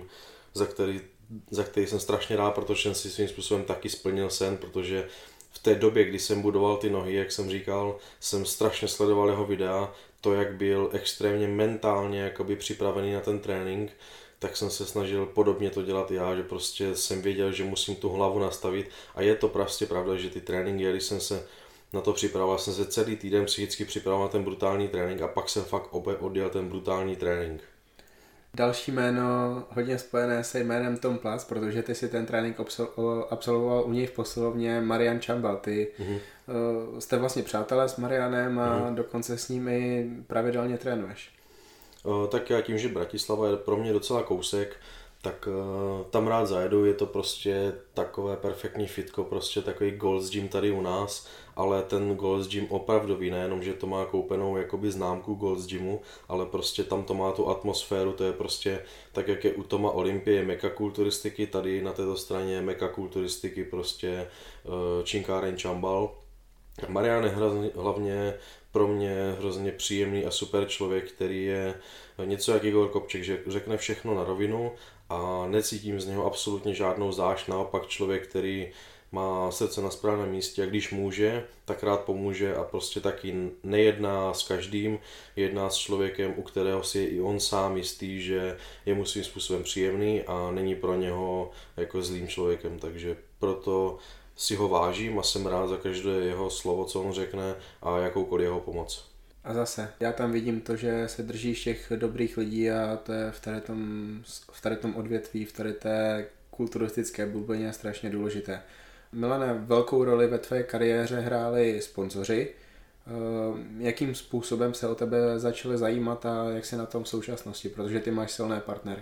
B: za který jsem strašně rád, protože jsem si svým způsobem taky splnil sen, protože v té době, kdy jsem budoval ty nohy, jak jsem říkal, jsem strašně sledoval jeho videa, to, jak byl extrémně mentálně jakoby připravený na ten trénink, tak jsem se snažil podobně to dělat já, že prostě jsem věděl, že musím tu hlavu nastavit a je to prostě pravda, že ty tréninky, když jsem se na to připravoval, jsem se celý týden psychicky připravoval na ten brutální trénink a pak jsem fakt odjel ten brutální trénink.
A: Další jméno, hodně spojené se jménem Tom Platz, protože ty si ten trénink absolvoval u něj v posilovně Marian Čambal. Ty jste vlastně přátelé s Marianem a dokonce s ním i pravidelně trénuješ.
B: Tak já tím, že Bratislava je pro mě docela kousek, tak tam rád zajedu, je to prostě takové perfektní fitko, prostě takový Gold's Gym tady u nás, ale ten Gold's Gym opravdový, nejenom, že to má koupenou jakoby známku Gold's Gymu, ale prostě tam to má tu atmosféru, to je prostě tak, jak je u Toma Olympie meka kulturistiky, tady na této straně meka kulturistiky prostě činkáren Čambal. Marian je hlavně pro mě hrozně příjemný a super člověk, který je něco jak Igor Kopček, že řekne všechno na rovinu a necítím z něho absolutně žádnou zášť, naopak člověk, který má srdce na správném místě a když může, tak rád pomůže a prostě taky nejedná s každým, jedná s člověkem, u kterého si je i on sám jistý, že je mu svým způsobem příjemný a není pro něho jako zlým člověkem, takže proto si ho vážím a jsem rád za každé jeho slovo, co on řekne a jakoukoliv jeho pomoc.
A: A zase, já tam vidím to, že se držíš těch dobrých lidí a to je v tady tom odvětví, v tady té kulturistické bublině strašně důležité. Milane, velkou roli ve tvé kariéře hráli sponzoři. Jakým způsobem se o tebe začali zajímat a jak jsi na tom v současnosti, protože ty máš silné partnery?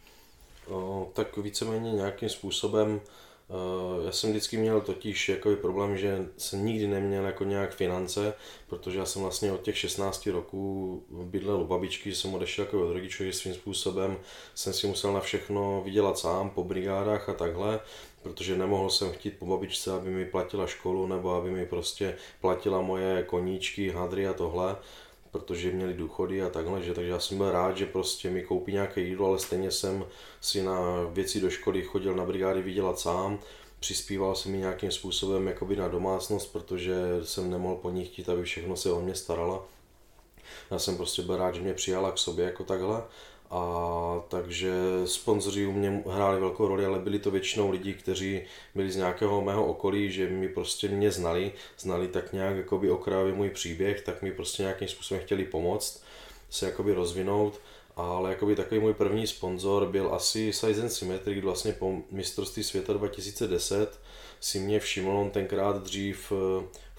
B: Tak víceméně nějakým způsobem. Já jsem vždycky měl totiž jako problém, že jsem nikdy neměl jako nějak finance, protože já jsem vlastně od těch 16 roků bydlel u babičky, že jsem odešel jako od rodičů, že svým způsobem jsem si musel na všechno vydělat sám po brigádách a takhle, protože nemohl jsem chtít po babičce, aby mi platila školu nebo aby mi prostě platila moje koníčky, hadry a tohle, protože měli důchody a takhle, takže já jsem byl rád, že prostě mi koupí nějaké jídlo, ale stejně jsem si na věci do školy chodil na brigády vydělat sám, přispíval jsem mi nějakým způsobem jakoby na domácnost, protože jsem nemohl po ní chtít, aby všechno se o mě starala. Já jsem prostě byl rád, že mě přijala k sobě jako takhle. A takže sponzoři u mě hráli velkou roli, ale byli to většinou lidi, kteří byli z nějakého mého okolí, že mi prostě mě znali tak nějak jakoby okrajově můj příběh, tak mi prostě nějakým způsobem chtěli pomoct se jakoby rozvinout. Ale jakoby takový můj první sponzor byl asi Size & Symmetry, kdy vlastně po mistrovství světa 2010 si mě všiml, on tenkrát dřív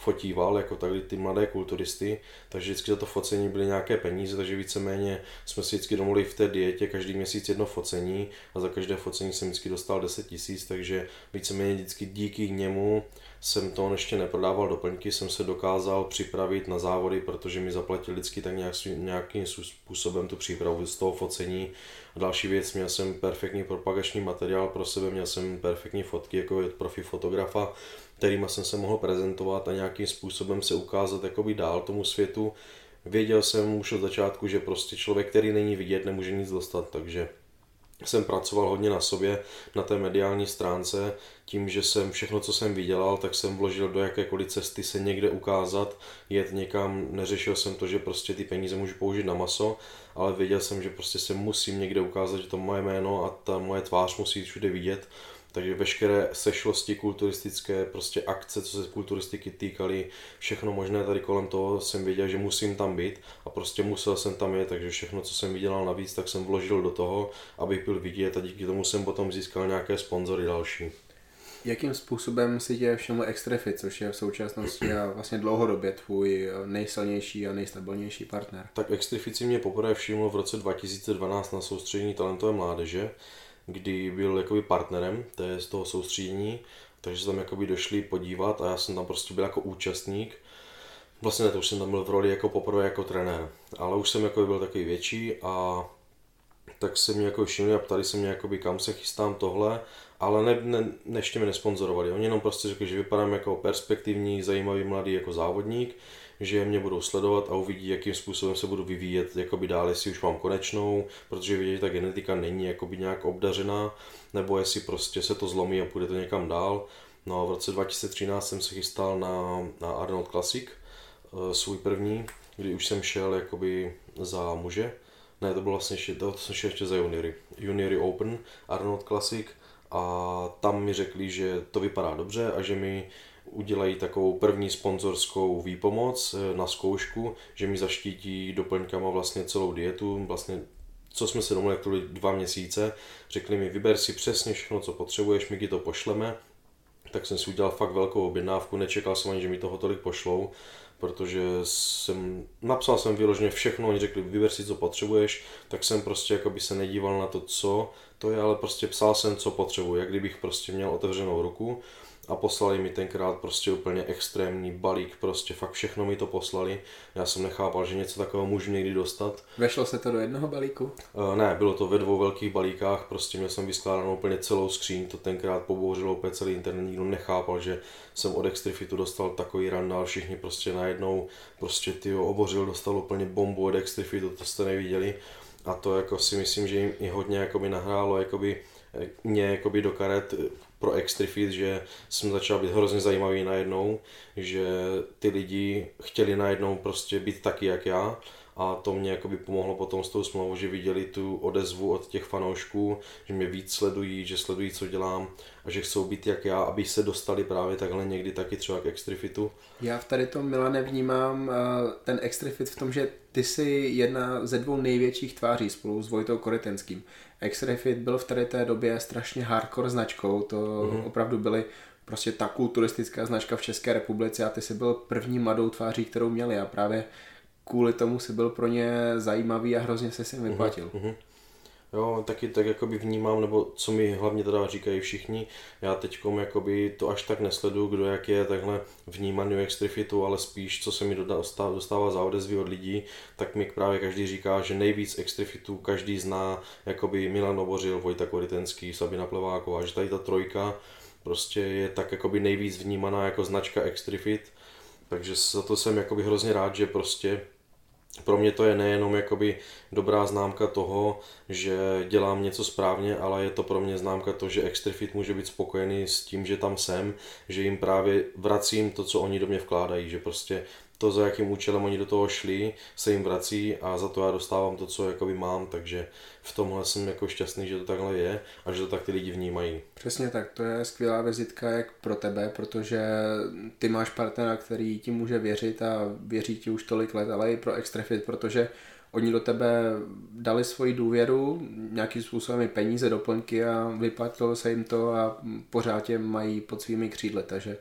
B: fotíval, jako tady ty mladé kulturisty, takže vždycky za to focení byly nějaké peníze, takže víceméně jsme si vždycky domluvili v té dietě každý měsíc jedno focení a za každé focení jsem vždycky dostal 10 000, takže víceméně vždycky díky němu jsem to ještě neprodával doplňky, jsem se dokázal připravit na závody, protože mi zaplatil vždycky tak nějakým způsobem tu přípravu z toho focení. A další věc, měl jsem perfektní propagační materiál pro sebe, měl jsem perfektní fotky jako od profi fotografa, kterýma jsem se mohl prezentovat a nějakým způsobem se ukázat jakoby dál tomu světu. Věděl jsem už od začátku, že prostě člověk, který není vidět, nemůže nic dostat, takže jsem pracoval hodně na sobě, na té mediální stránce, tím, že jsem všechno, co jsem vydělal, tak jsem vložil do jakékoliv cesty se někde ukázat, jet někam, neřešil jsem to, že prostě ty peníze můžu použít na maso, ale věděl jsem, že prostě se musím někde ukázat, že to moje jméno a ta moje tvář musí všude vidět. Takže veškeré sešlosti kulturistické, prostě akce, co se kulturistiky týkaly, všechno možné tady kolem toho jsem věděl, že musím tam být a prostě musel jsem tam jet, takže všechno, co jsem vydělal navíc, tak jsem vložil do toho, abych byl vidět a díky tomu jsem potom získal nějaké sponzory další.
A: Jakým způsobem si tě všiml Extrafit, což je v současnosti a vlastně dlouhodobě tvůj nejsilnější a nejstabilnější partner?
B: Tak Extrafit si mě poprvé všiml v roce 2012 na soustředění talentové mládeže, kdy byl jakoby partnerem z toho soustředění, takže se tam jakoby došli podívat a já jsem tam prostě byl jako účastník. Vlastně ne, to už jsem tam byl v roli jako poprvé jako trenér, ale už jsem jako byl takový větší a tak se mě jako všimli a ptali se mě jakoby kam se chystám tohle, ale ještě mě nesponzorovali. Oni jenom prostě řekli, že vypadám jako perspektivní, zajímavý mladý jako závodník, že mě budou sledovat a uvidí, jakým způsobem se budu vyvíjet jakoby dál, jestli už mám konečnou, protože vidí, že ta genetika není jakoby nějak obdařená, nebo jestli prostě se to zlomí a půjde to někam dál. No a v roce 2013 jsem se chystal na Arnold Classic, svůj první, kdy už jsem šel jakoby za muže. Ne, to bylo vlastně to jsem šel ještě za juniory Open, Arnold Classic a tam mi řekli, že to vypadá dobře a že mi udělají takovou první sponzorskou výpomoc na zkoušku, že mi zaštítí doplňkama vlastně celou dietu, vlastně co jsme se domluvili 2 měsíce, řekli mi vyber si přesně všechno, co potřebuješ, my ti to pošleme, tak jsem si udělal fakt velkou objednávku, nečekal jsem ani, že mi toho tolik pošlou, protože napsal jsem vyloženě všechno, oni řekli vyber si, co potřebuješ, tak jsem prostě jakoby se nedíval na to, co to je, ale prostě psal jsem, co potřebuji, jak kdybych prostě měl otevřenou ruku a poslali mi tenkrát prostě úplně extrémní balík, prostě fakt všechno mi to poslali, já jsem nechápal, že něco takového můžu někdy dostat.
A: Vešlo se to do jednoho balíku?
B: Ne, bylo to ve 2 velkých balíkách, prostě měl jsem vyskládanou úplně celou skříň, to tenkrát pobouřilo úplně celý internet, nikdo nechápal, že jsem od Extrafitu dostal takový randál, všichni prostě najednou prostě obořil, dostal úplně bombu od Extrafitu, to jste neviděli a to jako si myslím, že jim i hodně jakoby nahrálo jakoby mě jakoby do karet pro Extrafit, že jsem začal být hrozně zajímavý najednou, že ty lidi chtěli najednou prostě být taky jak já a to mě jakoby pomohlo potom s tou smlouvou, že viděli tu odezvu od těch fanoušků, že mě víc sledují, že sledují, co dělám a že chcou být jak já, aby se dostali právě takhle někdy taky třeba k Extrafitu.
A: Já v tady tom, Milane, vnímám ten Extrafit v tom, že ty jsi jedna ze 2 největších tváří spolu s Vojtou Korytenským. Extrafit byl v tady té době strašně hardcore značkou, to opravdu byly prostě ta kulturistická značka v České republice a ty jsi byl první mladou tváří, kterou měli a právě kvůli tomu si byl pro ně zajímavý a hrozně se jim vyplatil.
B: Jo, taky tak jakoby vnímám, nebo co mi hlavně teda říkají všichni, já teďkom jakoby to až tak nesleduju, kdo jak je takhle vnímaný Extrafitu, ale spíš co se mi dostává za odezvy od lidí, tak mi právě každý říká, že nejvíc Extrafitu každý zná, jakoby Milan Obořil, Vojta Korytenský, Sabina Pleváková, že tady ta trojka prostě je tak jakoby nejvíc vnímaná jako značka Extrafit, takže za to jsem jakoby hrozně rád, že prostě pro mě to je nejenom jakoby dobrá známka toho, že dělám něco správně, ale je to pro mě známka toho, že Extrafit může být spokojený s tím, že tam jsem, že jim právě vracím to, co oni do mě vkládají, že prostě to, za jakým účelem oni do toho šli, se jim vrací a za to já dostávám to, co jakoby mám, takže v tomhle jsem jako šťastný, že to takhle je a že to tak ty lidi vnímají.
A: Přesně tak, to je skvělá vizitka jak pro tebe, protože ty máš partnera, který ti může věřit a věří ti už tolik let, ale i pro Extrafit, protože oni do tebe dali svoji důvěru, nějakým způsobem i peníze, doplňky a vyplatilo se jim to a pořád je mají pod svými křídly, takže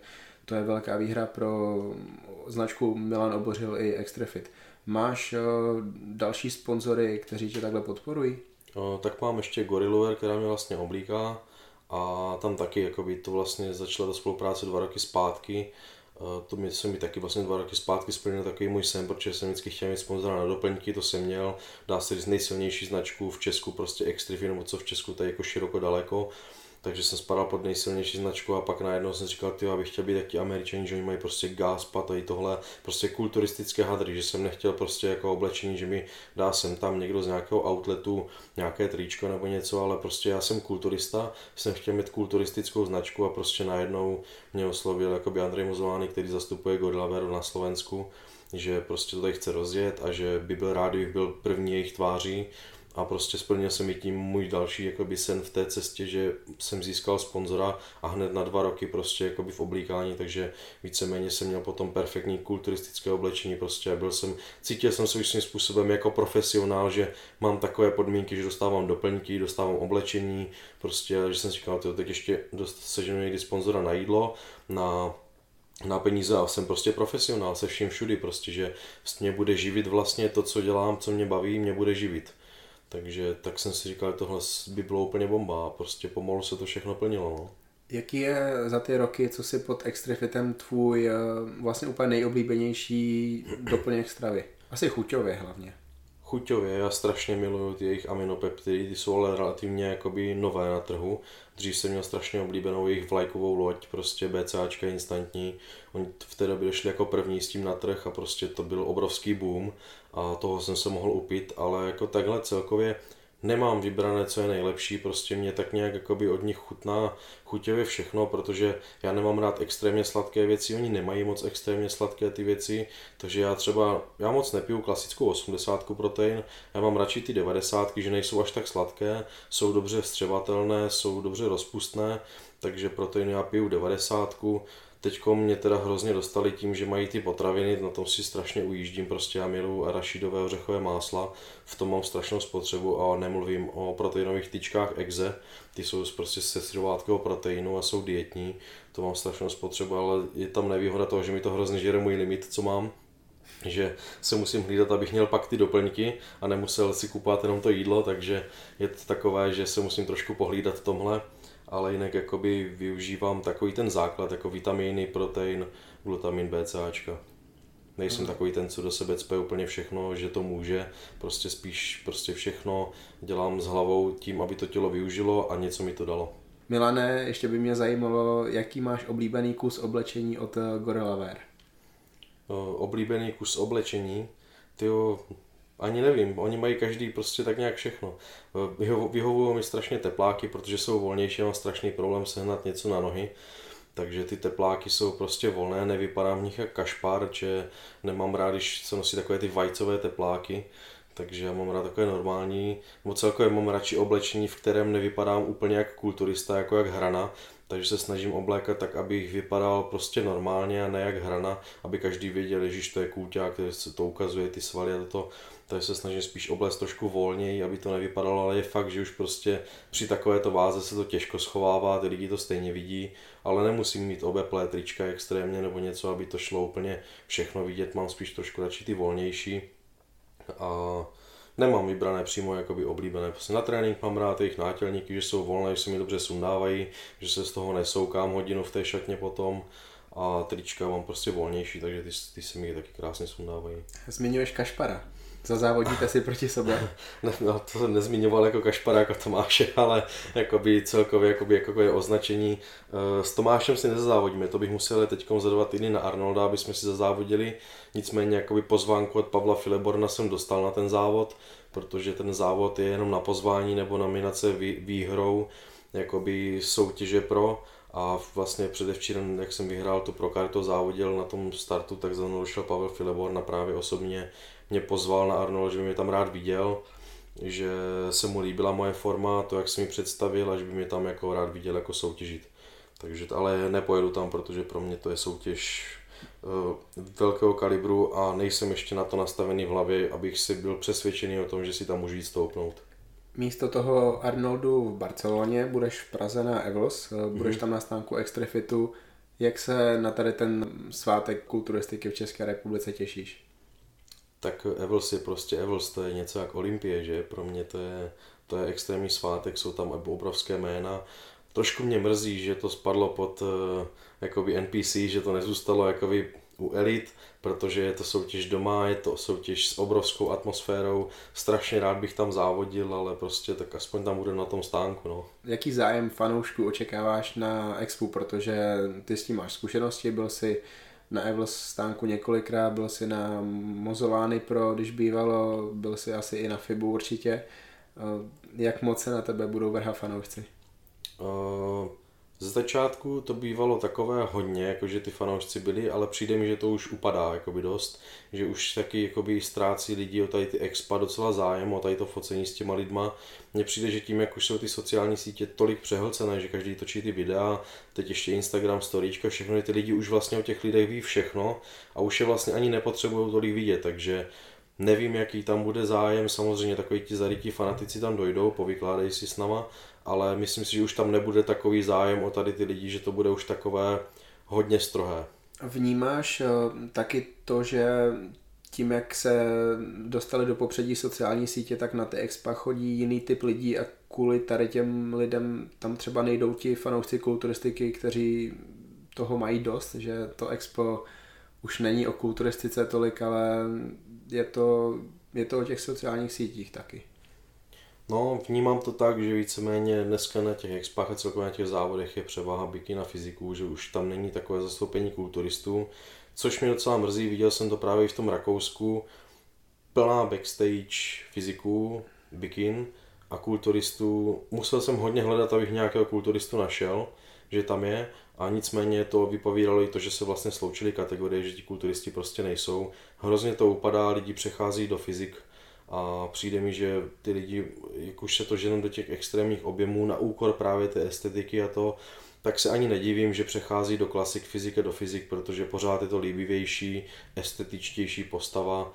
A: To je velká výhra pro značku Milan Obořil i Extrafit. Máš další sponzory, kteří tě takhle podporují?
B: Tak mám ještě Gorillowear, která mě vlastně oblíká a tam taky jakoby to vlastně začala ta spolupráce 2 roky zpátky. To se mi taky vlastně 2 roky zpátky splnil takový můj sen, protože jsem vždycky chtěl mít sponzora na doplňky, to jsem měl, dá se říct nejsilnější značku v Česku, prostě Extrafit, nebo co v Česku, to je jako široko daleko. Takže jsem spadal pod nejsilnější značku a pak najednou jsem říkal, ty, abych chtěl být taky Američani, že oni mají prostě Gaspa, tady tohle, prostě kulturistické hadry, že jsem nechtěl prostě jako oblečení, že mi dá sem tam někdo z nějakého outletu nějaké tričko nebo něco, ale prostě já jsem kulturista, jsem chtěl mít kulturistickou značku a prostě najednou mě oslovil jakoby Andrej Mozolány, který zastupuje Gorillowear na Slovensku, že prostě to tady chce rozjet a že by byl rád, kdybych byl první jejich tváří. A prostě splnil jsem i tím můj další jakoby sen v té cestě, že jsem získal sponzora a hned na 2 roky prostě jakoby v oblíkání, takže víceméně jsem měl potom perfektní kulturistické oblečení prostě a cítil jsem se už svým způsobem jako profesionál, že mám takové podmínky, že dostávám doplňky, dostávám oblečení, prostě, že jsem říkal, teď ještě seženu někdy sponzora na jídlo, na peníze a jsem prostě profesionál se vším všudy, prostě, že mě bude živit vlastně to, co dělám, co mě baví, mě bude živit. Takže tak jsem si říkal, že tohle by bylo úplně bomba a prostě pomalu se to všechno plnilo. No.
A: Jaký je za ty roky, co si pod Extrafitem tvůj vlastně úplně nejoblíbenější doplněk stravy? Asi chuťově hlavně.
B: Chuťově, já strašně miluju ty jejich aminopeptidy, ty jsou ale relativně jakoby nové na trhu. Dřív jsem měl strašně oblíbenou jejich vlajkovou loď, prostě BCAčka instantní. Oni v té době došli jako první s tím na trh a prostě to byl obrovský boom a toho jsem se mohl upít, ale jako takhle celkově nemám vybrané, co je nejlepší, prostě mě tak nějak jakoby od nich chutná chuťově všechno, protože já nemám rád extrémně sladké věci, oni nemají moc extrémně sladké ty věci, takže já moc nepiju klasickou 80 protein, já mám radši ty 90, že nejsou až tak sladké, jsou dobře vstřebatelné, jsou dobře rozpustné, takže protein já piju 90. Teďko mě teda hrozně dostali tím, že mají ty potraviny, na tom si strašně ujíždím, prostě já miluji arašidové ořechové másla, v tom mám strašnou spotřebu a nemluvím o proteinových tyčkách Exe, ty jsou prostě ze syrovátkového proteinu a jsou dietní, to mám strašnou spotřebu, ale je tam nevýhoda toho, že mi to hrozně žere můj limit, co mám, že se musím hlídat, abych měl pak ty doplňky a nemusel si kupovat jenom to jídlo, takže je to takové, že se musím trošku pohlídat v tomhle. Ale jinak jakoby využívám takový ten základ, jako vitamíny, protein, glutamin, BCAčka. Nejsem takový ten, co do sebe cpe úplně všechno, že to může, prostě spíš prostě všechno dělám s hlavou tím, aby to tělo využilo a něco mi to dalo.
A: Milane, ještě by mě zajímalo, jaký máš oblíbený kus oblečení od Gorillowear?
B: Oblíbený kus oblečení? Tyjo, ani nevím, oni mají každý prostě tak nějak všechno. Vyhovují mi strašně tepláky, protože jsou volnější, mám strašný problém sehnat něco na nohy. Takže ty tepláky jsou prostě volné, nevypadám v nich jak kašpár, že nemám rád, když se nosí takové ty vajcové tepláky. Takže já mám rád takové normální, nebo celkově mám radši oblečení, v kterém nevypadám úplně jak kulturista, jako jak hrana. Takže se snažím oblékat tak, abych vypadal prostě normálně a ne jak hrana, aby každý věděl, že to je kulťák, který se to ukazuje, ty svaly a toto. Takže se snažím spíš obléct trošku volněji, aby to nevypadalo, ale je fakt, že už prostě při takovéto váze se to těžko schovává, ty lidi to stejně vidí, ale nemusím mít obeplé trička extrémně nebo něco, aby to šlo úplně všechno vidět, mám spíš trošku radši ty volnější a nemám vybrané přímo jakoby oblíbené. Prostě na trénink mám rád jejich nátělníky, že jsou volné, že se mi dobře sundávají, že se z toho nesoukám hodinu v té šatně potom a trička mám prostě volnější, takže ty se mi taky krásně sundávají.
A: Zmiňuješ Kašpara. Zazávodíte si proti sobě?
B: Ne, no, to jsem nezmiňoval jako Kašpara, jako Tomáše, ale jakoby celkově jakoby označení. S Tomášem si nezazávodíme, to bych musel teď za 2 týdny na Arnolda, aby jsme si zazávodili. Nicméně jakoby pozvánku od Pavla Fileborna jsem dostal na ten závod, protože ten závod je jenom na pozvání nebo nominace výhrou jakoby soutěže pro. A vlastně předevčírem, jak jsem vyhrál tu prokarto, závodil na tom startu, tak za mnou došel Pavel Fileborn a právě osobně mě pozval na Arnold, že by mě tam rád viděl, že se mu líbila moje forma, to jak jsem mi představil a že by mě tam jako rád viděl jako soutěžit. Takže, ale nepojedu tam, protože pro mě to je soutěž velkého kalibru a nejsem ještě na to nastavený v hlavě, abych si byl přesvědčený o tom, že si tam můžu jít stoupnout.
A: Místo toho Arnoldu v Barceloně budeš v Praze na Evlos, budeš tam na stánku Extrafitu. Jak se na tady ten svátek kulturistiky v České republice těšíš?
B: Tak Evels je prostě Evels, to je něco jak Olympie, že? Pro mě to je extrémní svátek, jsou tam obrovské jména. Trošku mě mrzí, že to spadlo pod jakoby NPC, že to nezůstalo jakoby u elit, protože je to soutěž doma, je to soutěž s obrovskou atmosférou, strašně rád bych tam závodil, ale prostě tak aspoň tam budem na tom stánku, no.
A: Jaký zájem fanoušků očekáváš na Expu, protože ty s tím máš zkušenosti, byl jsi na Evels stánku několikrát, byl jsi na Mozolány Pro, když bývalo, byl jsi asi i na FIBu určitě. Jak moc se na tebe budou vrhat fanoušci?
B: Ze začátku to bývalo takové hodně, jakože ty fanoušci byli, ale přijde mi, že to už upadá jakoby dost, že už taky jakoby ztrácí lidi o tady ty expa docela zájem, o tady to focení s těma lidma. Mně přijde, že tím, jak už jsou ty sociální sítě tolik přehlcené, že každý točí ty videa, teď ještě Instagram, storíčka, všechno, ty lidi už vlastně o těch lidech ví všechno a už je vlastně ani nepotřebují tolik vidět, takže nevím, jaký tam bude zájem, samozřejmě takový ti zarytí fanatici tam dojdou, povykládají si s náma, ale myslím si, že už tam nebude takový zájem o tady ty lidi, že to bude už takové hodně strohé.
A: Vnímáš taky to, že tím, jak se dostali do popředí sociální sítě, tak na ty expa chodí jiný typ lidí a kvůli tady těm lidem tam třeba nejdou ti fanoušci kulturistiky, kteří toho mají dost, že to expo už není o kulturistice tolik, ale je to o těch sociálních sítích taky.
B: No, vnímám to tak, že víceméně dneska na těch expách a celkově na těch závodech je převaha bikina na fyziku, že už tam není takové zastoupení kulturistů, což mě docela mrzí, viděl jsem to právě i v tom Rakousku, plná backstage fyziků, bikin a kulturistů. Musel jsem hodně hledat, abych nějakého kulturistu našel, že tam je, a nicméně to vypovídalo i to, že se vlastně sloučily kategorie, že ti kulturisti prostě nejsou. Hrozně to upadá, lidi přechází do fyzik a přijde mi, že ty lidi, jak už se to ženou do těch extrémních objemů na úkor právě té estetiky a to, tak se ani nedivím, že přechází do klasik fyzika do fyzik, protože pořád je to líbivější, estetičtější postava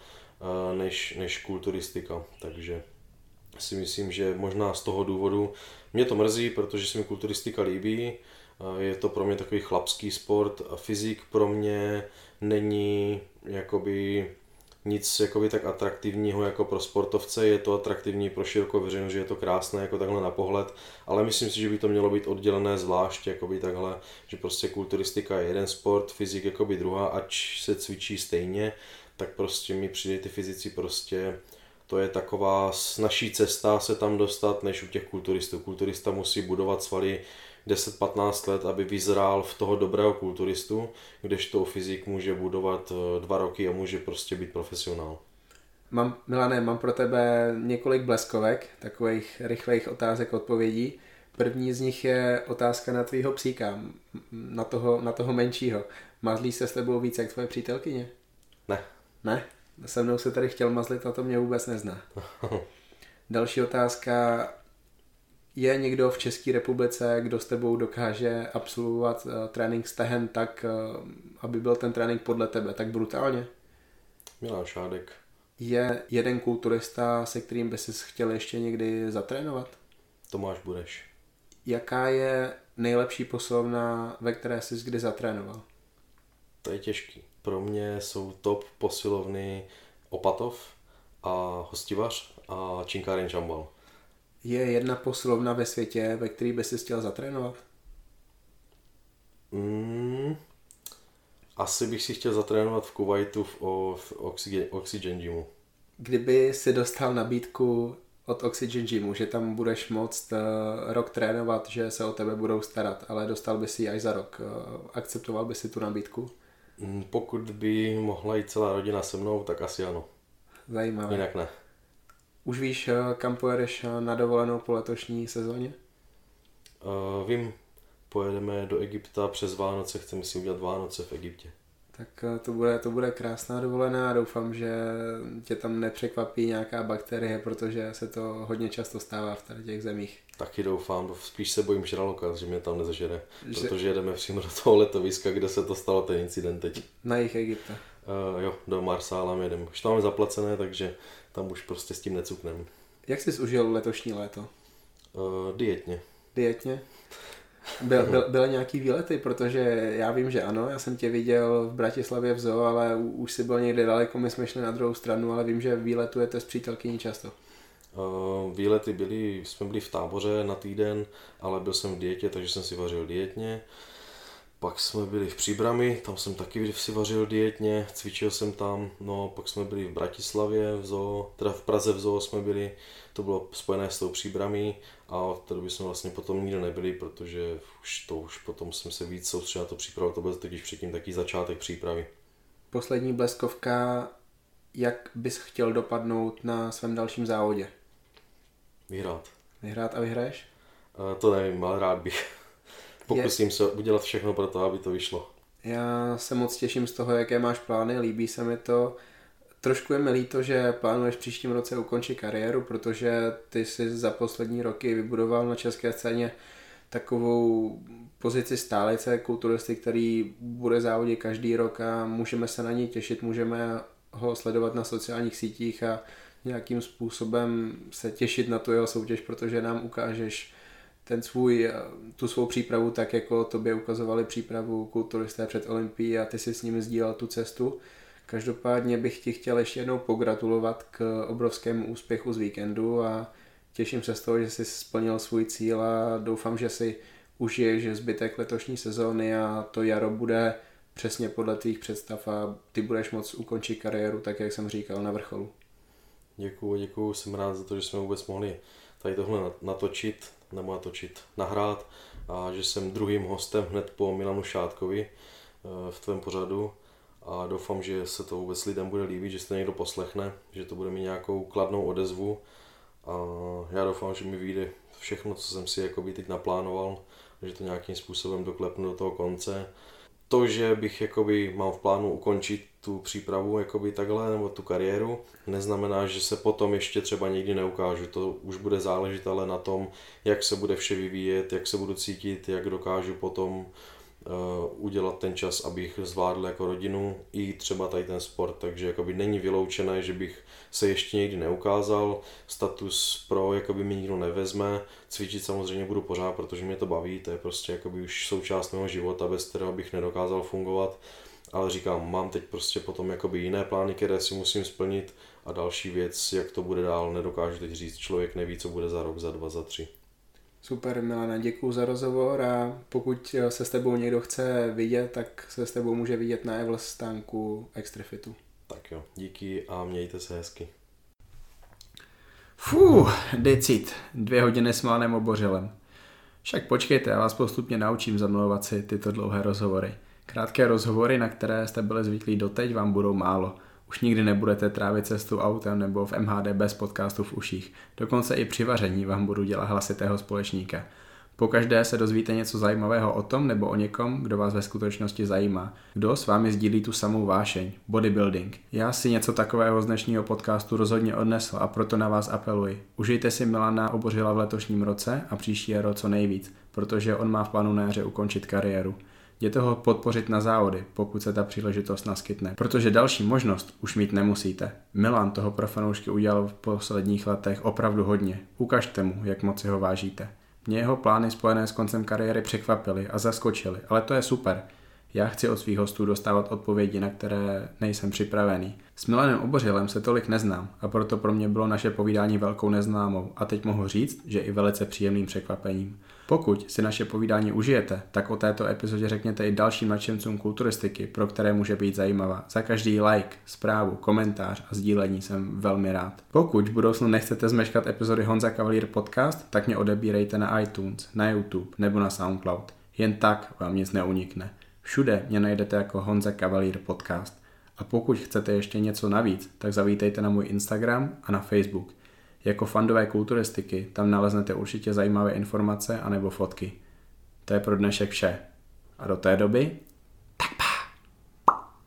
B: než kulturistika, takže si myslím, že možná z toho důvodu mě to mrzí, protože se mi kulturistika líbí, je to pro mě takový chlapský sport a fyzik pro mě není jakoby nic jakoby tak atraktivního jako pro sportovce, je to atraktivní pro širokou veřejnost, že je to krásné jako takhle na pohled, ale myslím si, že by to mělo být oddělené zvlášť jakoby takhle, že prostě kulturistika je jeden sport, fyzik jakoby druhá, ač se cvičí stejně, tak prostě mi přijde ty fyzici prostě, to je taková snažší cesta se tam dostat než u těch kulturistů. Kulturista musí budovat svaly 10-15 let, aby vyzrál v toho dobrého kulturistu, kdežto fyzik může budovat 2 roky a může prostě být profesionál.
A: Milane, mám pro tebe několik bleskovek, takových rychlých otázek, odpovědí. První z nich je otázka na tvýho psíka, na toho menšího. Mazlí se s tebou víc jak tvoje přítelkyně?
B: Ne.
A: Ne? Se mnou se tady chtěl mazlit a to mě vůbec nezná. Další otázka. Je někdo v České republice, kdo s tebou dokáže absolvovat trénink stehen tak, aby byl ten trénink podle tebe tak brutálně?
B: Milan Šádek.
A: Je jeden kulturista, se kterým by si chtěl ještě někdy zatrénovat?
B: Tomáš Bureš.
A: Jaká je nejlepší posilovna, ve které jsi kdy zatrénoval?
B: To je těžký. Pro mě jsou top posilovny Opatov a Hostivař a Činkáren Čambal.
A: Je jedna posilovna ve světě, ve který by si chtěl zatrénovat?
B: Asi bych si chtěl zatrénovat v Kuwaitu v Oxygen Gymu.
A: Kdyby si dostal nabídku od Oxygen Gymu, že tam budeš moct rok trénovat, že se o tebe budou starat, ale dostal by si ji až za rok, akceptoval by si tu nabídku?
B: Pokud by mohla jít celá rodina se mnou, tak asi ano.
A: Zajímavé.
B: Jinak ne.
A: Už víš, kam pojedeš na dovolenou po letošní sezóně?
B: Vím, pojedeme do Egypta přes Vánoce, chceme si udělat Vánoce v Egyptě.
A: Tak to bude krásná dovolená a doufám, že tě tam nepřekvapí nějaká bakterie, protože se to hodně často stává v tady těch zemích.
B: Taky doufám, spíš se bojím žraloka, že mě tam nezažere, protože jedeme přímo do toho letoviska, kde se to stalo ten incident teď.
A: Na jih Egypta.
B: Jo, do Marsala jedeme. Už to máme zaplacené, takže tam už prostě s tím necukneme.
A: Jak jsi užil letošní léto?
B: Dietně.
A: Dietně? Byly nějaký výlety, protože já vím, že ano, já jsem tě viděl v Bratislavě v zoo, ale už si byl někde daleko, my jsme šli na druhou stranu, ale vím, že výletujete s přítelkyní často.
B: Výlety jsme byli v Táboře na týden, ale byl jsem v dietě, takže jsem si vařil dietně. Pak jsme byli v Příbrami, tam jsem taky si vařil dietně, cvičil jsem tam, no pak jsme byli v Bratislavě v zoo, teda v Praze v zoo jsme byli, to bylo spojené s tou Příbramí a od té doby jsme vlastně potom nikde nebyli, protože už potom jsem se víc soustředil na to přípravu, to byl totiž předtím taky začátek přípravy.
A: Poslední bleskovka, jak bys chtěl dopadnout na svém dalším závodě?
B: Vyhrát.
A: Vyhrát a vyhraješ?
B: To nevím, ale rád bych. Pokusím se udělat všechno pro to, aby to vyšlo.
A: Já se moc těším z toho, jaké máš plány, líbí se mi to. Trošku je mi líto, že plánuješ příštím roce ukončit kariéru, protože ty jsi za poslední roky vybudoval na české scéně takovou pozici stálice kulturisty, který bude závodit každý rok a můžeme se na něj těšit, můžeme ho sledovat na sociálních sítích a nějakým způsobem se těšit na tu jeho soutěž, protože nám ukážeš tu svou přípravu tak, jako tobě ukazovali přípravu kulturisté před Olympií a ty si s nimi sdílel tu cestu. Každopádně bych ti chtěl ještě jednou pogratulovat k obrovskému úspěchu z víkendu a těším se z toho, že jsi splnil svůj cíl a doufám, že si užiješ zbytek letošní sezóny a to jaro bude přesně podle tvých představ a ty budeš moct ukončit kariéru tak, jak jsem říkal, na vrcholu.
B: Děkuju, jsem rád za to, že jsme vůbec mohli tady tohle nahrát a že jsem druhým hostem hned po Milanu Šátkovi v tvém pořadu a doufám, že se to vůbec lidem bude líbit, že se to někdo poslechne, že to bude mít nějakou kladnou odezvu a já doufám, že mi vyjde všechno, co jsem si teď naplánoval, že to nějakým způsobem doklepnu do toho konce. To, že bych mám v plánu ukončit tu přípravu takhle nebo tu kariéru, neznamená, že se potom ještě třeba nikdy neukážu. To už bude záležet ale na tom, jak se bude vše vyvíjet, jak se budu cítit, jak dokážu potom udělat ten čas, abych zvládl jako rodinu i třeba tady ten sport, takže není vyloučené, že bych se ještě někdy neukázal, status pro mi nikdo nevezme, cvičit samozřejmě budu pořád, protože mě to baví, to je prostě už součást mého života, bez kterého bych nedokázal fungovat, ale říkám, mám teď prostě potom jiné plány, které si musím splnit a další věc, jak to bude dál, nedokážu teď říct, člověk neví, co bude za rok, za 2, za 3.
A: Super, Milane, děkuju za rozhovor a pokud se s tebou někdo chce vidět, tak se s tebou může vidět na Evels stánku Extrafitu.
B: Tak jo, díky a mějte se hezky.
A: Decid, 2 hodiny s Milanem Obořilem. Však počkejte, já vás postupně naučím zamlouvat si tyto dlouhé rozhovory. Krátké rozhovory, na které jste byli zvyklí doteď, vám budou málo. Už nikdy nebudete trávit cestu autem nebo v MHD bez podcastu v uších. Dokonce i při vaření vám budu dělat hlasitého společníka. Pokaždé se dozvíte něco zajímavého o tom nebo o někom, kdo vás ve skutečnosti zajímá. Kdo s vámi sdílí tu samou vášeň, bodybuilding. Já si něco takového z dnešního podcastu rozhodně odnesl a proto na vás apeluji. Užijte si Milana Obořila v letošním roce a příští jaro co nejvíc, protože on má v plánu na jaře ukončit kariéru. Jděte ho podpořit na závody, pokud se ta příležitost naskytne, protože další možnost už mít nemusíte. Milan toho pro fanoušky udělal v posledních letech opravdu hodně. Ukažte mu, jak moc si ho vážíte. Mě jeho plány spojené s koncem kariéry překvapily a zaskočily, ale to je super. Já chci od svých hostů dostávat odpovědi, na které nejsem připravený. S Milanem Obořilem se tolik neznám a proto pro mě bylo naše povídání velkou neznámou a teď mohu říct, že i velice příjemným překvapením. Pokud si naše povídání užijete, tak o této epizodě řekněte i dalším nadšencům kulturistiky, pro které může být zajímavá. Za každý like, zprávu, komentář a sdílení jsem velmi rád. Pokud v budoucnu nechcete zmeškat epizody Honza Cavalier podcast, tak mě odebírejte na iTunes, na YouTube nebo na SoundCloud. Jen tak vám nic neunikne. Všude mě najdete jako Honza Cavalier podcast. A pokud chcete ještě něco navíc, tak zavítejte na můj Instagram a na Facebook. Jako fandové kulturistiky tam naleznete určitě zajímavé informace anebo fotky. To je pro dnešek vše. A do té doby